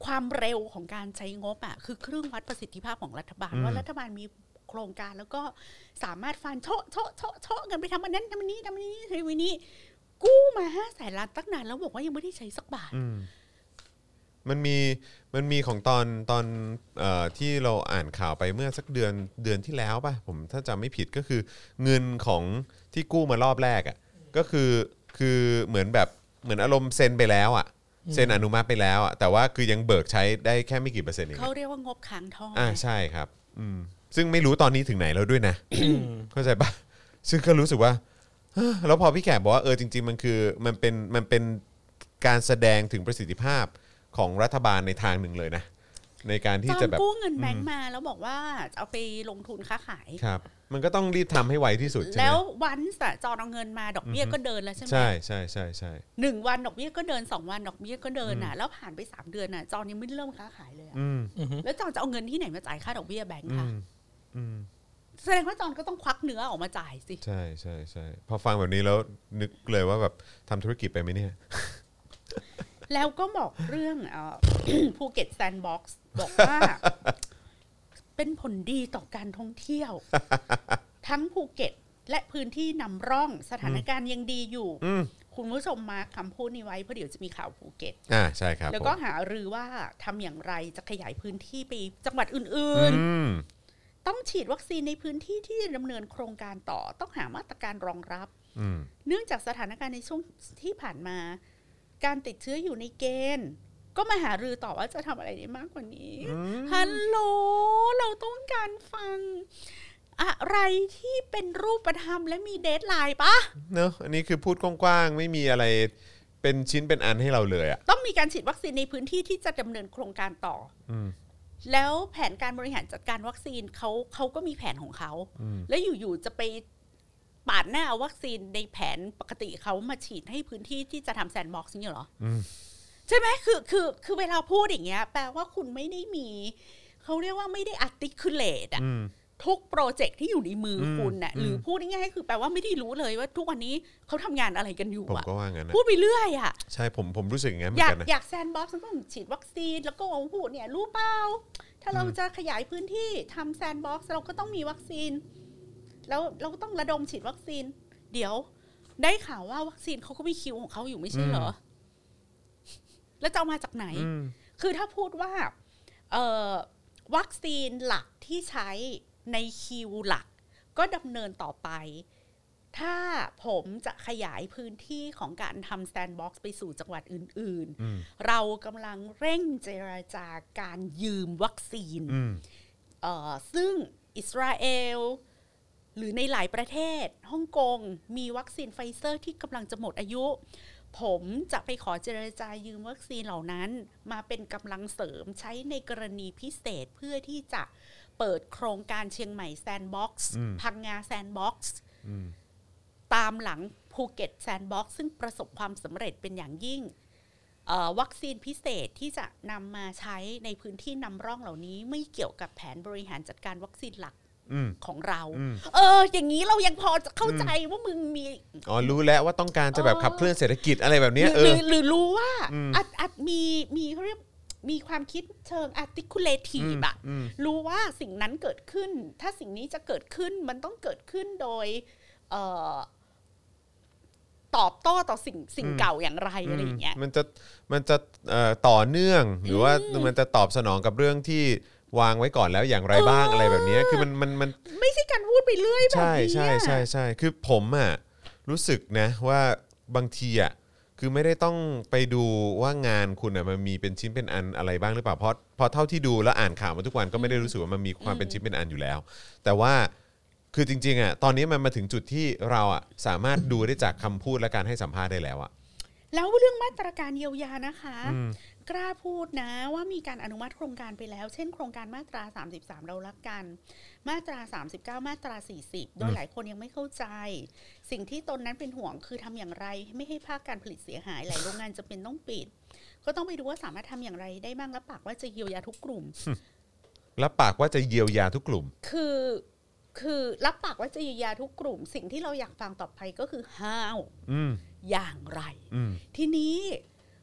ความเร็วของการใช้งบอ่ะคือเครื่องวัดประสิทธิภาพของรัฐบาลว่ารัฐบาลมีโครงการแล้วก็สามารถฟันโชะโชะโชะโชะกันไปทำอันนั้นทำอันนี้ทำอันนี้ทำอันนี้กู้มาห้าแสนล้านตั้งนานแล้วบอกว่ายังไม่ได้ใช้สักบาทมันมีมันมีของตอนตอนเอ่อที่เราอ่านข่าวไปเมื่อสักเดือนเดือนที่แล้วป่ะผมถ้าจำไม่ผิดก็คือเงินของที่กู้มารอบแรกอ่ะก็คือคือเหมือนแบบเหมือนอารมณ์เซ็นไปแล้วอ่ะเซ็นอนุมัติไปแล้วอ่ะแต่ว่าคือยังเบิกใช้ได้แค่ไม่กี่เปอร์เซ็นต์เองเขาเรียกว่างบค้างท่ออ่าใช่ครับอืมซึ่งไม่รู้ตอนนี้ถึงไหนแล้วด้วยนะเข้าใจป่ะซึ่งก็รู้สึกว่าแล้วพอพี่แขกบอกว่าเออจริงๆมันคือมันเป็นมันเป็นการแสดงถึงประสิทธิภาพของรัฐบาลในทางหนึ่งเลยนะในการที่จะแบบกู้เงินแบงก์มาแล้วบอกว่าเอาไปลงทุนค้าขายครับมันก็ต้องรีบทำให้ไวที่สุดใช่ไหมแล้ววันสะจอนเอาเงินมาดอกเบี้ยก็เดินแล้วใช่ไหมใช่ใช่ใช่ใช่หนึ่งวันดอกเบี้ยก็เดินสองวันดอกเบี้ยก็เดินอ่ะแล้วผ่านไปสามเดือนอ่ะจอนยังไม่เริ่มค้าขายเลยอ่ะแล้วจอนจะเอาเงินที่ไหนมาจ่ายค่าดอกเบี้ยแบงก์ค่ะแสดงว่าจอนก็ต้องควักเนื้อออกมาจ่ายสิใช่ใช่ใช่พอฟังแบบนี้แล้วนึกเลยว่าแบบทำธุรกิจไปไหมเนี่ยแล้วก็บอกเรื่องภูเก็ตแซนด์บ็อกซ์บอกว่าเป็นผลดีต่อการท่องเที่ยวทั้งภูเก็ตและพื้นที่นำร่องสถานการณ์ยังดีอยู่คุณผู้ชมมาคำพูดนี้ไว้เพราะเดี๋ยวจะมีข่าวภูเก็ตอ่าใช่ครับแล้วก็หารือว่าทำอย่างไรจะขยายพื้นที่ไปจังหวัดอื่นๆต้องฉีดวัคซีนในพื้นที่ที่ดำเนินโครงการต่อต้องหามาตรการรองรับเนื่องจากสถานการณ์ในช่วงที่ผ่านมาการติดเชื้ออยู่ในเกณฑ์ก็มาหารือต่อว่าจะทำอะไรได้มากกว่านี้ฮัลโหลเราต้องการฟังอะไรที่เป็นรูปธรรมและมีเดดไลน์ปะเนอะอันนี้คือพูดกว้างๆไม่มีอะไรเป็นชิ้นเป็นอันให้เราเลยอะต้องมีการฉีดวัคซีนในพื้นที่ที่จะดำเนินโครงการต่อแล้วแผนการบริหารจัดการวัคซีนเขาเขาก็มีแผนของเขาแล้วอยู่ๆจะไปปาดหน้าเอาวัคซีนในแผนปกติเขามาฉีดให้พื้นที่ที่จะทำแซนด์บ็อกซ์นี่เหรอใช่ไหมคือคือคือเวลาพูดอย่างเงี้ยแปลว่าคุณไม่ได้มีเขาเรียกว่าไม่ได้ articulate อะทุกโปรเจกต์ที่อยู่ในมือคุณน่ะหรือพูดง่ายๆคือแปลว่าไม่ได้รู้เลยว่าทุกวันนี้เขาทำงานอะไรกันอยู่อะพูดไปเรื่อยอะใช่ผมผมรู้สึกอย่างนั้นเหมือนกันนะอยากแซนด์บ็อกซ์ต้องฉีดวัคซีนแล้วก็พูดเนี่ยรู้เปล่าถ้าเราจะขยายพื้นที่ทำแซนด์บ็อกซ์เราก็ต้องมีวัคซีนแล้วเราก็ต้องระดมฉีดวัคซีนเดี๋ยวได้ข่าวว่าวัคซีนเขาก็มีคิวของเขาอยู่ไม่ใช่เหรอแล้วจะเอามาจากไหนคือถ้าพูดว่าวัคซีนหลักที่ใช้ในคิวหลักก็ดำเนินต่อไปถ้าผมจะขยายพื้นที่ของการทำแซนด์บ็อกซ์ไปสู่จังหวัดอื่นๆเรากำลังเร่งเจรจาการยืมวัคซีนซึ่งอิสราเอลหรือในหลายประเทศฮ่องกงมีวัคซีนไฟเซอร์ที่กำลังจะหมดอายุผมจะไปขอเจรจายืมวัคซีนเหล่านั้นมาเป็นกำลังเสริมใช้ในกรณีพิเศษเพื่อที่จะเปิดโครงการเชียงใหม่แซนด์บ็อกซ์พังงาแซนด์บ็อกซ์ตามหลังภูเก็ตแซนด์บ็อกซ์ซึ่งประสบความสำเร็จเป็นอย่างยิ่งวัคซีนพิเศษที่จะนำมาใช้ในพื้นที่นำร่องเหล่านี้ไม่เกี่ยวกับแผนบริหารจัดการวัคซีนหลักของเราเอออย่างนี้เรายังพอจะเข้าใจว่ามึงมีอ๋อรู้แล้วว่าต้องการจะแบบขับเคลื่อนเศรษฐกิจอะไรแบบนี้เออหรือรู้ว่าอาจอาจมีมีเขาเรียกมีความคิดเชิง articulative อะรู้ว่าสิ่งนั้นเกิดขึ้นถ้าสิ่งนี้จะเกิดขึ้นมันต้องเกิดขึ้นโดยเอ่อตอบโต้ต่อสิ่งสิ่งเก่าอย่างไรอะไรอย่างเงี้ยมันจะมันจะเอ่อต่อเนื่องหรือว่ามันจะตอบสนองกับเรื่องที่วางไว้ก่อนแล้วอย่างไรบ้างอะไรแบบนี้คือมันมันมันไม่ใช่การพูดไปเรื่อยแบบนี้ใช่ใช่ใช่ใช่คือผมอ่ะรู้สึกนะว่าบางทีอ่ะคือไม่ได้ต้องไปดูว่างานคุณอ่ะมันมีเป็นชิ้นเป็นอันอะไรบ้างหรือเปล่าเพราะพอเท่าที่ดูแล้วอ่านข่าวมาทุกวันก็ไม่ได้รู้สึกว่ามันมีความเป็นชิ้นเป็นอันอยู่แล้วแต่ว่าคือจริงๆอ่ะตอนนี้มันมาถึงจุดที่เราอ่ะสามารถดูได้จากคำพูดและการให้สัมภาษณ์ได้แล้วอ่ะแล้วเรื่องมาตรการเยียวยานะคะกล้าพูดนะว่ามีการอนุมัติโครงการไปแล้วเช่นโครงการมาตราสามสิบสามเรารักกันมาตราสามสิบเก้ามาตราสี่สิบโดยหลายคนยังไม่เข้าใจสิ่งที่ตนนั้นเป็นห่วงคือทำอย่างไรไม่ให้ภาคการผลิตเสียหายหลายโรงงานจำเป็นต้องปิดก็ต้องไปดูว่าสามารถทำอย่างไรได้บ้างรับปากว่าจะเยียวยาทุกกลุ่มรับปากว่าจะเยียวยาทุกกลุ่มคือคือรับปากว่าจะเยียวยาทุกกลุ่มสิ่งที่เราอยากฟังต่อไปก็คือ how อย่างไรทีนี้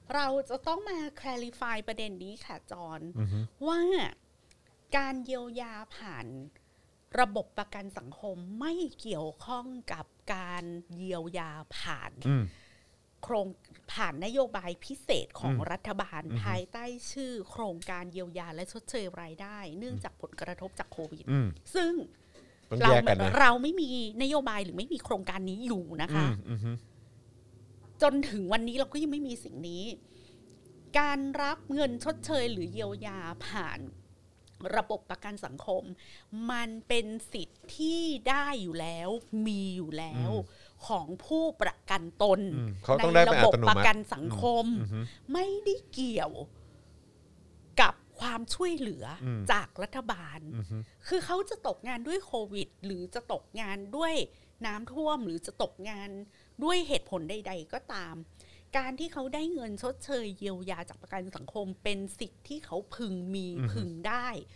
เราจะต้องมา clarify ประเด็นนี้ค่ะจอน ว่าการเยียวยาผ่านระบบประกันสังคมไม่เกี่ยวข้องกับการเยียวยาผ่านโครงผ่านนโยบายพิเศษของรัฐบาลภายใต้ชื่อโครงการเยียวยาและชดเชยรายได้เนื่องจากผลกระทบจากโควิดซึ่งเราเราไม่มีนโยบายหรือไม่มีโครงการนี้อยู่นะคะจนถึงวันนี้เราก็ยังไม่มีสิ่งนี้การรับเงินชดเชยหรือเยียวยาผ่านระบบประกันสังคมมันเป็นสิทธิ์ที่ได้อยู่แล้วมีอยู่แล้วของผู้ประกันตนในระบบประกันสังคมไม่ได้เกี่ยวกับความช่วยเหลือจากรัฐบาลคือเขาจะตกงานด้วยโควิดหรือจะตกงานด้วยน้ำท่วมหรือจะตกงานด้วยเหตุผลใดๆก็ตามการที่เขาได้เงินชดเชยเยียวยาจากประกันสังคมเป็นสิทธิ์ที่เขาพึงมีพึงได้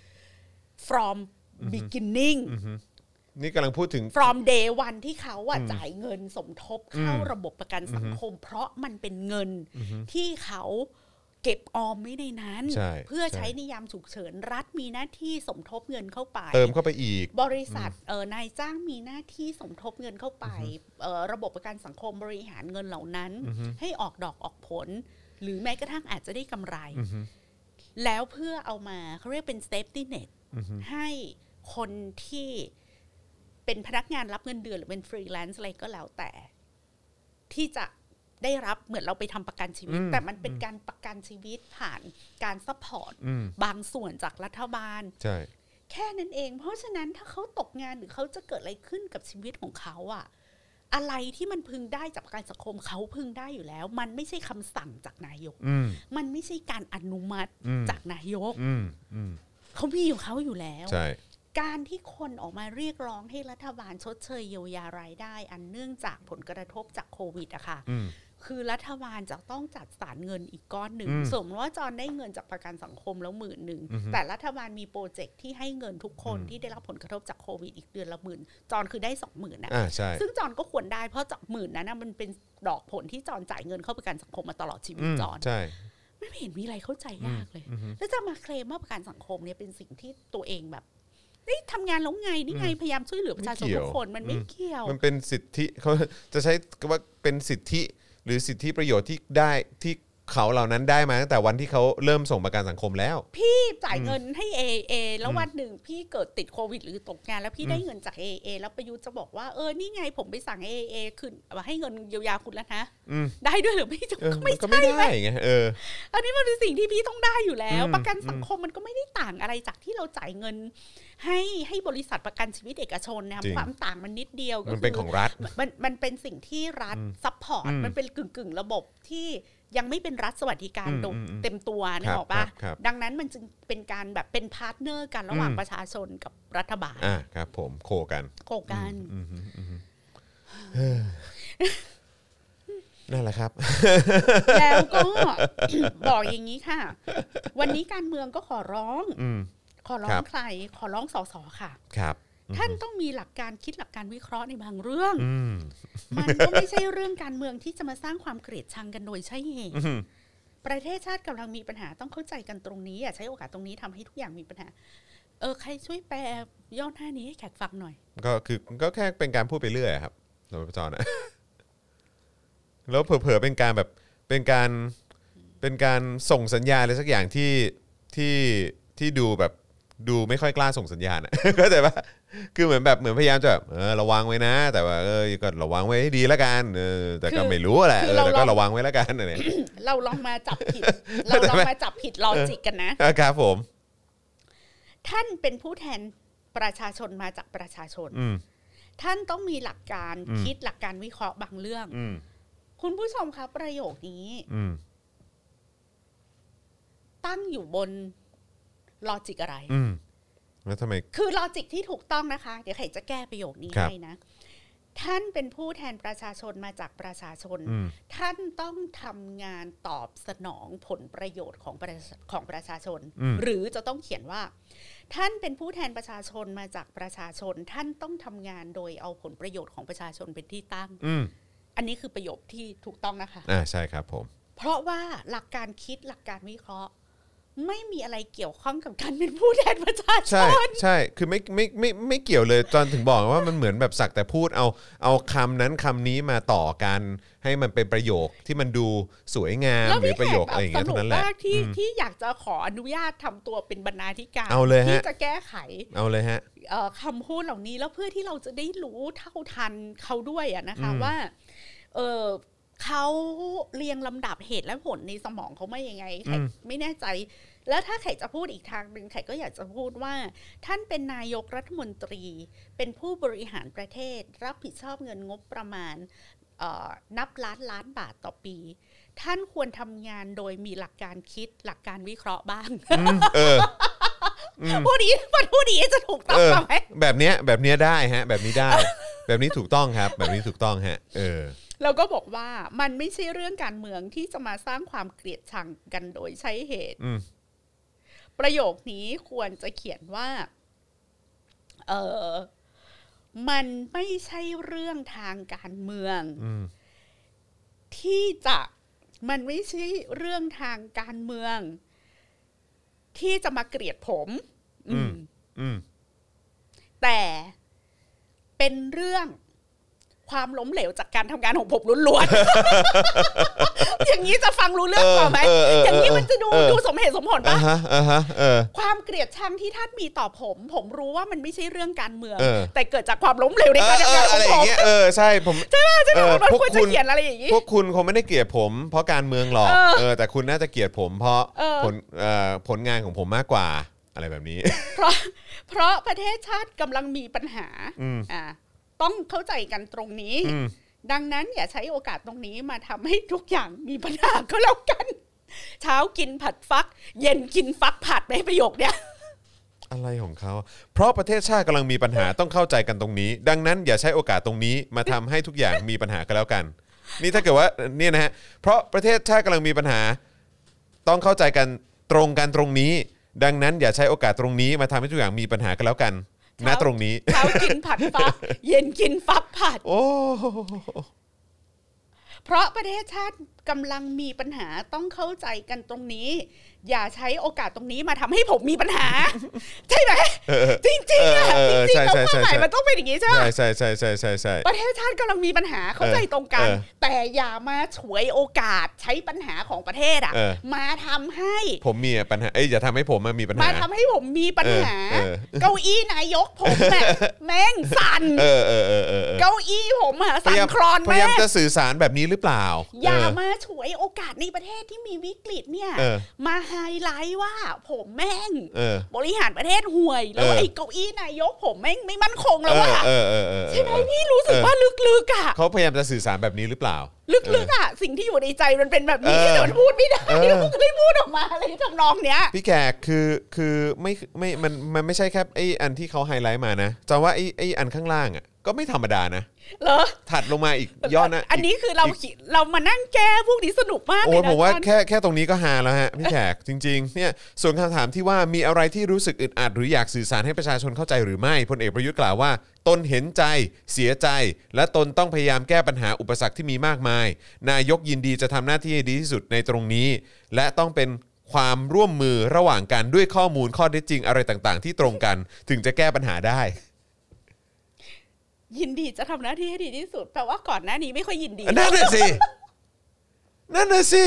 from beginning นี่กำลังพูดถึง from day one ที่เขาอ่ะจ่ายเงินสมทบเข้าระบบประกันสังคมเพราะมันเป็นเงินที่เขาเก็บออมไว้ในนั้นเพื่อใช้ในยามฉุกเฉินรัฐมีหน้าที่สมทบเงินเข้าไปเติมเข้าไปอีกบริษัทเออนายจ้างมีหน้าที่สมทบเงินเข้าไปเออระบบประกันสังคมบริหารเงินเหล่านั้นให้ออกดอกออกผลหรือแม้กระทั่งอาจจะได้กำไรแล้วเพื่อเอามาเขาเรียกเป็น safety net ให้คนที่เป็นพนักงานรับเงินเดือนหรือเป็นฟรีแลนซ์อะไรก็แล้วแต่ที่จะได้รับเหมือนเราไปทำประกันชีวิตแต่มันเป็นการประกันชีวิตผ่านการซัพพอร์ตบางส่วนจากรัฐบาลใช่แค่นั้นเองเพราะฉะนั้นถ้าเขาตกงานหรือเขาจะเกิดอะไรขึ้นกับชีวิตของเขาอะอะไรที่มันพึงได้จากประกันสังคมเขาพึงได้อยู่แล้วมันไม่ใช่คำสั่งจากนายกมันไม่ใช่การอนุมัติจากนายกเขามีอยู่เขาอยู่แล้วการที่คนออกมาเรียกร้องให้รัฐบาลชดเชยเยียวยารายได้อันเนื่องจากผลกระทบจากโควิดอะค่ะคือรัฐบาลจะต้องจัดสรรเงินอีกก้อนหนึ่งสมมติว่าจอนได้เงินจากประกันสังคมแล้วหมื่นหนึ่งแต่รัฐบาลมีโปรเจกต์ที่ให้เงินทุกคนที่ได้รับผลกระทบจากโควิดอีกเดือนละหมื่นจอนคือได้สองหมื่นนะซึ่งจอนก็ควรได้เพราะจากหมื่นนั้นมันเป็นดอกผลที่จอนจ่ายเงินเข้าประกันสังคมมาตลอดชีวิตจอนไม่เห็นมีอะไรเข้าใจยากเลยแล้วจะมาเคลมว่าประกันสังคมเนี่ยเป็นสิ่งที่ตัวเองแบบนี่ทำงานแล้วไงนี่ไงพยายามช่วยเหลือประชาชนทุกคนมันไม่เกี่ยวมันเป็นสิทธิเขาจะใช้ว่าเป็นสิทธิหรือสิทธิประโยชน์ที่ได้ที่เขาเหล่านั้นได้มาตั้งแต่วันที่เขาเริ่มส่งประกันสังคมแล้วพี่จ่ายเงินให้ เอ เอ แล้ววันหนึ่งพี่เกิดติดโควิดหรือตกงานแล้วพี่ได้เงินจาก เอ เอ แล้วประยุทธ์จะบอกว่าเออนี่ไงผมไปสั่ง เอ เอ คืนให้เงินเยียวยาคุณแล้วนะได้ด้วยหรือไม่ก็ไม่ใช่ไหมไงเอออันนี้มันเป็นสิ่งที่พี่ต้องได้อยู่แล้วประกันสังคมมันก็ไม่ได้ต่างอะไรจากที่เราจ่ายเงินให้ให้บริษัทประกันชีวิตเอกชนนะความต่างมันนิดเดียวก็คือมันเป็นของรัฐมันมันเป็นสิ่งที่รัฐซัพพอร์ตมันเป็นกึ่งกึ่งระบบที่ยังไม่เป็นรัฐสวัสดิการเต็มตัวนึกออกป่ะดังนั้นมันจึงเป็นการแบบเป็นพาร์ทเนอร์กันระหว่างประชาชนกับรัฐบาลอ่าครับผมโคกันโคกันนั่นแหละครับแล้วก็บอกอย่างนี้ค่ะวันนี้การเมืองก็ขอร้องขอร้องใครขอร้องสสค่ะครับท่านต้องมีหลักการคิดหลักการวิเคราะห์ในบางเรื่องมันก็ไม่ใช่เรื่องการเมืองที่จะมาสร้างความเกลียดชังกันโดยใช่เหตุประเทศชาติกำลังมีปัญหาต้องเข้าใจกันตรงนี้อย่าใช้โอกาสตรงนี้ทำให้ทุกอย่างมีปัญหาเออใครช่วยแปลย่อหน้านี้ให้แขกฟังหน่อยก็คือก็แค่เป็นการพูดไปเรื่อยครับสำหรับจอนะแล้วเผลอๆเป็นการแบบเป็นการเป็นการส่งสัญญาณอะไรสักอย่างที่ที่ที่ดูแบบดูไม่ค่อยกล้าส่งสัญญาณอ่ะก็แต่ว่าคือเหมือนแบบเหมือนพยายามจะแบบเออระวังไว้นะแต่ว่าเออก็ระวังไว้ให้ดีแล้วกันเออแต่ก็ไม่รู้แหละเออแต่ก็ระวังไว้แล้วกันอะไรเราลองมาจับผิดเราลองมาจับผิดลอจิกกันนะครับผมท่านเป็นผู้แทนประชาชนมาจากประชาชนท่านต้องมีหลักการคิดหลักการวิเคราะห์บางเรื่องคุณผู้ชมครับประโยคนี้ตั้งอยู่บนลอจิกอะไรแล้วทำไมคือลอจิกที่ถูกต้องนะคะเดี๋ยวใครจะแก้ประโยคนี้ให้นะท่านเป็นผู้แทนประชาชนมาจากประชาชนท่านต้องทำงานตอบสนองผลประโยชน์ของประของประชาชนหรือจะต้องเขียนว่าท่านเป็นผู้แทนประชาชนมาจากประชาชนท่านต้องทำงานโดยเอาผลประโยชน์ของประชาชนเป็นที่ตั้งอันนี้คือประโยคที่ถูกต้องนะคะอ่าใช่ครับผมเพราะว่าหลักการคิดหลักการวิเคราะห์ไม่มีอะไรเกี่ยวข้องกับการเป็นผู้แทนประชาชนใช่ใช่คือไม่ไม่ไม่ไม่เกี่ยวเลยตอนถึงบอกว่ามันเหมือนแบบสักแต่พูดเอาเอาคำนั้นคำนี้มาต่อกันให้มันเป็นประโยคที่มันดูสวยงามหรือประโยคอะไรอย่างเงี้ยเท่านั้นแหละที่ที่อยากจะขออนุญาตทำตัวเป็นบรรณาธิการที่จะแก้ไขเอาเลยฮะคำพูดเหล่านี้แล้วเพื่อที่เราจะได้รู้เท่าทันเขาด้วยอะนะคะว่าเออเขาเรียงลำดับเหตุและผลในสมองเขาไม่ยังไงแขกไม่แน่ใจแล้วถ้าแขกจะพูดอีกทางหนึ่งแขกก็อยากจะพูดว่าท่านเป็นนายกรัฐมนตรีเป็นผู้บริหารประเทศรับผิดชอบเงินงบประมาณนับล้านล้านบาทต่อปีท่านควรทำงานโดยมีหลักการคิดหลักการวิเคราะห์บ้างพูดดีพูดดีจะถูกต้องไหมแบบนี้แบบนี้ได้ฮะแบบนี้ได้แบบนี้ถูกต้องครับแบบนี้ถูกต้องฮะเออแล้วก็บอกว่ามันไม่ใช่เรื่องการเมืองที่จะมาสร้างความเกลียดชังกันโดยใช้เหตุประโยคนี้ควรจะเขียนว่าเออมันไม่ใช่เรื่องทางการเมืองที่จะมันไม่ใช่เรื่องทางการเมืองที่จะมาเกลียดผมแต่เป็นเรื่องความล้มเหลวจากการทำงานของผมล้วนๆ อย่างนี้จะฟังรู้เรื่องกว่าไหม อย่างนี้มันจะดูดูสมเหตุสมผลป่ะความเกลียดชังที่ท่านมีต่อผมผมรู้ว่ามันไม่ใช่เรื่องการเมืองแต่เกิดจากความล้มเหลวในการทำงานของผมเออใช่ผมใช่ป่ะใช่ป่ะมันควรจะเขียนอะไรอย่างนี้พวกคุณคงไม่ได้เกลียดผมเพราะการเมืองหรอกเออแต่คุณน่าจะเกลียดผมเพราะผลผลงานของผมมากกว่าอะไรแบบนี้เพราะเพราะประเทศชาติกำลังมีปัญหาอ่าต้องเข้าใจกันตรงนี้ดังนั้นอย่าใช้โอกาสตรงนี้มาทำให้ทุกอย่างมีปัญหาก็แล้วกันเช้ากินผัดฟักเย็นกินฟักผัดในประโยคเนี้ยอะไรของเขาเพราะประเทศชาติกำลังมีปัญหาต้องเข้าใจกันตรงนี้ดังนั้นอย่าใช้โอกาสตรงนี้มาทำให้ทุกอย่างมีปัญหาก็แล้วกันนี่ถ้าเกิดว่าเนี่ยนะฮะเพราะประเทศชาติกำลังมีปัญหาต้องเข้าใจกันตรงกันตรงนี้ดังนั้นอย่าใช้โอกาสตรงนี้มาทำให้ทุกอย่างมีปัญหาก็แล้วกันณตรงนี้เช้ากินผัดฟักเย็นกินฟักผัดโอ้เพราะประเทศชาติกำลังมีปัญหาต้องเข้าใจกันตรงนี้อย่าใช้โอกาสตรงนี้มาทำให้ผมมีปัญหาใช่ไหมจริงจริงอ่ะจริงๆแล้วความหมายมันต้องเป็นอย่างนี้ใช่ไหมใช่ใช่ใช่ใช่ใช่ประเทศชาติกำลังมีปัญหาเข้าใจตรงกันแต่อย่ามาฉวยโอกาสใช้ปัญหาของประเทศอ่ะมาทำให้ผมมีปัญหาเอ้ยอย่าทำให้ผมมีปัญหามาทำให้ผมมีปัญหาเก้าอี้นายกผมแบบแม่งสั่นเก้าอี้ผมอ่ะสั่นคลอนมากพยายามจะสื่อสารแบบนี้หรือเปล่าอย่ามาฉวยโอกาสในประเทศที่มีวิกฤตเนี่ยมาไฮไลท์ว่าผมแม่งบริหารประเทศห่วยแล้วไอ้เก้าอี้นายกผมแม่งไม่มั่นคงแล้วว่ะใช่ไหมพี่รู้สึกว่าลึกๆอ่ะเขาพยายามจะสื่อสารแบบนี้หรือเปล่าลึกๆอ่ะสิ่งที่อยู่ในใจมันเป็นแบบนี้แต่มันพูดไม่ได้มันก็เลยพูดออกมาอะไรทำนองเนี้ยพี่แขกคือคือไม่ไม่มันมันไม่ใช่แค่ไอ้อันที่เขาไฮไลท์มานะจะว่าไอ้ไอ้อันข้างล่างอ่ะก็ไม่ธรรมดานะเหรอถัดลงมาอีกย่อนะอันนี้คือเราเรามานั่งแก้พวกนี้สนุกมากเลยนะโอ้ผมว่าแค่แค่ตรงนี้ก็ฮาแล้วฮะพี่แขกจริงๆเนี่ยส่วนคำถามที่ว่ามีอะไรที่รู้สึกอึดอัดหรืออยากสื่อสารให้ประชาชนเข้าใจหรือไม่พลเอกประยุทธ์กล่าวว่าตนเห็นใจเสียใจและตนต้องพยายามแก้ปัญหาอุปสรรคที่มีมากมายนายกยินดีจะทำหน้าที่ให้ดีที่สุดในตรงนี้และต้องเป็นความร่วมมือระหว่างกันด้วยข้อมูลข้อเท็จจริงอะไรต่างๆที่ตรงกันถึงจะแก้ปัญหาได้ยินดีจะทำหน้าที่ให้ดีที่สุดแปลว่าก่อนหน้านี้ไม่ค่อยยินดีนั่นน่ะสินั่นน่ะสิ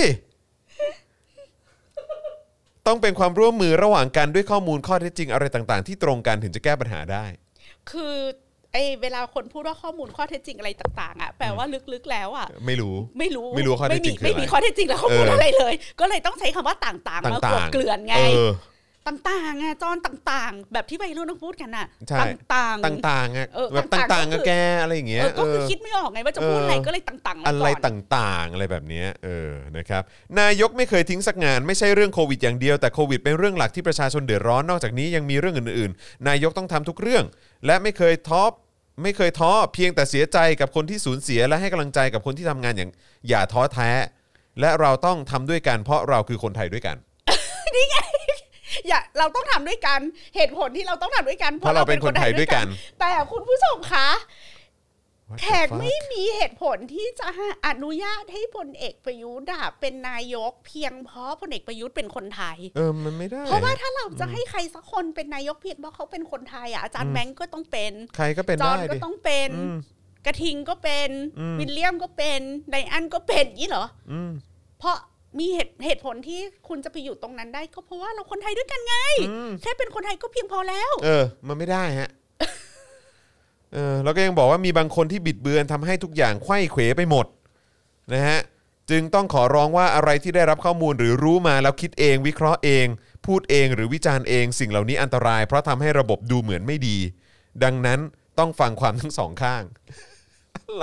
ต้องเป็นความร่วมมือระหว่างกันด้วยข้อมูลข้อเท็จจริงอะไรต่างๆที่ตรงกันถึงจะแก้ปัญหาได้คือไอ้เวลาคนพูดว่าข้อมูลข้อเท็จจริงอะไรต่างๆอ่ะแปลว่าลึกๆแล้วอ่ะไม่รู้ไม่รู้ไม่รู้ข้อเท็จจริงคืออะไรไม่มีข้อเท็จจริงและข้อมูลอะไรเลยก็เลยต้องใช้คำว่าต่างๆมากลบเกลื่อนไงต่างๆอ่ะจอนต่างๆแบบที่วัยรุ่นต้องพูดกันน่ะต่างๆต่างๆอ่ะแบบต่างๆก็แกอะไรอย่างเงี้ยก็คือคิดไม่ออกไงว่าจะพูดอะไรก็เลยต่างๆอะไรต่างๆอะไรแบบนี้เออนะครับนายกไม่เคยทิ้งสักงานไม่ใช่เรื่องโควิดอย่างเดียวแต่โควิดเป็นเรื่องหลักที่ประชาชนเดือดร้อนนอกจากนี้ยังมีเรื่องอื่นๆนายกต้องทำทุกเรื่องและไม่เคยท้อไม่เคยท้อเพียงแต่เสียใจกับคนที่สูญเสียและให้กำลังใจกับคนที่ทำงานอย่างอย่าท้อแท้และเราต้องทำด้วยกันเพราะเราคือคนไทยด้วยกันนี่ไงอย่าเราต้องทำด้วยกันเหตุผลที่เราต้องทำด้วยกันเพราะเราเป็นคนไทยด้วยกันแต่คุณผู้ชมคะ What แข the ก fuck? ไม่มีเหตุผลที่จะอนุญาตให้พลเอกประยุทธ์เป็นนายกเพียงเพราะพลเอกประยุทธ์เป็นคนไทยเออมันไม่ได้เพราะว่าถ้าเราจะให้ใครสักคนเป็นนายกเพียงเพราะเขาเป็นคนไทยอ่ะอาจารย์แบงก์ก็ต้องเป็นใครก็เป็นจอได้ห์นก็ดิต้องเป็นกระทิงก็เป็นวิลเลียมก็เป็นไดอันก็เป็นนี่เหรอเพราะมีเหตุเหตุผลที่คุณจะไปอยู่ตรงนั้นได้ก็เพราะว่าเราคนไทยด้วยกันไงแค่เป็นคนไทยก็เพียงพอแล้วเออมันไม่ได้ฮะเออแล้วก็ยังบอกว่ามีบางคนที่บิดเบือนทำให้ทุกอย่างไขว้เขวไปหมดนะฮะจึงต้องขอร้องว่าอะไรที่ได้รับข้อมูลหรือรู้มาแล้วคิดเองวิเคราะห์เองพูดเองหรือวิจารณ์เองสิ่งเหล่านี้อันตรายเพราะทำให้ระบบดูเหมือนไม่ดีดังนั้นต้องฟังความทั้งสองข้างอะไร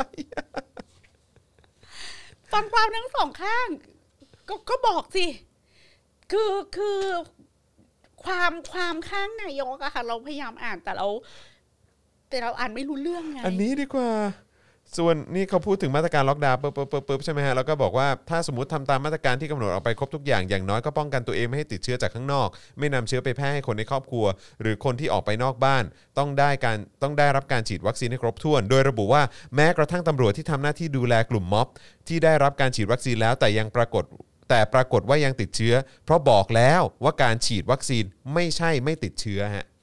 ฟังความทั้งสองข้างก็ก็บอกสิคือคือความความข้างนายกอะค่ะเราพยายามอ่านแต่เราแต่เราอ่านไม่รู้เรื่องไงอันนี้ดีกว่าส่วนนี่เขาพูดถึงมาตรการล็อกดาวน์ปึ๊บปึ๊บปึ๊บปึ๊บใช่ไหมฮะแล้วก็บอกว่าถ้าสมมติทำตามมาตรการที่กำหนดออกไปครบทุกอย่างอย่างน้อยก็ป้องกันตัวเองไม่ให้ติดเชื้อจากข้างนอกไม่นำเชื้อไปแพร่ให้คนในครอบครัวหรือคนที่ออกไปนอกบ้านต้องได้การต้องได้รับการฉีดวัคซีนให้ครบถ้วนโดยระบุว่าแม้กระทั่งตำรวจที่ทำหน้าที่ดูแลกลุ่มม็อบที่ได้รับการฉีดวัคซีนแล้วแต่ยังปรากฏแต่ปรากฏว่ายังติดเชื้อเพราะบอกแล้วว่าการฉีดวัคซีนไม่ใช่ไม่ติดเชื้อฮะ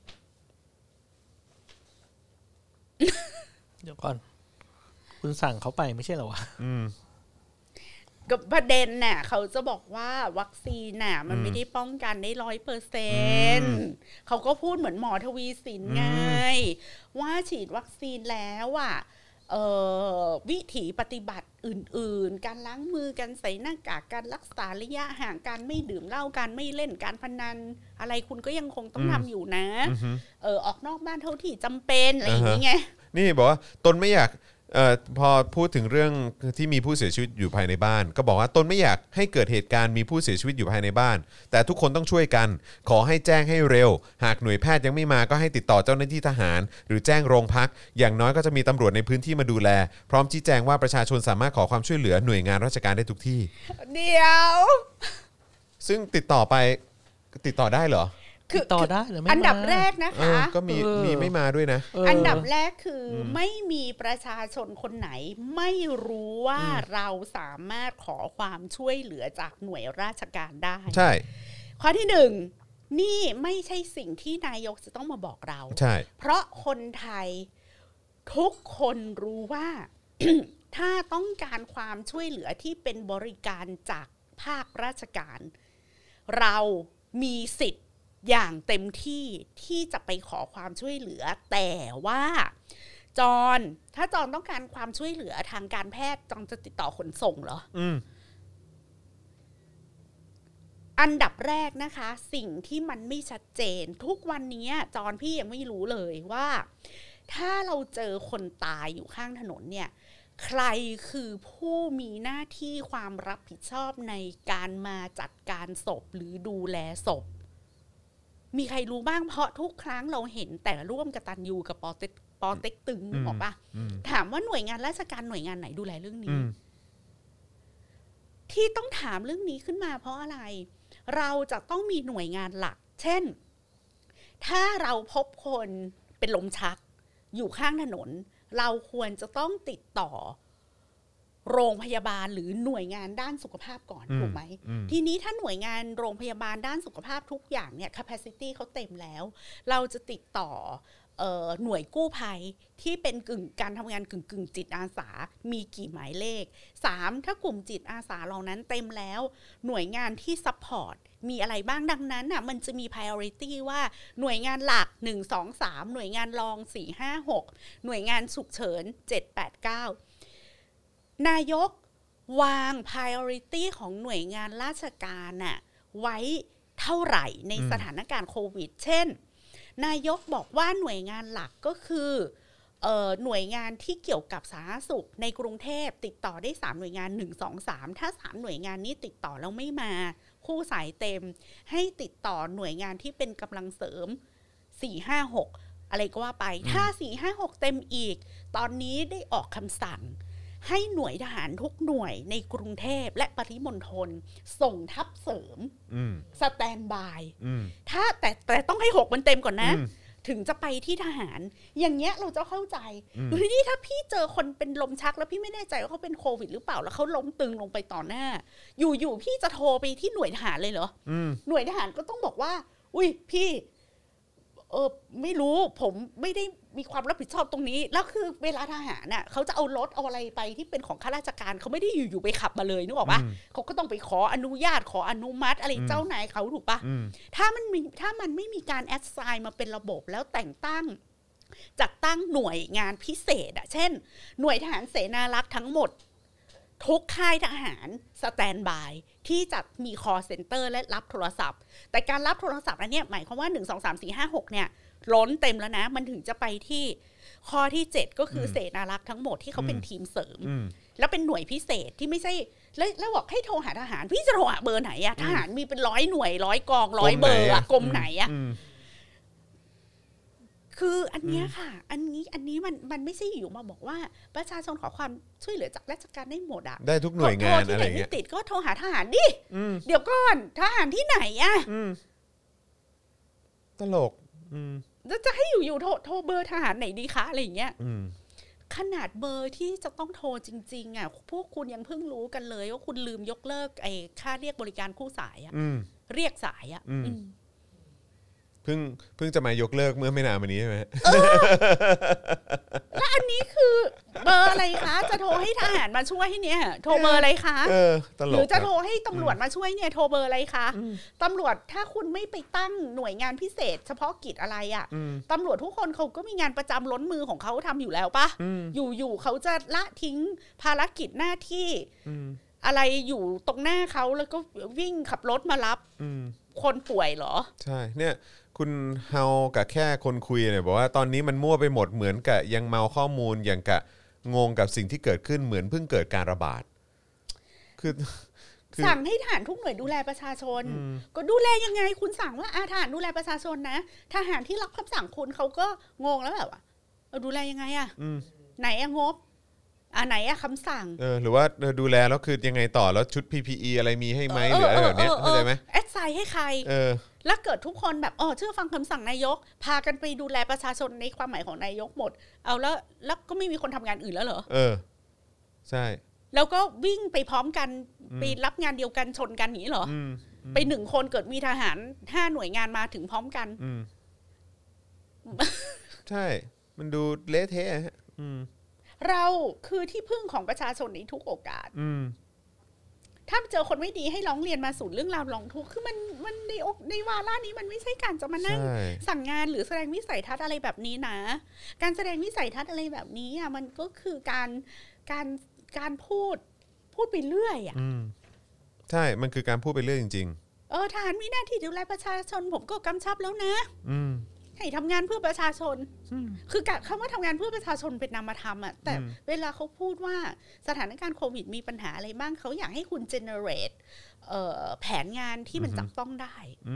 เดี๋ยวก่อนคุณสั่งเขาไปไม่ใช่เหรอวะอืมกับประเด็นน่ะเขาจะบอกว่าวัคซีนน่ะมันไม่ได้ป้องกันได้ร้อยเปอร์เซ็นต์เขาก็พูดเหมือนหมอทวีสินไงว่าฉีดวัคซีนแล้วอ่ะเอ่อวิถีปฏิบัติอื่นๆการล้างมือการใส่หน้ากากการรักษาระยะห่างการไม่ดื่มเหล้าการไม่เล่นการพนันอะไรคุณก็ยังคงต้องทำอยู่นะเออออกนอกบ้านเท่าที่จำเป็นอะไรอย่างนี้ไงนี่บอกว่าตนไม่อยากเอ่อพอพูดถึงเรื่องที่มีผู้เสียชีวิตอยู่ภายในบ้านก็บอกว่าตนไม่อยากให้เกิดเหตุการณ์มีผู้เสียชีวิตอยู่ภายในบ้านแต่ทุกคนต้องช่วยกันขอให้แจ้งให้เร็วหากหน่วยแพทย์ยังไม่มาก็ให้ติดต่อเจ้าหน้าที่ทหารหรือแจ้งโรงพักอย่างน้อยก็จะมีตำรวจในพื้นที่มาดูแลพร้อมชี้แจงว่าประชาชนสามารถขอความช่วยเหลือหน่วยงานราชการได้ทุกที่เดี๋ยวซึ่งติดต่อไปติดต่อได้เหรอติดต่อได้หรือไม่อันดับแรกนะคะก็มีมีไม่มาด้วยนะอันดับแรกคือไม่มีประชาชนคนไหนไม่รู้ว่าเราสามารถขอความช่วยเหลือจากหน่วยราชการได้ใช่ข้อที่หนึ่งนี่ไม่ใช่สิ่งที่นายกจะต้องมาบอกเราใช่เพราะคนไทยทุกคนรู้ว่า ถ้าต้องการความช่วยเหลือที่เป็นบริการจากภาคราชการเรามีสิทธิ์อย่างเต็มที่ที่จะไปขอความช่วยเหลือแต่ว่าจอนถ้าจอนต้องการความช่วยเหลือทางการแพทย์จอนจะติดต่อขนส่งเหรออืมอันดับแรกนะคะสิ่งที่มันไม่ชัดเจนทุกวันนี้จอนพี่ยังไม่รู้เลยว่าถ้าเราเจอคนตายอยู่ข้างถนนเนี่ยใครคือผู้มีหน้าที่ความรับผิดชอบในการมาจัดการศพหรือดูแลศพมีใครรู้บ้างเพราะทุกครั้งเราเห็นแต่ร่วมกตัญญูกับปอเต็กปอเต็กตึงบอกป่ะถามว่าหน่วยงานราชการหน่วยงานไหนดูแลเรื่องนี้ที่ต้องถามเรื่องนี้ขึ้นมาเพราะอะไรเราจะต้องมีหน่วยงานหลักเช่นถ้าเราพบคนเป็นลมชักอยู่ข้างถนนเราควรจะต้องติดต่อโรงพยาบาลหรือหน่วยงานด้านสุขภาพก่อนถูกไหมทีนี้ถ้าหน่วยงานโรงพยาบาลด้านสุขภาพทุกอย่างเนี่ย capacity เขาเต็มแล้วเราจะติดต่อเอ่อหน่วยกู้ภัยที่เป็นกึ่งการทำงานกึ่งกึ่งจิตอาสามีกี่หมายเลขสามถ้ากลุ่มจิตอาสาเหล่านั้นเต็มแล้วหน่วยงานที่ support มีอะไรบ้างดังนั้นน่ะมันจะมี priority ว่าหน่วยงานหลักหนึ่ง สอง สามหน่วยงานรองสี่ ห้า หกหน่วยงานฉุกเฉินเจ็ด แปด เก้านายกวาง priority ของหน่วยงานราชการน่ะไว้เท่าไหร่ในสถานการณ์โควิดเช่นนายกบอกว่าหน่วยงานหลักก็คือเอ่อหน่วยงานที่เกี่ยวกับสาธารณสุขในกรุงเทพติดต่อได้สามหน่วยงานหนึ่ง สอง สามถ้าสามหน่วยงานนี้ติดต่อแล้วไม่มาคู่สายเต็มให้ติดต่อหน่วยงานที่เป็นกำลังเสริมสี่ ห้า หกอะไรก็ว่าไปถ้าสี่ ห้า หกเต็มอีกตอนนี้ได้ออกคำสั่งให้หน่วยทหารทุกหน่วยในกรุงเทพและปริมณฑลส่งทัพเสริมสแตนบายถ้าแต่แต่ต้องให้หกมันเต็มก่อนนะถึงจะไปที่ทหารอย่างเงี้ยเราจะเข้าใจหรือที่ถ้าพี่เจอคนเป็นลมชักแล้วพี่ไม่แน่ใจว่าเขาเป็นโควิดหรือเปล่าแล้วเขาล้มตึงลงไปต่อหน้าอยู่ๆพี่จะโทรไปที่หน่วยทหารเลยเหรอหน่วยทหารก็ต้องบอกว่าอุ้ยพี่เออไม่รู้ผมไม่ได้มีความรับผิดชอบตรงนี้แล้วคือเวลาทหารน่ะเขาจะเอารถเอาอะไรไปที่เป็นของข้าราชการเขาไม่ได้อยู่ๆไปขับมาเลยนึกออกปะเขาก็ต้องไปขออนุญาตขออนุมัติอะไรเจ้านายเขาถูกปะถ้ามันมีถ้ามันไม่มีการแอดไซน์มาเป็นระบบแล้วแต่งตั้งจัดตั้งหน่วยงานพิเศษอ่ะเช่นหน่วยทหารเสนารักษ์ทั้งหมดทุกค่ายทหารสแตนบายที่จะมี call center และรับโทรศัพท์แต่การรับโทรศัพท์อันเนี้ยหมายความว่าหนึ่ง สอง สาม สี่ ห้า หกเนี่ยล้นเต็มแล้วนะมันถึงจะไปที่ข้อที่เจ็ดก็คือเสนารักษ์ทั้งหมดที่เขาเป็นทีมเสริมแล้วเป็นหน่วยพิเศษที่ไม่ใช่แล้วแล้วบอกให้โทรหาทหารพี่จะโทรหาเบอร์ไหนอะทหารมีเป็นร้อยหน่วยร้อยกองร้อยเบอร์อะกรมไหนอะคืออันนี้ค่ะอันนี้อันนี้มันมันไม่ใช่อยู่มาบอกว่าประชาชนขอความช่วยเหลือจากราชการได้หมดอะได้ทุกหน่วยงานอะไรเงี้ยติดก็โทรหาทหารดิเดี๋ยวก่อนทหารที่ไหนอะตลกแล้วจะให้อยู่ๆโทรโทรเบอร์ทหารไหนดีคะอะไรอย่างเงี้ยขนาดเบอร์ที่จะต้องโทรจริงๆอ่ะพวกคุณยังเพิ่งรู้กันเลยว่าคุณลืมยกเลิกไอ้ค่าเรียกบริการคู่สายอ่ะเรียกสายอ่ะเพิ่งเพิ่งจะมายกเลิกเมื่อไม่นานมานี้ใช่ไหมแล้วอันนี้คือเบอร์อะไรคะจะโทรให้ทหารมาช่วยให้เนี่ยโทรเบอร์อะไรคะหรือจะโทรให้ตำรวจมาช่วยเนี่ยโทรเบอร์อะไรคะตำรวจถ้าคุณไม่ไปตั้งหน่วยงานพิเศษเฉพาะกิจอะไรอ่ะตำรวจทุกคนเขาก็มีงานประจำล้นมือของเขาทำอยู่แล้วปะอยู่ๆเขาจะละทิ้งภารกิจหน้าที่อะไรอยู่ตรงหน้าเขาแล้วก็วิ่งขับรถมารับคนป่วยเหรอใช่เนี่ยคุณเฮากับแค่คนคุยเนี่ยบอกว่าตอนนี้มันมั่วไปหมดเหมือนกับยังเมาข้อมูลอย่างกะงงกับสิ่งที่เกิดขึ้นเหมือนเพิ่งเกิดการระบาดคือสั่งให้ทหารทุกหน่วยดูแลประชาชนก็ดูแลยังไงคุณสั่งว่าอาทหารดูแลประชาชนนะทหารที่รับคำสั่งคุณเขาก็งงแล้วแบบว่าเออดูแลยังไงอะไหนอะงบอ่าไหนอะคำสั่งเออหรือว่าดูแลแล้วคือยังไงต่อแล้วชุด พี พี อี อะไรมีให้ไหมหรืออะไรแบบนี้เข้าใจไหมแอดไซน์ให้ใครเออแล้วเกิดทุกคนแบบอ๋อเชื่อฟังคำสั่งนายกพากันไปดูแลประชาชนในความหมายของนายกหมดเอาแล้วแล้วก็ไม่มีคนทำงานอื่นแล้วเหรอเออใช่แล้วก็วิ่งไปพร้อมกันไปรับงานเดียวกันชนกันอย่างนี้เหรอไปหนึ่งคนเกิดมีทหารห้าหน่วยงานมาถึงพร้อมกันใช่มันดูเละเทะฮะเราคือที่พึ่งของประชาชนในทุกโอกาสถ้าเจอคนไม่ดีให้ร้องเรียนมาศูนย์เรื่องราวร้องทุกข์คือมันมันในในวาระนี้มันไม่ใช่การจะมานั่งสั่งงานหรือแสดงวิสัยทัศน์อะไรแบบนี้นะการแสดงวิสัยทัศน์อะไรแบบนี้อ่ะมันก็คือการการการพูดพูดไปเรื่อยอ่ะใช่มันคือการพูดไปเรื่อยจริงๆเออทหารมีหน้าที่ดูแลประชาชนผมก็กำชับแล้วนะให้ทำงานเพื่อประชาชนคือคำว่าทำงานเพื่อประชาชนเป็นนามธรรมอ่ะแต่เวลาเขาพูดว่าสถานการณ์โควิดมีปัญหาอะไรบ้างเขาอยากให้คุณ generate แผนงานที่มันจับต้องได้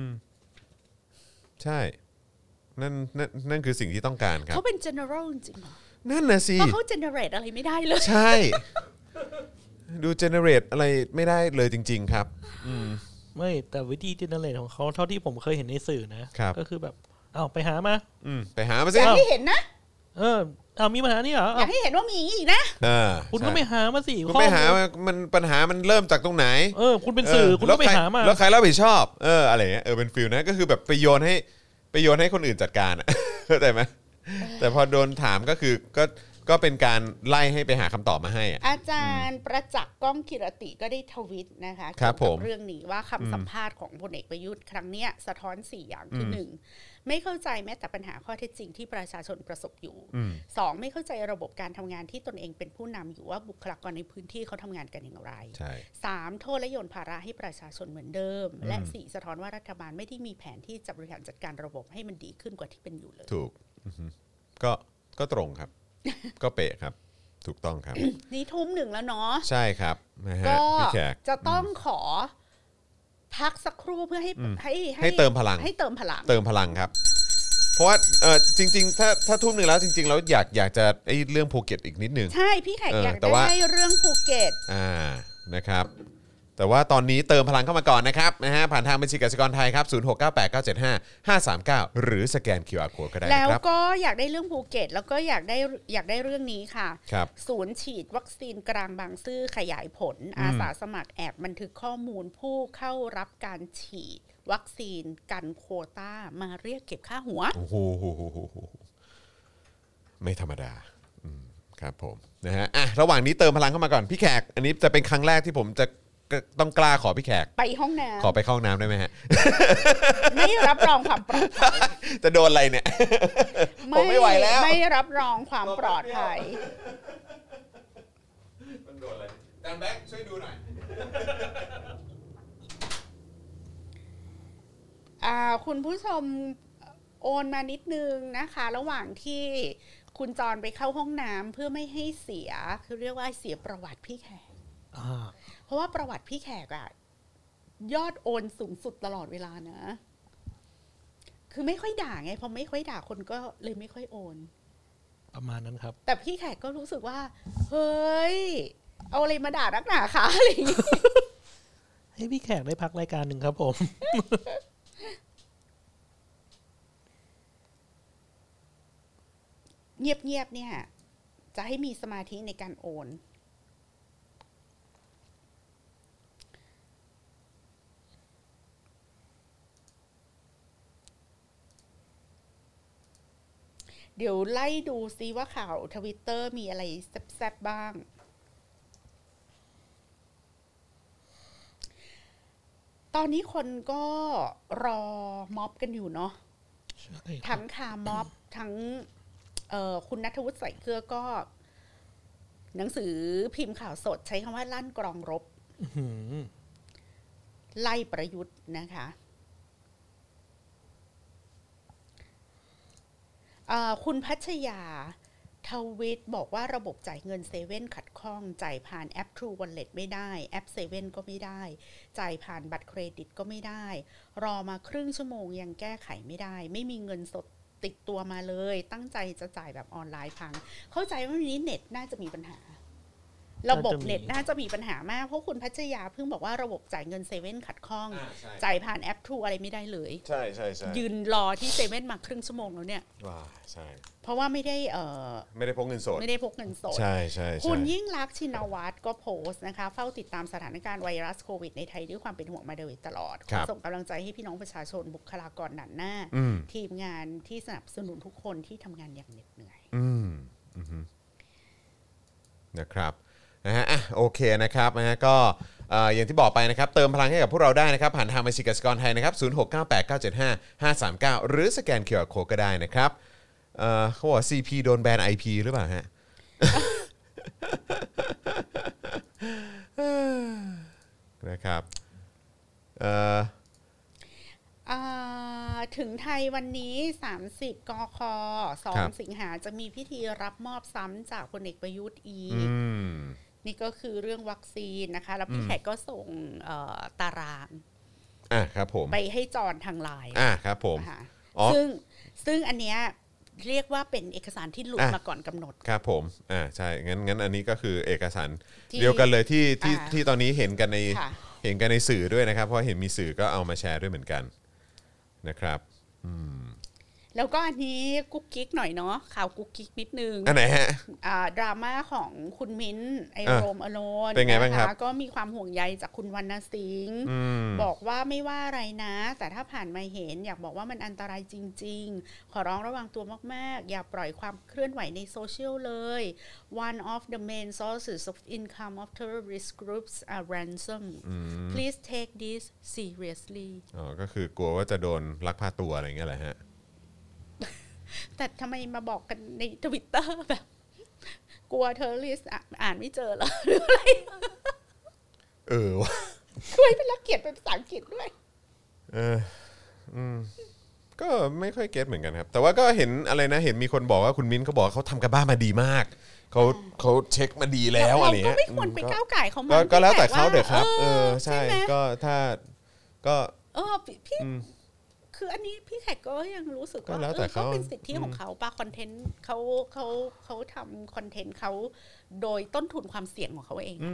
ใช่นั่นนั่นนั่นคือสิ่งที่ต้องการครับเขาเป็น general จริงๆเหรอนั่นน่ะสิเพราะเขา generate อะไรไม่ได้เลยใช่ดู generate อะไรไม่ได้เลยจริงๆครับไม่แต่วิธี generate ของเขาเท่าที่ผมเคยเห็นในสื่อนะก็คือแบบเอาไปหามาอืมไปหามาสิอยากให้เห็นนะเออเอามีปัญหานี่เหรออยากให้เห็นว่ามีอีกนะคุณก็ไปหามาสิคุณไปหามันปัญหามันเริ่มจากตรงไหนเออคุณเป็นสื่อคุณก็ไปหามาแล้วใครรับผิดชอบเอออะไรเงี้ยเออเป็นฟิลนะก็คือแบบไปโยนให้ไปโยนให้คนอื่นจัดการอ่ะเข้าใจไหมแต่พอโดนถามก็คือก็ก็เป็นการไล่ให้ไปหาคำตอบมาให้อาจารย์ประจักษ์ก้องกิรติก็ได้ทวิตนะคะเกี่ยวกับเรื่องนี้ว่าคำสัมภาษณ์ของพลเอกประยุทธ์ครั้งนี้สะท้อนสี่อย่างคือหนึ่งไม่เข้าใจแม้แต่ปัญหาข้อเท็จจริงที่ประชาชนประสบอยู่สองไม่เข้าใจระบบการทำงานที่ตนเองเป็นผู้นำอยู่ว่าบุคลากรในพื้นที่เขาทำงานกันอย่างไรสามโทษและโยนภาระให้ประชาชนเหมือนเดิมและสี่สะท้อนว่ารัฐบาลไม่ได้มีแผนที่จะบริหารจัดการระบบให้มันดีขึ้นกว่าที่เป็นอยู่เลยถูกก็ก็ตรงครับก็เป๊ะครับถูกต้องครับนี่ทุ่มหนึ่งแล้วเนาะใช่ครับนะฮะพี่แขกจะต้องขอพักสักครู่เพื่อให้ให้ให้เติมพลังให้เติมพลังเติมพลังครับเพราะว่าเออจริงๆถ้าถ้าทุ่มหนึ่งแล้วจริงๆแล้วอยากอยากจะไอ้เรื่องภูเก็ตอีกนิดนึงใช่พี่แขกอยากได้เรื่องภูเก็ตอ่านะครับแต่ว่าตอนนี้เติมพลังเข้ามาก่อนนะครับนะฮะผ่านทางบัญชีกสิกรไทยครับศูนย์ หก เก้า แปด เก้า เจ็ด ห้า ห้า สาม เก้าหรือสแกน คิว อาร์ Code ก็ได้แล้วนะครับก็อยากได้เรื่องภูเก็ตแล้วก็อยากได้อยากได้เรื่องนี้ค่ะครับศูนย์ฉีดวัคซีนกลางบางซื่อขยายผลอาสาสมัครแอบบันทึกข้อมูลผู้เข้ารับการฉีดวัคซีนกันโควต้ามาเรียกเก็บค่าหัวโอ้โหไม่ธรรมดาครับผมนะฮะอ่ะระหว่างนี้เติมพลังเข้ามาก่อนพี่แขกอันนี้จะเป็นครั้งแรกที่ผมจะต้องกล้าขอพี่แขกไปห้องน้ำขอไปเข้าห้องน้ำได้ไหมฮะไม่รับรองความปลอดภัยจะโดนอะไรเนี่ยผมไม่ไหวแล้วไม่รับรองความปลอดภัยมันโดนอะไรดันแบงค์ช่วยดูหน่อยอ่าคุณผู้ชมโอนมานิดนึงนะคะระหว่างที่คุณจรไปเข้าห้องน้ำเพื่อไม่ให้เสียคือเรียกว่าเสียประวัติพี่แขกเพราะว่าประวัติพี่แขกอะยอดโอนสูงสุดตลอดเวลานะคือไม่ค่อยด่าไงพอไม่ค่อยด่าคนก็เลยไม่ค่อยโอนประมาณนั้นครับแต่พี่แขกก็รู้สึกว่าเฮ้ยเอาอะไรมาด่านักหนาคะอะไรอย่างงี้ให้พี่แขกได้พักรายการหนึ่งครับผมเงียบๆเนี่ยจะให้มีสมาธิในการโอนเดี๋ยวไล่ดูซิว่าข่าว Twitter มีอะไรแซ่บๆบ้างตอนนี้คนก็รอม็อบกันอยู่เนาะทั้งคาม็อบทั้งคุณณัฐวุฒิใส่เกลือก็หนังสือพิมพ์ข่าวสดใช้คำว่าลั่นกรองรบไล่ประยุทธ์นะคะคุณพัชยาทวิตบอกว่าระบบจ่ายเงินเซเว่นขัดข้องจ่ายผ่านแอป True Wallet ไม่ได้แอปเซเว่นก็ไม่ได้จ่ายผ่านบัตรเครดิตก็ไม่ได้รอมาครึ่งชั่วโมงยังแก้ไขไม่ได้ไม่มีเงินสดติดตัวมาเลยตั้งใจจะจ่ายแบบออนไลน์พังเข้าใจว่าวันนี้เน็ตน่าจะมีปัญหาระบบเน็ตน่าจะมีปัญหามากเพราะคุณพัชยาเพิ่งบอกว่าระบบจ่ายเงินเซเว่นขัดข้องจ่ายผ่านแอป True อะไรไม่ได้เลยใช่ใช่ใช่ยืนรอที่เซเว่นมาครึ่งชั่วโมงแล้วเนี่ยว้าใช่เพราะว่าไม่ได้เอ่อไม่ได้พกเงินสดไม่ได้พกเงินสดใช่ใช่คุณยิ่งลักษณ์ชินวัตรก็โพสต์นะคะเฝ้าติดตามสถานการณ์ไวรัสโควิดในไทยด้วยความเป็นห่วงมาโดยตลอดขอส่งกำลังใจให้พี่น้องประชาชนบุคลากรด่านหน้าทีมงานที่สนับสนุนทุกคนที่ทำงานอย่างเหน็ดเหนื่อยอืมนะครับนะฮะอ่ะโอเคนะครับนะฮะก็อย่างที่บอกไปนะครับเติมพลังให้กับพวกเราได้นะครับผ่านทางบัญชีกสิกรไทยนะครับศูนย์ หก เก้า แปด เก้า เจ็ด ห้า ห้า สาม เก้าหรือสแกน คิว อาร์ Code ก็ได้นะครับเอ่อเขาบอก ซี พี โดนแบน ไอ พี หรือเปล่าฮะ นะครับเอ่อถึงไทยวันนี้สามสิบกคสองสิงหาจะมีพิธีรับมอบซ้ำจากพลเอกประยุทธ์อีกนี่ก็คือเรื่องวัคซีนนะคะแล้วพี่แขกก็ส่งตารางอ่ะครับผมไปให้จอนทางไลน์อ่ะครับผมซึ่งซึ่งอันเนี้ยเรียกว่าเป็นเอกสารที่หลุดมาก่อนกำหนดครับผมอ่าใช่งั้นงั้นอันนี้ก็คือเอกสารเดียวกันเลยที่ที่ที่ตอนนี้เห็นกันในเห็นกันในสื่อด้วยนะครับเพราะเห็นมีสื่อก็เอามาแชร์ด้วยเหมือนกันนะครับอืมแล้วก็อันนี้กุ๊กกิ๊กหน่อยเนาะข่าวกุ๊กกิ๊กนิดนึงอันไหนฮะอ่าดราม่าของคุณมิ้นไอโรมอโลนเป็นไงบ้างครับก็มีความห่วงใยจากคุณวรรณสิงห์บอกว่าไม่ว่าอะไรนะแต่ถ้าผ่านมาเห็นอยากบอกว่ามันอันตรายจริงๆขอร้องระวังตัวมากๆอย่าปล่อยความเคลื่อนไหวในโซเชียลเลย One of the main sources of income of terrorist groups are ransom please take this seriously อ๋อก็คือกลัวว่าจะโดนลักพาตัวอะไรอย่างเงี้ยแหละฮะแต่ทำไมมาบอกกันใน Twitter แบบกลัวเทอร์ริสอ่านไม่เจอหรอหรืออะไรเออวะช่วยเป็นรักเกียรติเป็นภาษาอังกฤษด้วยเอออืมก็ไม่ค่อยเก็ตเหมือนกันครับแต่ว่าก็เห็นอะไรนะเห็นมีคนบอกว่าคุณมิ้นเขาบอกเขาทำกันบ้านมาดีมากเขาเขาเช็คมาดีแล้วอะไรเงี้ยเราก็ไม่ควรไปก้าวไก่เขามาก็แล้วแต่เขาเดี๋ยวครับเออใช่ก็ถ้าก็เออพี่คืออันนี้พี่แขกก็ยังรู้สึกว่าก็เป็นสิทธิของเขาป่ะคอนเทนต์เขาเขาเขาทำคอนเทนต์เขาโดยต้นทุนความเสี่ยงของเขาเอง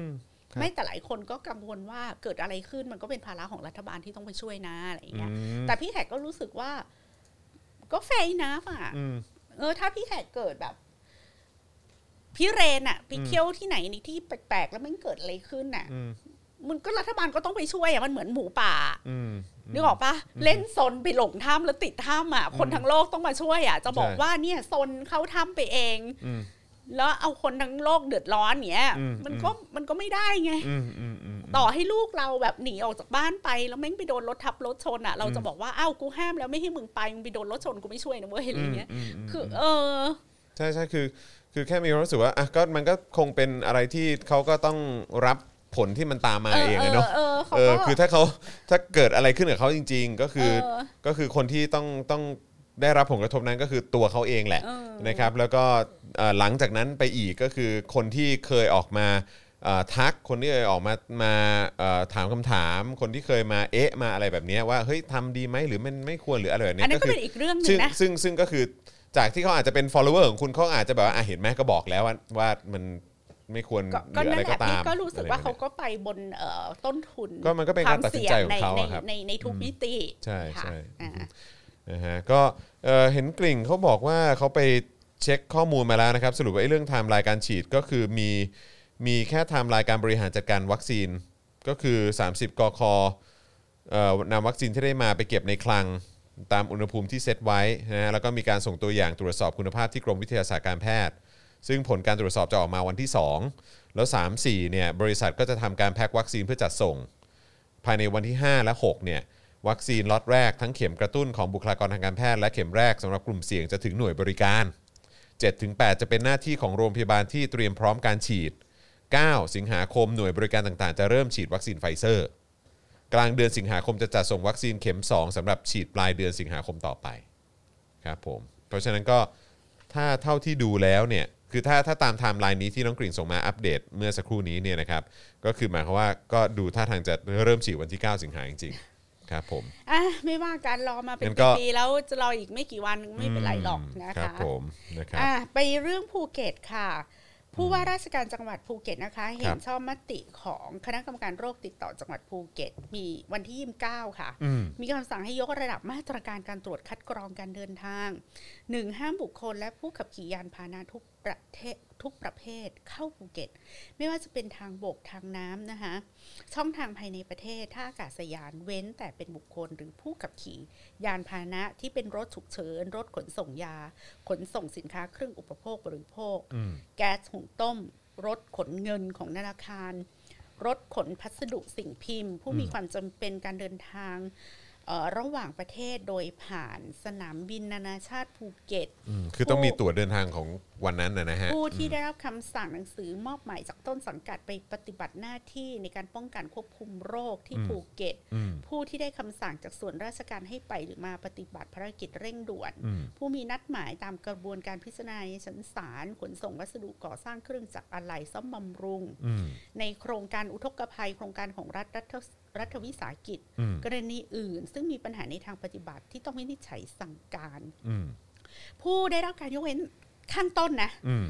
ไม่แต่หลายคนก็กังวลว่าเกิดอะไรขึ้นมันก็เป็นภาระของรัฐบาลที่ต้องไปช่วยนะอะไรอย่างเงี้ยแต่พี่แขกก็รู้สึกว่าก็แฟร์นะอ่ะเออถ้าพี่แขกเกิดแบบพี่เรนอะไปเที่ยวที่ไหนในที่แปลกๆแล้วมันเกิดอะไรขึ้นน่ะมันก็รัฐบาลก็ต้องไปช่วยอะมันเหมือนหมูป่านึกออกปะเล่นซนไปหลงถ้ำแล้วติดถ้ำอะคนทั้งโลกต้องมาช่วยอะจะบอกว่าเนี่ยซนเข้าถ้ำไปเองแล้วเอาคนทั้งโลกเดือดร้อนเนี้ยมันก็มันก็ไม่ได้ไงต่อให้ลูกเราแบบหนีออกจากบ้านไปแล้วแม่งไปโดนรถทับรถชนอะเราจะบอกว่าอ้าวกูห้ามแล้วไม่ให้มึงไปมึงไปโดนรถชนกูไม่ช่วยนะเว้ยอะไรเงี้ยคือเออใช่ใช่คือคือแค่มีความรู้สึกว่าอ่ะก็มันก็คงเป็นอะไรที่เขาก็ต้องรับผลที่มันตามมาเองเนาะเออคือถ้าเขาถ้าเกิดอะไรขึ้นกับเขาจริงๆก็คือก็คือคนที่ต้องต้องได้รับผลกระทบนั้นก็คือตัวเขาเองแหละนะครับแล้วก็หลังจากนั้นไปอีกก็คือคนที่เคยออกมาทักคนที่เคยออกมามาถามคำถามคนที่เคยมาเอ๊ะมาอะไรแบบนี้ว่าเฮ้ยทำดีไหมหรือมันไม่ควรหรืออะไรแบบนี้อันนั้นก็เป็นอีกเรื่องนึงนะซึ่งซึ่งก็คือจากที่เขาอาจจะเป็น follower ของคุณเขาอาจจะแบบว่าเห็นไหมก็บอกแล้วว่าว่ามันไม่ควรหรืออะไรก็ตามก็รู้สึกว่าเขาก็ไปบนต้นทุนก็มันก็เป็นการตัดสินใจของเขาครับในในทุกมิติใช่ใช่นะฮะก็เห็นกลิ่งเขาบอกว่าเขาไปเช็คข้อมูลมาแล้วนะครับสรุปว่าเรื่องไทม์ไลน์การฉีดก็คือมีมีแค่ไทม์ไลน์การบริหารจัดการวัคซีนก็คือสามสิบกค.นำวัคซีนที่ได้มาไปเก็บในคลังตามอุณหภูมิที่เซตไว้นะฮะแล้วก็มีการส่งตัวอย่างตรวจสอบคุณภาพที่กรมวิทยาศาสตร์การแพทย์ซึ่งผลการตรวจสอบจะออกมาวันที่สองแล้วสาม สี่เนี่ยบริษัทก็จะทำการแพ็ควัคซีนเพื่อจัดส่งภายในวันที่ห้าและหกเนี่ยวัคซีนล็อตแรกทั้งเข็มกระตุ้นของบุคลากรทางการแพทย์และเข็มแรกสำหรับกลุ่มเสี่ยงจะถึงหน่วยบริการ เจ็ดถึงแปด จะเป็นหน้าที่ของโรงพยาบาลที่เตรียมพร้อมการฉีด เก้า สิงหาคมหน่วยบริการต่างๆจะเริ่มฉีดวัคซีนไฟเซอร์กลางเดือนสิงหาคมจะจัดส่งวัคซีนเข็มสองสำหรับฉีดปลายเดือนสิงหาคมต่อไปครับผมเพราะฉะนั้นก็ถ้าเท่าที่ดูแล้วเนี่ยคือถ้าถ้าตามไทม์ไลน์นี้ที่น้องกริ่งส่งมาอัปเดตเมื่อสักครู่นี้เนี่ยนะครับก็คือหมายความว่าก็ดูท่าทางจะเริ่มฉีดวันที่เก้าสิงหาคมจริงๆครับผมอ่ะไม่ว่าการรอมาเป็นปีแล้วจะรออีกไม่กี่วันไม่เป็นไรหรอกนะคะครับผมนะครับอ่ะไปเรื่องภูเก็ตค่ะผู้ว่าราชการจังหวัดภูเก็ตนะคะเห็นชอบมติของคณะกรรมการโรคติดต่อจังหวัดภูเก็ตมีวันที่ยี่สิบเก้าค่ะมีคำสั่งให้ยกระดับมาตรการการตรวจคัดกรองการเดินทางหนึ่งห้ามบุคคลและผู้ขับขี่ยานพาหนะทุกประเทศทุกประเภทเข้าภูเก็ตไม่ว่าจะเป็นทางบกทางน้ำนะคะช่องทางภายในประเทศท่าอากาศยานเว้นแต่เป็นบุคคลหรือผู้ขับขี่ยานพาหนะที่เป็นรถฉุกเฉินรถขนส่งยาขนส่งสินค้าเครื่องอุปโภคบริโภคแก๊สหุงต้มรถขนเงินของธนาคารรถขนพัสดุสิ่งพิมพ์ผู้มีความจำเป็นการเดินทางระหว่างประเทศโดยผ่านสนามบินนานาชาติภูเก็ตคือต้องมีตั๋วเดินทางของวันนั้นนะฮะผู้ที่ได้รับคำสั่งหนังสือมอบหมายจากต้นสังกัดไปปฏิบัติหน้าที่ในการป้องกันควบคุมโรคที่ภูเก็ตผู้ที่ได้คำสั่งจากส่วนราชการให้ไปหรือมาปฏิบัติภารกิจเร่งด่วนผู้มีนัดหมายตามกระบวนการพิจารณาในชั้นศาลขนส่งวัสดุก่อสร้างเครื่องจักรอะไหล่ซ่อมบำรุงในโครงการอุทกภัยโครงการของรัฐรัฐรัฐวิสาหกิจกรณีอื่นซึ่งมีปัญหาในทางปฏิบัติที่ต้องวินิจฉัยสั่งการผู้ได้รับการยกเว้นขั้นต้นนะ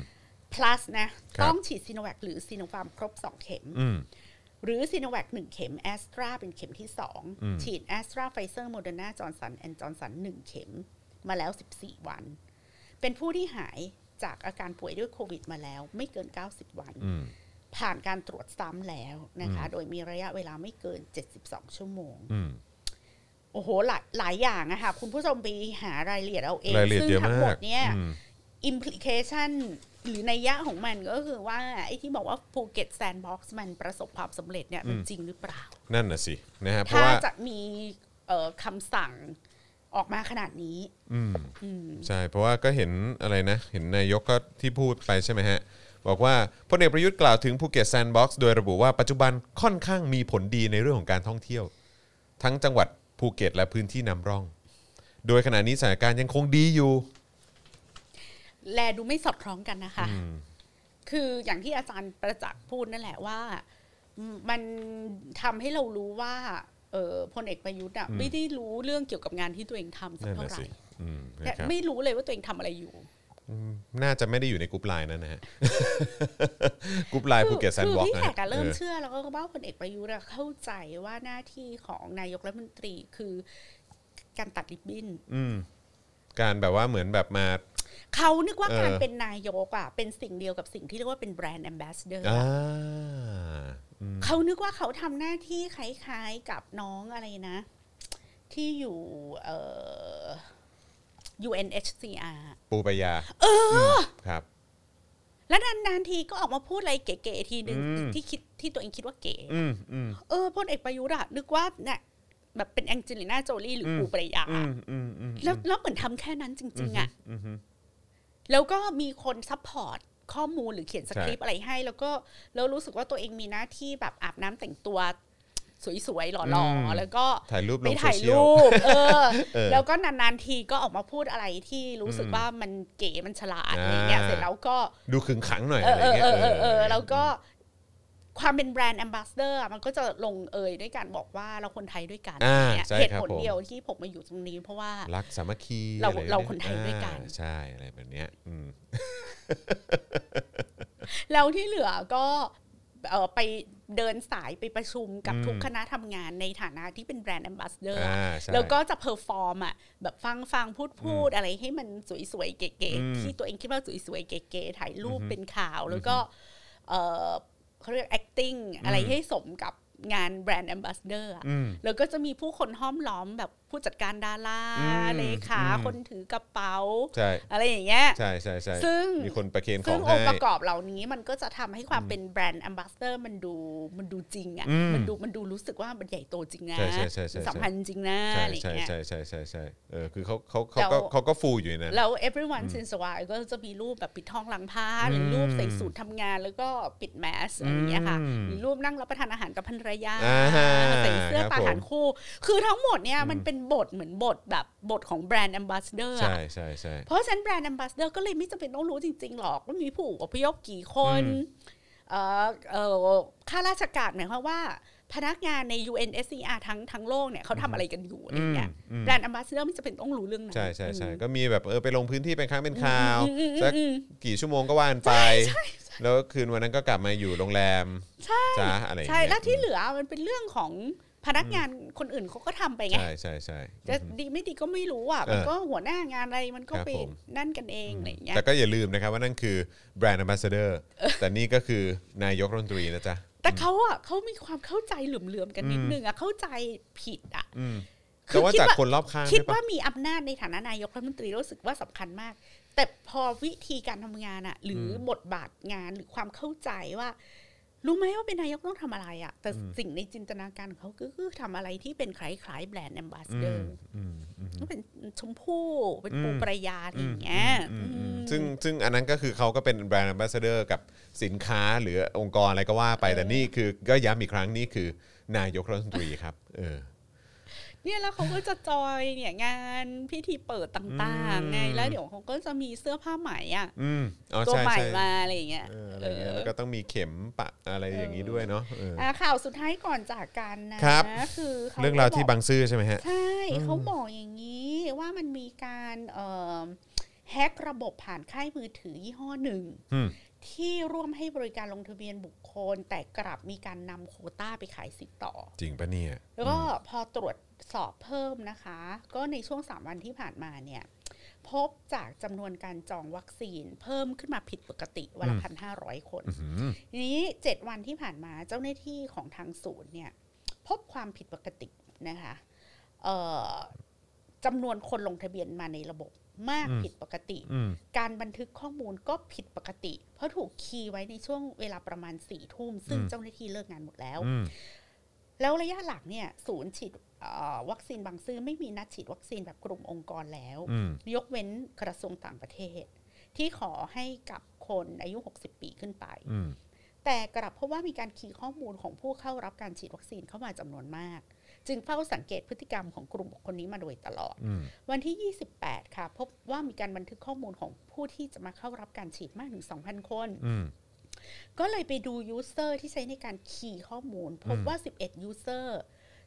plus นะต้องฉีดซีโนแวคหรือซีโนฟาร์มครบสองเข็มหรือซีโนแวคหนึ่งเข็มแอสตราเป็นเข็มที่สองฉีดแอสตราไฟเซอร์โมเดอร์นาจอร์นสันแอนด์จอร์นสันหนึ่งเข็มมาแล้วสิบสี่วันเป็นผู้ที่หายจากอาการป่วยด้วยโควิดมาแล้วไม่เกินเก้าสิบวันผ่านการตรวจซ้ำแล้วนะคะโดยมีระยะเวลาไม่เกินเจ็ดสิบสองชั่วโมงโอ้โหหลายหลายอย่างอะค่ะคุณผู้ชมไปหารายละเอียดเอาเองซึ่งทั้งหมดเนี้ย implication หรือนัยยะของมันก็คือว่าไอ้ที่บอกว่าภูเก็ตแซนด์บ็อกซ์มันประสบความสำเร็จเนี่ยมันจริงหรือเปล่านั่นน่ะสินะฮะเพราะว่าจะมีคำสั่งออกมาขนาดนี้ใช่เพราะว่าก็เห็นอะไรนะเห็นนายกก็ที่พูดไปใช่ไหมฮะบอกว่าพลเอกประยุทธ์กล่าวถึงภูเก็ตแซนด์บ็อกซ์โดยระบุว่าปัจจุบันค่อนข้างมีผลดีในเรื่องของการท่องเที่ยวทั้งจังหวัดภูเก็ตและพื้นที่นำร่องโดยขณะนี้สถานการณ์ยังคงดีอยู่แลดูไม่สอดคล้องกันนะคะคืออย่างที่อาจารย์ประจักษ์พูดนั่นแหละว่ามันทำให้เรารู้ว่าพลเอกประยุทธ์อ่ะไม่ได้รู้เรื่องเกี่ยวกับงานที่ตัวเองทำสักเท่าไหร่แต่ไม่รู้เลยว่าตัวเองทำอะไรอยู่น่าจะไม่ได้อยู่ในกรุ๊ปไลน์นั่นนะฮะ กรุ๊ปไลน์ภูเก็ตแซนด์บ็อกซ์คือพี่แขกอะนะเริ่มเชื่อแล้วก็ว่าพลเอกประยุทธ์เข้าใจว่าหน้าที่ของนายกรัฐมนตรีคือการตัดริบบิ้นการแบบว่าเหมือนแบบมาเขานึกว่าการเป็นนายกอ่ะเป็นสิ่งเดียวกับสิ่งที่เรียกว่าเป็นแบรนด์แอมบาสเดอร์เขานึกว่าเขาทำหน้าที่คล้ายๆกับน้องอะไรนะที่อยู่เอ่อ ยู เอ็น เอช ซี อาร์ปูปยาเออครับแล้วนานๆทีก็ออกมาพูดอะไรเก๋ๆทีนึงที่คิดที่ตัวเองคิดว่าเก๋เออพลเอกประยุทธ์อะนึกว่าเนี่ยแบบเป็นแองเจลิน่าโจลี่หรือปูปยาแล้วแล้วเหมือนทำแค่นั้นจริงๆอะแล้วก็มีคนซัพพอร์ตข้อมูลหรือเขียนสคริปต์อะไรให้แล้วก็แล้วรู้สึกว่าตัวเองมีหน้าที่แบบอาบน้ำแต่งตัวสวยๆหล่อๆแล้วก็ถ่ายรูปลงโซเชียลเออแล้วก็นานๆทีก็ออกมาพูดอะไรที่รู้สึกว่ามันเก๋มันฉลาดอะไรเงี้ยเสร็จแล้วก็ดูขึงขังหน่อยอะไรเงี้ยเออเออแล้วก็ความเป็นแบรนด์แอมบาสเดอร์มันก็จะลงเอยด้วยการบอกว่าเราคนไทยด้วยกันเนี่ยเหตุผลเดียวที่ผมมาอยู่ตรงนี้เพราะว่ารักสามัคคีเราเราคนไทยด้วยกันใช่อะไรแบบเนี้ยแล้วที่เหลือก็เออไปเดินสายไปประชุมกับทุกคณะทำงานในฐานะที่เป็นแบรนด์แอมบาสเดอร์แล้วก็จะเพอร์ฟอร์มอ่ะแบบฟังฟังพูดพูดอะไรให้มันสวยๆเก๋ๆที่ตัวเองคิดว่าสวยๆเก๋ๆถ่ายรูปเป็นข่าวแล้วก็เออเขาเรียก acting อะไรให้สมกับงานแบรนด์แอมบาสเดอร์แล้วก็จะมีผู้คนห้อมล้อมแบบผู้จัดการดาราเลขาคนถือกระเป๋าอะไรอย่างเงี้ยใช่ใช่ใช่ซึ่งมีคนประเคนของให้ซึ่งองค์ประกอบเหล่านี้มันก็จะทำให้ความเป็นแบรนด์แอมบาสเดอร์มันดูมันดูจริงอ่ะมันดูมันดูรู้สึกว่ามันใหญ่โตจริงนะสัมพันธ์จริงนะอะไรเงี้ยใช่ใช่ใช่ใช่เออคือเขาเขาเขาก็เขาก็ฟูอยู่นะแล้ว everyone since a while ก็จะมีรูปแบบปิดทองหลังพระหรือรูปใส่สูททำงานแล้วก็ปิดแมสอะไรอย่างเงี้ยค่ะหรือรูปนั่งรับประทานอาหารกับภรรยาใส่เสื้อตาหารคู่คือทั้งหมดเนี่ยมันเป็นบทเหมือนบทแบบบทของแบรนด์แอมบาสเดอร์ใช่ใช่ใช่เพราะฉะนั้นแบรนด์แอมบาสเดอร์ก็เลยไม่จำเป็นต้องรู้จริงๆหรอกว่ามีผู้อพยพกี่คนเอ่อเอ่อข้าราชการหมายความว่าพนักงานใน ยู เอ็น เอส ซี อาร์ ทั้งทั้งโลกเนี่ยเขาทำอะไรกันอยู่อะไรเงี้ยแบรนด์แอมบาสเดอร์ไม่จำเป็นต้องรู้เรื่องนั้นใช่ใช่ใช่ก็มีแบบเออไปลงพื้นที่เป็นครั้งเป็นคราวสักกี่ชั่วโมงก็ว่านไปแล้วคืนวันนั้นก็กลับมาอยู่โรงแรมจ้าอะไรใช่แล้วที่เหลือมันเป็นเรื่องของพนักงานคนอื่นเขาก็ทำไปไงใช่ใช่ใช่จะดีไม่ดีก็ไม่รู้อ่ะมันก็หัวหน้างานอะไรมันก็ไปนั่นกันเองอะไรอย่างเงี้ยแต่ก็อย่าลืมนะครับว่านั่นคือแบรนด์แอมบาสเดอร์แต่นี่ก็คือนายกรัฐมนตรีนะจ๊ะแต่เขาอ่ะเขามีความเข้าใจเหลื่อมๆกันนิดนึงอ่ะเข้าใจผิดอ่ะคือว่าจากคนรอบข้างคิดว่ามีอำนาจในฐานะนายกรัฐมนตรีรู้สึกว่าสำคัญมากแต่พอวิธีการทำงานอ่ะหรือบทบาทงานหรือความเข้าใจว่ารู้ไหมว่าเป็นนายกต้องทำอะไรอ่ะแต่สิ่งในจินตนาการของเขาก็คือทำอะไรที่เป็นคล้ายๆแบรนด์แอมบาสเดอร์ก็เป็นชมพู่เป็นปูปรายาอย่างเงี้ยซึ่งซึ่งอันนั้นก็คือเขาก็เป็นแบรนด์แอมบาสเดอร์กับสินค้าหรือองค์กรอะไรก็ว่าไปแต่นี่คือก็ย้ำอีกครั้งนี่คือนายกรัฐมนตรีครับเออเนี่ยแล้วเขาก็จะจอยเนี่ยงานพิธีเปิดต่างๆไงแล้วเดี๋ยวเขาก็จะมีเสื้อผ้าไหมอ่ะตัวใหม่มาอะไรอย่างเงี้ยแล้วก็ต้องมีเข็มปะอะไรอย่างนี้ด้วยเนาะข่าวสุดท้ายก่อนจากกันนะคือเรื่องราวที่บางซื่อใช่ไหมฮะใช่เขาบอกอย่างนี้ว่ามันมีการแฮกระบบผ่านค่ายมือถือยี่ห้อหนึ่งที่ร่วมให้บริการลงทะเบียนบุคคลแต่กลับมีการนำโควต้าไปขายสิทธิ์ต่อจริงปะเนี่ยแล้วก็พอตรวจสอบเพิ่มนะคะก็ในช่วงสามวันที่ผ่านมาเนี่ยพบจากจำนวนการจองวัคซีนเพิ่มขึ้นมาผิดปกติวันละ หนึ่งพันห้าร้อย คนทีนี้เจ็ดวันที่ผ่านมาเจ้าหน้าที่ของทางศูนย์เนี่ยพบความผิดปกตินะคะจำนวนคนลงทะเบียนมาในระบบมากผิดปกติการบันทึกข้อมูลก็ผิดปกติเพราะถูกคีย์ไว้ในช่วงเวลาประมาณสี่ทุ่มซึ่งเจ้าหน้าที่เลิกงานหมดแล้วแล้วระยะหลังเนี่ยศูนย์ฉีดวัคซีนบางซื่อไม่มีนัดฉีดวัคซีนแบบกลุ่มองค์กรแล้วยกเว้นกระทรวงต่างประเทศที่ขอให้กับคนอายุหกสิบปีขึ้นไปแต่กลับเพราะว่ามีการคีย์ข้อมูลของผู้เข้ารับการฉีดวัคซีนเข้ามาจำนวนมากจึงเฝ้าสังเกตพฤติกรรมของกลุ่มบุคคลนี้มาโดยตลอดวันที่ยี่สิบแปดค่ะพบว่ามีการบันทึกข้อมูลของผู้ที่จะมาเข้ารับการฉีดมากถึง สองพัน คนก็เลยไปดูยูเซอร์ที่ใช้ในการคีย์ข้อมูลพบว่าสิบเอ็ดยูเซอร์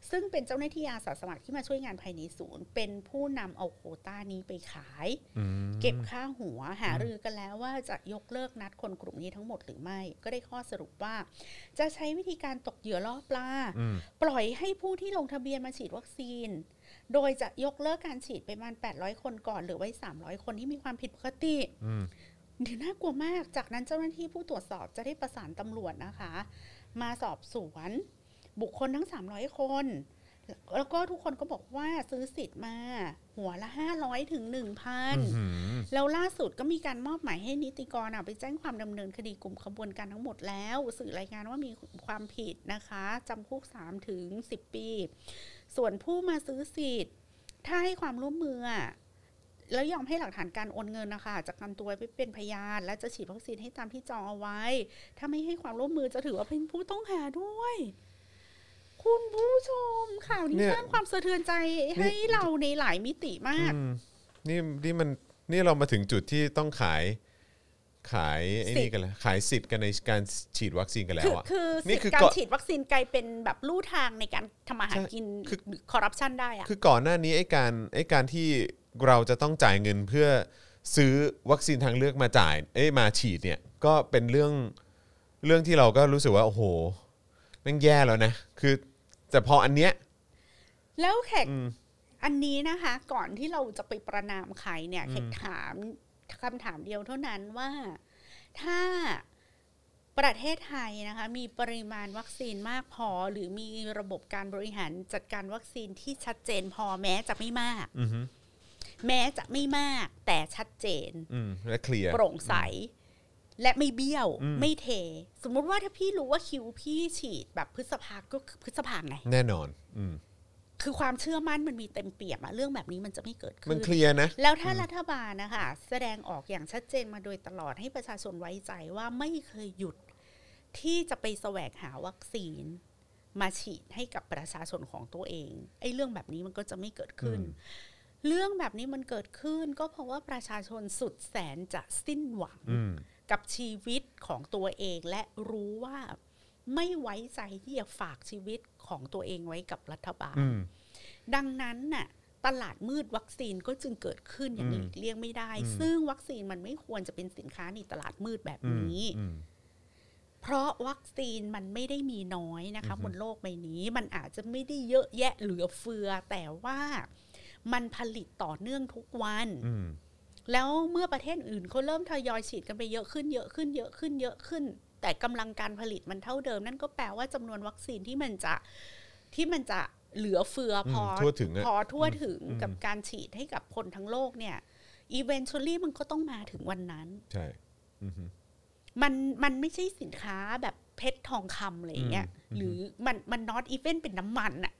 ซึ่งเป็นเจ้าหน้าที่อาสาสมัครที่มาช่วยงานภายในศูนย์เป็นผู้นำเอาโควต้านี้ไปขายเก็บค่าหัวหารือกันแล้วว่าจะยกเลิกนัดคนกลุ่มนี้ทั้งหมดหรือไม่ก็ได้ข้อสรุปว่าจะใช้วิธีการตกเหยื่อล่อปลาปล่อยให้ผู้ที่ลงทะเบียนมาฉีดวัคซีนโดยจะยกเลิกการฉีดไปประมาณแปดร้อยคนก่อนเหลือไว้สามร้อยคนที่มีความผิดปกติเดี๋ยวน่ากลัวมากจากนั้นเจ้าหน้าที่ผู้ตรวจสอบจะได้ประสานตำรวจนะคะมาสอบสวนบุคคลทั้งสามร้อยคนแล้วก็ทุกคนก็บอกว่าซื้อสิทธิ์มาหัวละห้าร้อยถึง หนึ่งพัน แล้วล่าสุดก็มีการมอบหมายให้นิติกรไปแจ้งความดำเนินคดีกลุ่มขบวนการทั้งหมดแล้วสื่อรายงานว่ามีความผิดนะคะจำคุก สามถึงสิบ ปีส่วนผู้มาซื้อสิทธิ์ถ้าให้ความร่วมมือแล้วยอมให้หลักฐานการโอนเงินนะคะจากกันตัวไปเป็นพยานและจะฉีดวัคซีนให้ตามที่จองเอาไว้ถ้าไม่ให้ความร่วมมือจะถือว่าเป็นผู้ต้องหาด้วยคุณผู้ชมข่าวนี้สร้างความสะเทือนใจให้เราในหลายมิติมากนี่นี่มันนี่เรามาถึงจุดที่ต้องขายขายไอ้นี่กันแล้วขายสิทธิ์กันในการฉีดวัคซีนกันแล้วอ่ะคือนี่คือการฉีดวัคซีนกลายเป็นแบบลู่ทางในการทำมาหากินหรือคอร์รัปชันได้อ่ะคือก่อนหน้านี้ไอ้การไอ้การที่เราจะต้องจ่ายเงินเพื่อซื้อวัคซีนทางเลือกมาจ่ายเอ้ยมาฉีดเนี่ยก็เป็นเรื่องเรื่องที่เราก็รู้สึกว่าโอ้โหแม่งแย่แล้วนะคือแต่พออันเนี้ยแล้วแขกอันนี้นะคะก่อนที่เราจะไปประนามใครเนี่ยแขกถามคำถามเดียวเท่านั้นว่าถ้าประเทศไทยนะคะมีปริมาณวัคซีนมากพอหรือมีระบบการบริหารจัดการวัคซีนที่ชัดเจนพอแม้จะไม่มากแม้จะไม่มากแต่ชัดเจนและเคลียร์โปร่งใสและไม่เบี้ยวไม่เทสมมุติว่าถ้าพี่รู้ว่าคิวพี่ฉีดแบบพฤษภาก็พฤษภาไงแน่นอนคือความเชื่อมั่นมันมีเต็มเปี่ยมอะเรื่องแบบนี้มันจะไม่เกิดขึ้นมันเคลียร์นะแล้วถ้ารัฐบาลนะคะแสดงออกอย่างชัดเจนมาโดยตลอดให้ประชาชนไว้ใจว่าไม่เคยหยุดที่จะไปแสวงหาวัคซีนมาฉีดให้กับประชาชนของตัวเองไอ้เรื่องแบบนี้มันก็จะไม่เกิดขึ้นเรื่องแบบนี้มันเกิดขึ้นก็เพราะว่าประชาชนสุดแสนจะสิ้นหวังกับชีวิตของตัวเองและรู้ว่าไม่ไว้ใจที่จะฝากชีวิตของตัวเองไว้กับรัฐบาลดังนั้นน่ะตลาดมืดวัคซีนก็จึงเกิดขึ้นอย่างหลีกเลี่ยงไม่ได้ซึ่งวัคซีนมันไม่ควรจะเป็นสินค้าในตลาดมืดแบบนี้เพราะวัคซีนมันไม่ได้มีน้อยนะคะบนโลกใบนี้มันอาจจะไม่ได้เยอะแยะเหลือเฟือแต่ว่ามันผลิตต่อเนื่องทุกวันแล้วเมื่อประเทศอื่นเขาเริ่มทยอยฉีดกันไปเยอะขึ้นเยอะขึ้นเยอะขึ้นเยอะขึ้นแต่กำลังการผลิตมันเท่าเดิมนั่นก็แปลว่าจำนวนวัคซีนที่มันจะที่มันจะเหลือเฟือพอทั่วถึงพอทั่วถึงกับการฉีดให้กับคนทั้งโลกเนี่ย eventually มันก็ต้องมาถึงวันนั้นใช่มันมันไม่ใช่สินค้าแบบเพชรทองคำอะไรอย่างเงี้ยหรือมันมัน not even เป็นน้ำมันอะ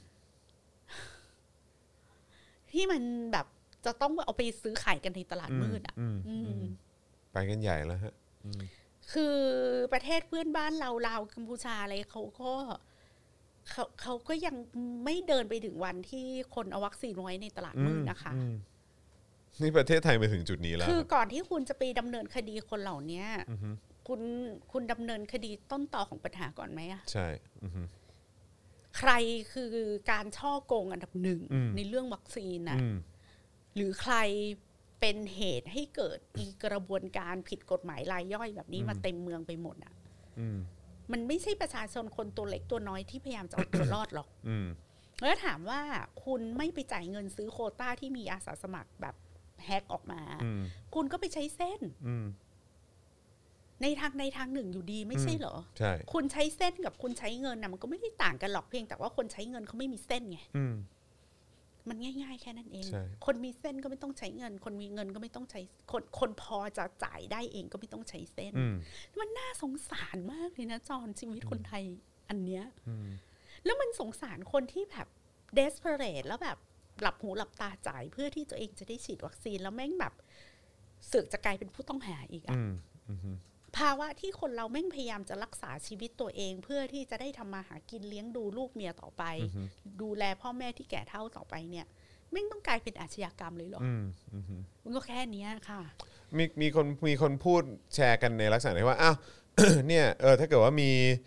ที่มันแบบจะต้องเอาไปซื้อขายกันในตลาดมืดอ่ะไปกันใหญ่แล้วฮะคือประเทศเพื่อนบ้านเราลาวกัมพูชาอะไรเขาก็เขาเขาก็ยังไม่เดินไปถึงวันที่คนเอาวัคซีนไว้ในตลาดมืดนะคะนี่ประเทศไทยมาถึงจุดนี้แล้วคือก่อนที่คุณจะไปดำเนินคดีคนเหล่านี้คุณคุณดำเนินคดีต้นตอของปัญหาก่อนไหมอ่ะใช่ใครคือการช่อโกงอันดับหนึ่งในเรื่องวัคซีนน่ะหรือใครเป็นเหตุให้เกิดอีกระบวนการผิดกฎหมายรายย่อยแบบนี้มาเต็มเมืองไปหมดอ่ะมันไม่ใช่ประชาชนคนตัวเล็กตัวน้อยที่พยายามจะเอาตัวรอดหรอกแล้วถามว่าคุณไม่ไปจ่ายเงินซื้อโควต้าที่มีอาสาสมัครแบบแฮกออกมาคุณก็ไปใช้เส้นในทางในทางหนึ่งอยู่ดีไม่ใช่เหรอใช่คุณใช้เส้นกับคุณใช้เงินนะมันก็ไม่ได้ต่างกันหรอกเพียงแต่ว่าคนใช้เงินเขาไม่มีเส้นไงมันง่ายๆแค่นั้นเองคนมีเส้นก็ไม่ต้องใช้เงินคนมีเงินก็ไม่ต้องใช้คนคนพอจะจ่ายได้เองก็ไม่ต้องใช้เส้นมันน่าสงสารมากเลยนะจอนชีวิตคนไทยอันเนี้ยแล้วมันสงสารคนที่แบบ desperate แล้วแบบหลับหูหลับตาจ่ายเพื่อที่ตัวเองจะได้ฉีดวัคซีนแล้วแม่งแบบเสือกจะกลายเป็นผู้ต้องหาอีกอ่ะภาวะที่คนเราแม่งพยายามจะรักษาชีวิตตัวเองเพื่อที่จะได้ทำมาหากินเลี้ยงดูลูกเมียต่อไปดูแลพ่อแม่ที่แก่เฒ่าต่อไปเนี่ยแม่งต้องกลายเป็นอาชญากรรมเลยเหรอมันก็แค่นี้ค่ะมีมีคนมีคนพูดแชร์กันในลักษณะที่ว่าอ้าว เนี่ยเออถ้าเกิดว่ามี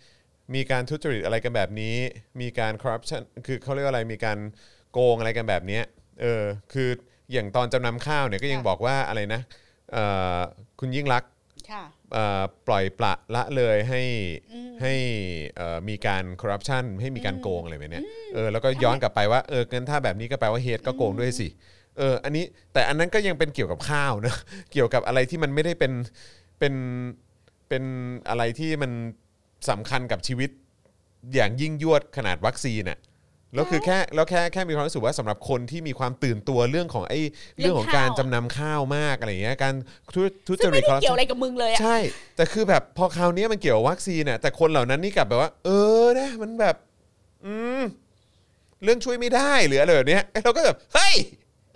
มีการทุจริตอะไรกันแบบนี้มีการคอร์รัปชันคือเขาเรียกว่าอะไรมีการโกงอะไรกันแบบนี้เออคืออย่างตอนจำนำข้าวเนี่ยก็ยังบอกว่าอะไรนะเอ่อคุณยิ่งลักษณ์เอ่อปล่อยปละละเลยให้ให้เอ่อมีการคอร์รัปชันให้มีการโกงอะไรแบบนี้เออแล้วก็ย้อนกลับไปว่าเอองั้นถ้าแบบนี้ก็แปลว่าเฮดก็โกงด้วยสิเอออันนี้แต่อันนั้นก็ยังเป็นเกี่ยวกับข้าวนะเกี่ยวกับอะไรที่มันไม่ได้เป็นเป็นเป็นอะไรที่มันสำคัญกับชีวิตอย่างยิ่งยวดขนาดวัคซีนน่ะแล้วคือแค่แล้วแค่แค่มีความรู้สึกว่าสำหรับคนที่มีความตื่นตัวเรื่องของไอ้เรื่องของการจำนำข้าวมากอะไรอย่างเงี้ยการทุจริตคอร์รัปชันไม่ได้เกี่ยวอะไรกับมึงเลยอ่ะใช่แต่คือแบบพอคราวนี้มันเกี่ยวกับวัคซีนน่ะแต่คนเหล่านั้นนี่กลับแบบว่าเออนะมันแบบอืมเรื่องช่วยไม่ได้หรืออะไรแบบเนี้ยเราก็แบบเฮ้ย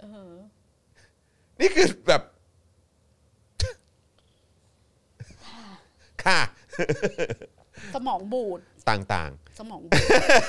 นี่คือแบบค่ะสมองบูดต่างๆสมองบูด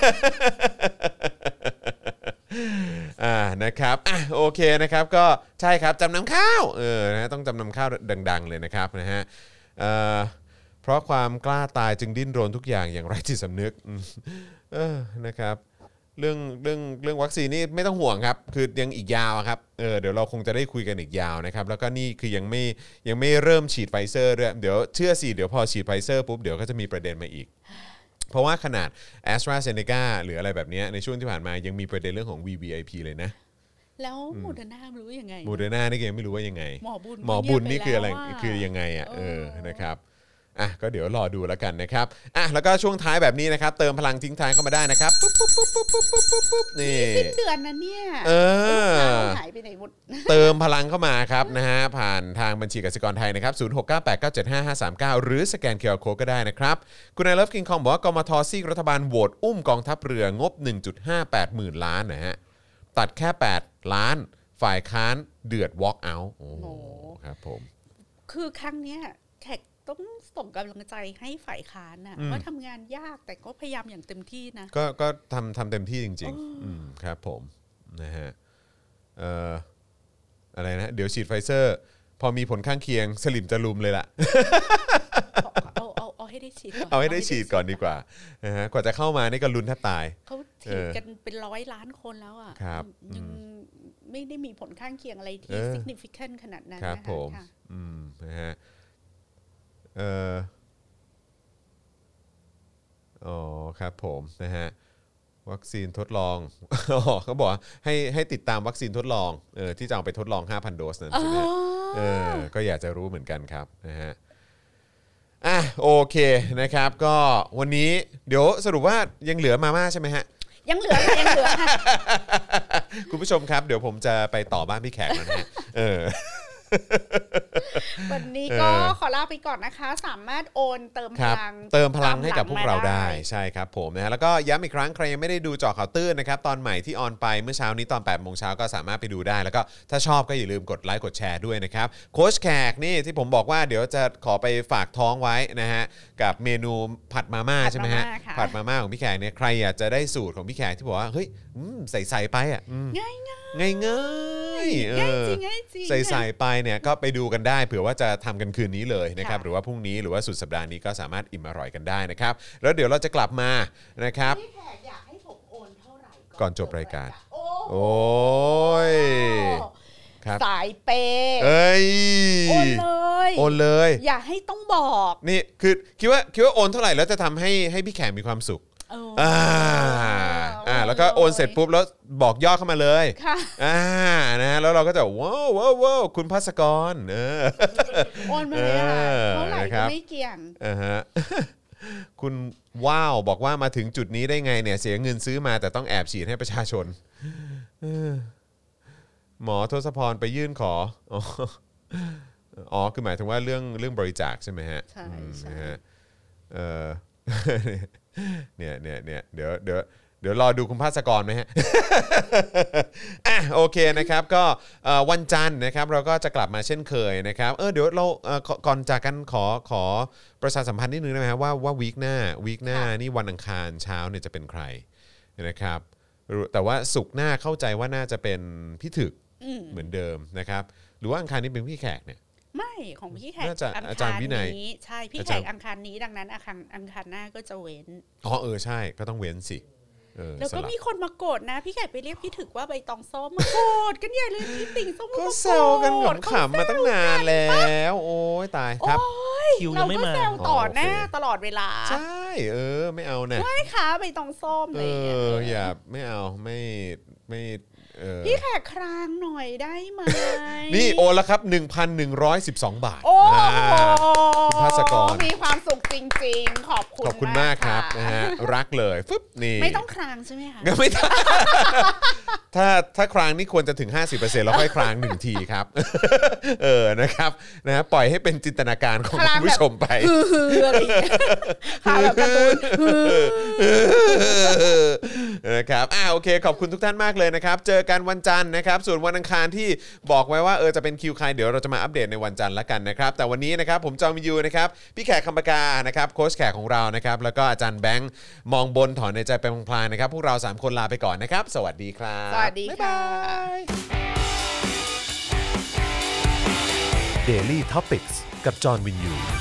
อ่านะครับอ่ะโอเคนะครับก็ใช่ครับจำนำข้าวเออนะต้องจำนำข้าวดังๆเลยนะครับนะฮะเอ่อเพราะความกล้าตายจึงดิ้นรนทุกอย่างอย่างไร้จิตสำนึกเออนะครับเรื่องเรื่องเรื่องวัคซีนนี่ไม่ต้องห่วงครับคือยังอีกยาวครับเออเดี๋ยวเราคงจะได้คุยกันอีกยาวนะครับแล้วก็นี่คือยังไม่ยังไม่เริ่มฉีดไฟเซอร์ด้วยเดี๋ยวเชื่อสิเดี๋ยวพอฉีดไฟเซอร์ปุ๊บเดี๋ยวก็จะมีประเด็นมาอีกเพราะว่าขนาด AstraZeneca หรืออะไรแบบนี้ในช่วงที่ผ่านมายังมีประเด็นเรื่องของ วี วี ไอ พี เลยนะแล้วโมเดอร์นาไม่รู้ยังไงโมเดอร์นานี่ยังไม่รู้ว่ายังไงหมอบุญหมอบุญนี่คืออะไรคือยังไงอ่ะเออนะครับอ่ะก็เดี๋ยวรอดูแล้วกันนะครับอ่ะแล้วก็ช่วงท้ายแบบนี้นะครับเติมพลังทิ้งท้ายเข้ามาได้นะครับปุ๊บปุ๊บปุ๊บปุ๊บปุ๊บปุ๊บปุ๊บปุ๊บนี่สิ้นเดือนนะเนี่ยเออหายไปไหนหมดเติมพลังเข้ามาครับนะฮะผ่านทางบัญชีกสิกรไทยนะครับศูนย์ หก เก้า แปด เก้า เจ็ด ห้า ห้า สาม เก้าหรือสแกน คิว อาร์ Code ก็ได้นะครับคุณนายเลิฟคิงคองบอกว่ากมท.ซีกรัฐบาลโหวตอุ้มกองทัพเรืองบ หนึ่งจุดห้าแปด หมื่นล้านนะฮะตัดแค่แปดล้านฝ่ายค้านเดือด walk out โอ้ครับผมคือครั้งเนี้ยแขกต้องส่งกำลังใจให้ฝ่ายค้านนะว่าทำงานยากแต่ก็พยายามอย่างเต็มที่นะก็ก็ทำทำเต็มที่จริงๆอืมครับผมนะฮะเอ่ออะไรนะเดี๋ยวฉีดไฟเซอร์พอมีผลข้างเคียงสลิมจะลุมเลยล่ะเอาเอาเอาให้ได้ฉีดเอาให้ได้ฉีดก่อนดีกว่านะฮะกว่าจะเข้ามานี่ก็ลุ้นแทบตายเขาฉีดกันเป็นร้อยล้านคนแล้วอ่ะยังไม่ได้มีผลข้างเคียงอะไรที่ significant ขนาดนั้นนะครับผมอืมนะฮะเอ่ออ๋อครับผมนะฮะวัคซีนทดลองอ๋อเขาบอกให้ให้ติดตามวัคซีนทดลองเออที่จะเอาไปทดลอง ห้าพัน โดสนั้นใช่ไหมเออก็อยากจะรู้เหมือนกันครับนะฮะอ่ะโอเคนะครับก็วันนี้เดี๋ยวสรุปว่ายังเหลือมาม่าใช่ไหมฮะยังเหลือค่ะยังเหลือค่ะคุณผู้ชมครับเดี๋ยวผมจะไปต่อบ้านพี่แขกแล้วนะเออวันนี้ก็ขอลาไปก่อนนะคะสามารถโอนเติมพลังเติมพลังให้กับพวกเราได้ใช่ครับผมนะฮะแล้วก็ย้ำอีกครั้งใครยังไม่ได้ดูเจาะข่าวตื้นนะครับตอนใหม่ที่ออนไปเมื่อเช้านี้ตอน แปดโมงเช้าก็สามารถไปดูได้แล้วก็ถ้าชอบก็อย่าลืมกดไลค์กดแชร์ด้วยนะครับโค้ชแขกนี่ที่ผมบอกว่าเดี๋ยวจะขอไปฝากท้องไว้นะฮะกับเมนูผัดมาม่าใช่ไหมฮะผัดมาม่าของพี่แขกเนี่ยใครอยากจะได้สูตรของพี่แขกที่บอกว่าเฮ้ยใส่ใส่ไปอ่ะง่ายง่ายง่ายง่ายใส่ใส่ไปเนี่ยก็ไปดูกันได้เผื่อว่าจะทำกันคืนนี้เลยนะครับหรือว่าพรุ่งนี้หรือว่าสุดสัปดาห์นี้ก็สามารถอิ่มอร่อยกันได้นะครับแล้วเดี๋ยวเราจะกลับมานะครับพี่แขกอยากให้ผมโอนเท่าไหร่ก่อนจบรายการโอ้ยสายเปย์เอ้ยโอนเลยโอนเลยอย่าให้ต้องบอกนี่คือคิดว่าคิดว่าโอนเท่าไหร่แล้วจะทำให้ให้พี่แขกมีความสุขอ่าอ่าแล้วก็โอนเสร็จปุ๊บแล้วบอกยอดเข้ามาเลยค่ะอ่านะแล้วเราก็จะว้าวว้าวว้าวคุณภัสกรเออโอนมาเลยค่ะเท่าไหร่ก็ไม่เกี่ยงอ่าฮะคุณว้าวบอกว่ามาถึงจุดนี้ได้ไงเนี่ยเสียเงินซื้อมาแต่ต้องแอบฉีดให้ประชาชนหมอทศพรไปยื่นขออ๋อคือหมายถึงว่าเรื่องเรื่องบริจาคใช่ไหมฮะใช่ใช่เออเนี่ยเนี่ยเนี่ยเดี๋ยวเดี๋ยวเดี๋ยวรอดูคุณภาสกรไหมฮะ อ่ะโอเคนะครับก็วันจันทร์นะครับเราก็จะกลับมาเช่นเคยนะครับเออเดี๋ยวเราก่อนจากกันขอขอประชาสัมพันธ์นิดนึงได้ไหมครับว่าว่าวีคหน้าวีคหน้านี่วันอังคารเช้าเนี่ยจะเป็นใครนะครับแต่ว่าศุกร์หน้าเข้าใจว่าน่าจะเป็นพี่ถึกเหมือนเดิมนะครับหรือว่าอังคารนี้เป็นพี่แขกเนี่ยไม่ของพี่แขกน่าจะอังอาจารคารย์วินัยนี้ใช่พี่อาแขจารกย์อังคารนี้ดังนั้นอังคารอังคารหน้าก็จะเว้นอ๋อเออใช่ก็ต้องเว้นสิเออแล้วก็สบมีคนมาโกรธนะพี่แขกไปเรียกพี่ถึกว่าใบตองส้มมาโกรธกันใหญ่เลยพี่ติ่งส้มก็มาแซวกันขำๆมาตั้งนานแล้วโอ้ยตายครับคิวยัเรางไม่ก็มาแซวต่อหน้าอ๋อโอเคตลอดเวลาใช่เออไม่เอานะไม่ค่ะใบตองส้มเอเลยออย่าไม่เอาไม่ไม่เออพี่แขกครางหน่อยได้ไหมนี่โอนแล้วครับ หนึ่งพันหนึ่งร้อยสิบสอง บาทโอ้โหอ่าคุณภาสกรมีความสุขจริงๆ ขอบคุณขอบคุณมากครับนะฮะรักเลยฟึบนี่ไม่ต้องครางใช่ไหมคะก็ไม่ต้อง ถ้าถ้าครางนี่ควรจะถึง ห้าสิบเปอร์เซ็นต์ แล้วค่อยครางหนึ่งทีครับ เออนะครับนะฮะปล่อยให้เป็นจินตนาการของคุณผู้ชมไปฮืออะไรอย่างเงี้ยค่ะแบบการ์ตูนฮือนะครับอ่าโอเคขอบคุณทุกท่านมากเลยนะครับเจอกันวันจันทร์นะครับส่วนวันอังคารที่บอกไว้ว่าเออจะเป็นคิวใครเดี๋ยวเราจะมาอัปเดตในวันจันทร์ละกันนะครับแต่วันนี้นะครับผมจอมยูนะครับพี่แขกคำปากานะครับโค้ชแขกของเรานะครับแล้วก็อาจารย์แบงค์มองบนถอนในใจไปพลางๆนะครับพวกเราสามคนลาไปก่อนนะครับสวัสดีครับสวัสดีบ๊ายค่ะบาย Daily Topics กับจอห์นวินยู